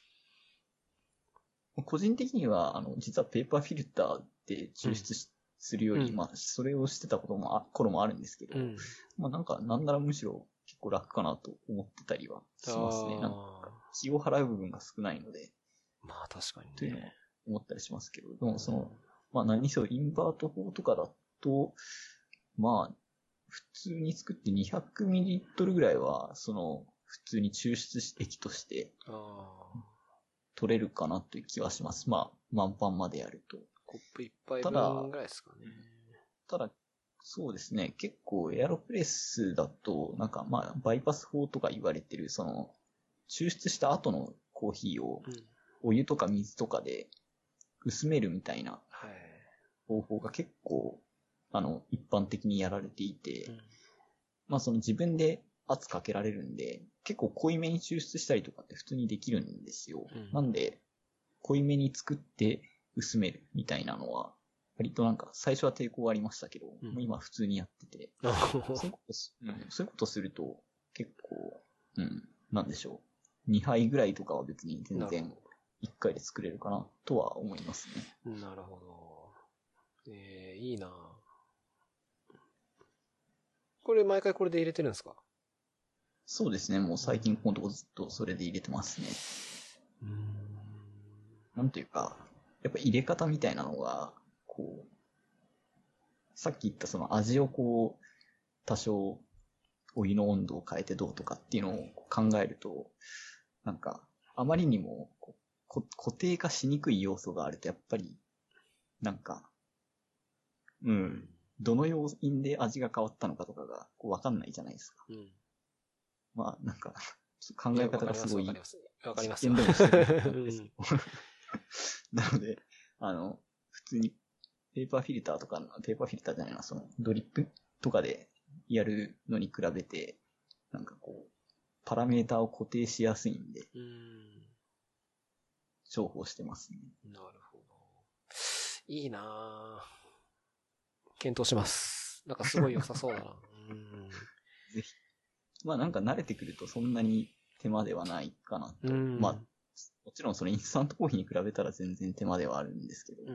個人的には、実はペーパーフィルターで抽出するより、まあ、それをしてた頃もあるんですけど、まあなんか、なんならむしろ結構楽かなと思ってたりはしますね。なんか、気を払う部分が少ないので。 まあ確かにね。 というのは思ったりしますけど、でもまあ何せよインバート法とかだと、まあ、普通に作って200ミリリットルぐらいは、普通に抽出液として、取れるかなという気はします。まあ、満帆までやると。 コップ一杯分ぐらいですかね。 ただ、そうですね。結構エアロプレスだと、なんかまあ、バイパス法とか言われてる、抽出した後のコーヒーを、お湯とか水とかで薄めるみたいな方法が結構、一般的にやられていて、まあ自分で圧かけられるんで、結構濃いめに抽出したりとかって普通にできるんですよ。なんで、濃いめに作って薄めるみたいなのは、割となんか最初は抵抗ありましたけど、今普通にやってて、そういうことすると結構、なんでしょう。2杯ぐらいとかは別に全然1回で作れるかなとは思いますね。 なるほど。いいな。これ毎回これで入れてるんですか？ そうですね。もう最近このとこずっとそれで入れてますね。なんていうか、やっぱ入れ方みたいなのが、 さっき言ったその味をこう、多少お湯の温度を変えてどうとかっていうのを考えると、なんか、あまりにも固定化しにくい要素があると、やっぱり、なんか、どの要因で味が変わったのかとかがわかんないじゃないですか。まあ、なんか、考え方がすごい、 わかります。 実験でもしてるんですけど。なので、普通に、ペーパーフィルターじゃないな、その、ドリップとかでやるのに比べて、なんかこう、パラメーターを固定しやすいんで、重宝してますね。 なるほど。いいなぁ。検討します。なんかすごい良さそうだな。 ぜひ。まあなんか慣れてくるとそんなに手間ではないかなと。まあ、もちろんそのインスタントコーヒーに比べたら全然手間ではあるんですけど。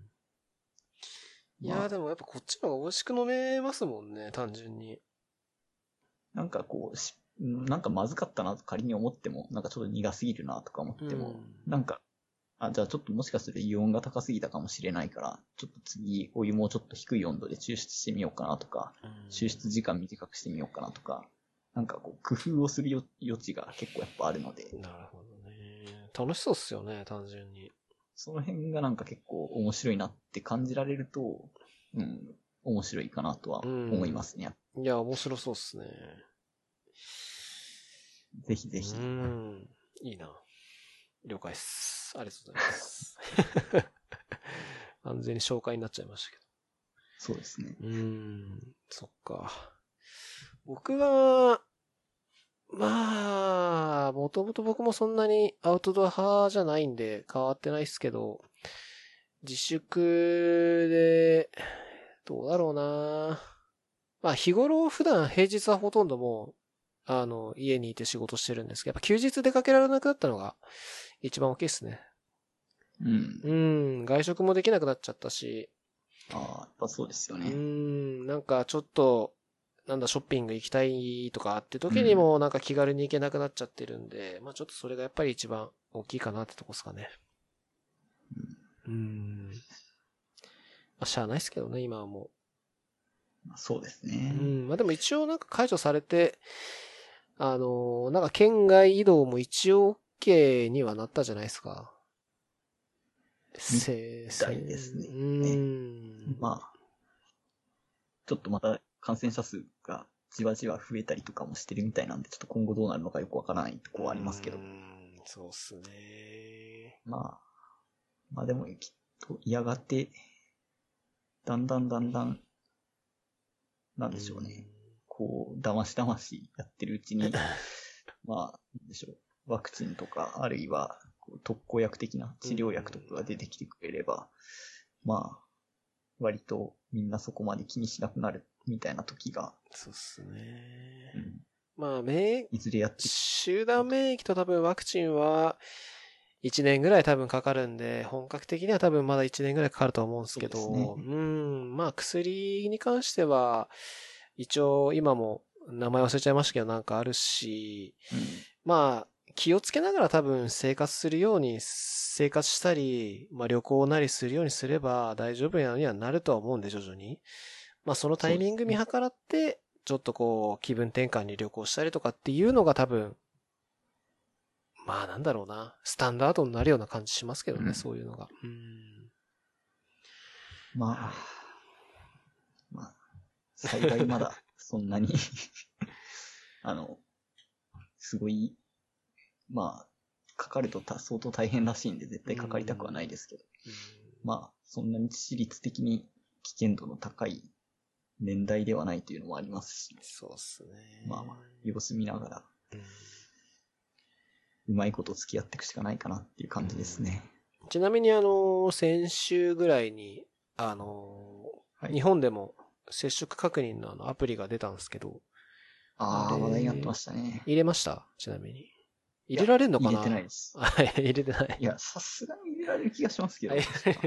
いやーでもやっぱこっちの方が美味しく飲めますもんね、単純に。 なんかこう、なんかまずかったなと仮に思っても、なんかちょっと苦すぎるなとか思っても、なんか、じゃあちょっともしかするとイオンが高すぎたかもしれないから、ちょっと次お湯もちょっと低い温度で抽出してみようかなとか、抽出時間短くしてみようかなとか、なんかこう工夫をする余地が結構やっぱあるので。 なるほどね。楽しそうっすよね、単純に。 その辺がなんか結構面白いなって感じられると、面白いかなとは思いますね。 いや、面白そうっすね。 ぜひぜひ。 いいな。了解っす。ありがとうございます。完全に紹介になっちゃいましたけど。 そうですね。 そっか。僕は、まあ、もともと僕もそんなにアウトドア派じゃないんで変わってないっすけど、自粛で、どうだろうな。まあ日頃普段平日はほとんどもう、家にいて仕事してるんですけど、やっぱ休日出かけられなくなったのが一番大きいっすね。外食もできなくなっちゃったし。 やっぱそうですよね。 なんかちょっと、ショッピング行きたいとかって時にもなんか気軽に行けなくなっちゃってるんで、まあちょっとそれがやっぱり一番大きいかなってとこですかね。まあしゃあないっすけどね、今はもう。そうですね。 まあでも一応なんか解除されて、なんか県外移動も一応 OK にはなったじゃないですか。 みたいですね。まあ、ちょっとまた感染者数がじわじわ増えたりとかもしてるみたいなんで、ちょっと今後どうなるのかよくわからないところはありますけど。 そうっすね。 まあでもきっとやがて、だんだん、なんでしょうね。こう、だましやってるうちに、まあ、なんでしょう。ワクチンとか、あるいは、特効薬的な治療薬とかが出てきてくれれば、まあ、割とみんなそこまで気にしなくなるみたいな時が。 そうっすね。まあ、 いずれやって集団免疫と多分ワクチンは1年ぐらい多分かかるんで、本格的には多分まだ1年ぐらいかかると思うんですけど、まあ薬に関しては、一応今も名前忘れちゃいましたけどなんかあるし、まあ、気をつけながら多分生活したり、まあ旅行なりするようにすれば大丈夫にはなるとは思うんで、徐々に。まあそのタイミング見計らって、ちょっとこう気分転換に旅行したりとかっていうのが多分、まあなんだろうな、スタンダードになるような感じしますけどね、そういうのが。 まあ、幸いまだそんなにすごい、まあ、かかると相当大変らしいんで絶対かかりたくはないですけど。まあ、そんなに致死率的に危険度の高い年代ではないというのもありますし。 そうっすね。 まあ、様子見ながら、うまいこと付き合っていくしかないかなっていう感じですね。 ちなみに先週ぐらいに、日本でも接触確認のアプリが出たんですけど。 話題になってましたね。 入れました？ちなみに。入れられんのかな？ 入れてないです。 入れてない。 いや、さすがに入れられる気がしますけど。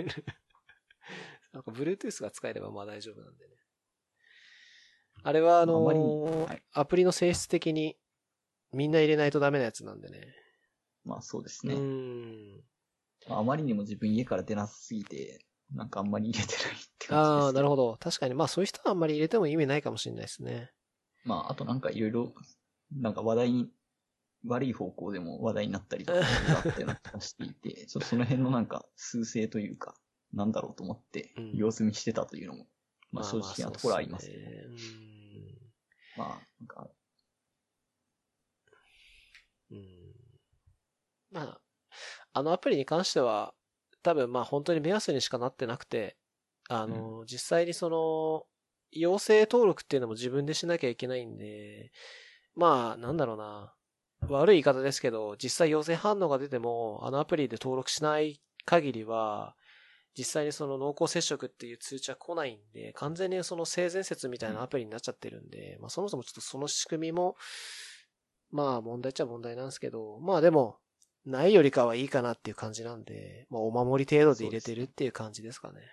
なんか Bluetooth が使えればまあ大丈夫なんでね。あれはアプリの性質的にみんな入れないとダメなやつなんでね。 まあそうですね。あまりにも自分家から出なさすぎて、 なんかあんまり入れてないって感じです。 ああ、なるほど。確かに、まあそういう人はあんまり入れても意味ないかもしれないですね。 まあ、あとなんかいろいろ、なんか話題に、悪い方向でも話題になったりとかあってな気がしていて、ちょっとその辺のなんか数勢というか、なんだろうと思って様子見してたというのも、まあ正直なところはありますけど。まあ、なんか、 まあ、あのアプリに関しては、多分まあ本当に目安にしかなってなくて、実際にその、陽性登録っていうのも自分でしなきゃいけないんで、まあ、なんだろうな。悪い言い方ですけど、実際陽性反応が出ても、あのアプリで登録しない限りは、実際にその濃厚接触っていう通知は来ないんで、完全にその性善説みたいなアプリになっちゃってるんで、まあそもそもちょっとその仕組みも、まあ問題っちゃ問題なんですけど、まあでも、ないよりかはいいかなっていう感じなんで、まあお守り程度で入れてるっていう感じですかね。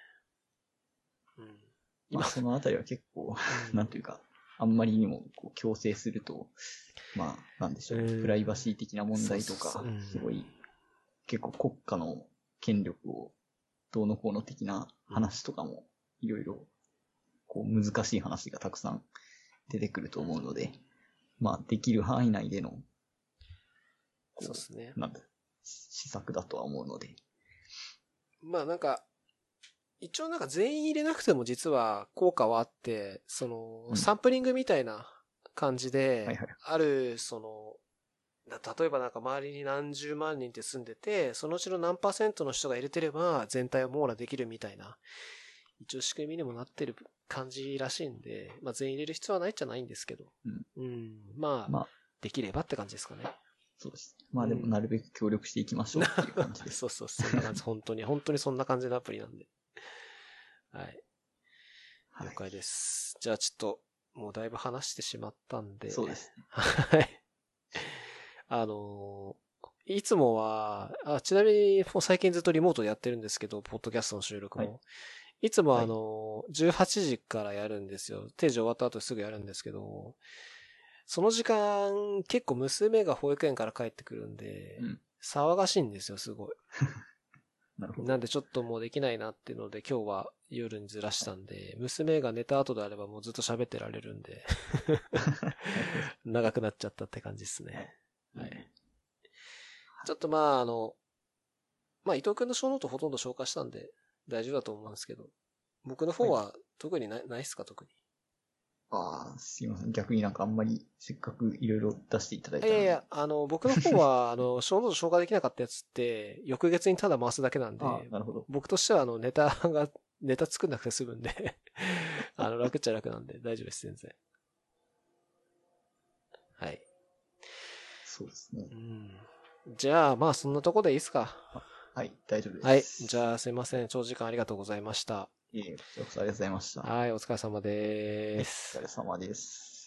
まあそのあたりは結構、なんていうか、あんまりにもこう強制すると、まあなんでしょう、プライバシー的な問題とか、すごい、結構国家の権力をどうのこうの的な話とかも、いろいろ、こう難しい話がたくさん出てくると思うので、まあできる範囲内での、 そうですね。 なんだ、施策だとは思うので。 まあなんか、一応なんか全員入れなくても実は効果はあって、その、サンプリングみたいな感じで、ある、その、例えばなんか周りに何十万人って住んでて、そのうちの何%の人が入れてれば全体を網羅できるみたいな、一応仕組みにもなってる感じらしいんで、まあ全員入れる必要はないっちゃないんですけど、まあ、できればって感じですかね。 そうです。まあでもなるべく協力していきましょうっていう感じです。 そう、そんな感じ、本当にそんな感じのアプリなんで。はい。了解です。じゃあちょっと、もうだいぶ話してしまったんで。 そうですね。 はい。いつもは、ちなみにもう最近ずっとリモートでやってるんですけど、ポッドキャストの収録も。いつも18時からやるんですよ。定時終わった後すぐやるんですけど、その時間、結構娘が保育園から帰ってくるんで、騒がしいんですよ、すごい。 なるほど。 なんでちょっともうできないなっていうので今日は夜にずらしたんで、娘が寝た後であればもうずっと喋ってられるんで長くなっちゃったって感じですね。はい。ちょっとまあ伊藤くんの小ノートほとんど消化したんで大丈夫だと思うんですけど、僕の方は特にないっすか、特に。 ああ、すいません。逆になんかあんまりせっかくいろいろ出していただいたので。 いや、僕の方は、小ノート消化できなかったやつって、翌月にただ回すだけなんで、 なるほど。 僕としてはネタ作んなくて済むんで楽っちゃ楽なんで大丈夫です、全然。はい。 そうですね。 じゃあ、まあ、そんなとこでいいですか。 はい、大丈夫です。 はい。じゃあ、すいません。長時間ありがとうございました。 いえ、こちらこそありがとうございました。 はい、お疲れ様です。 お疲れ様です。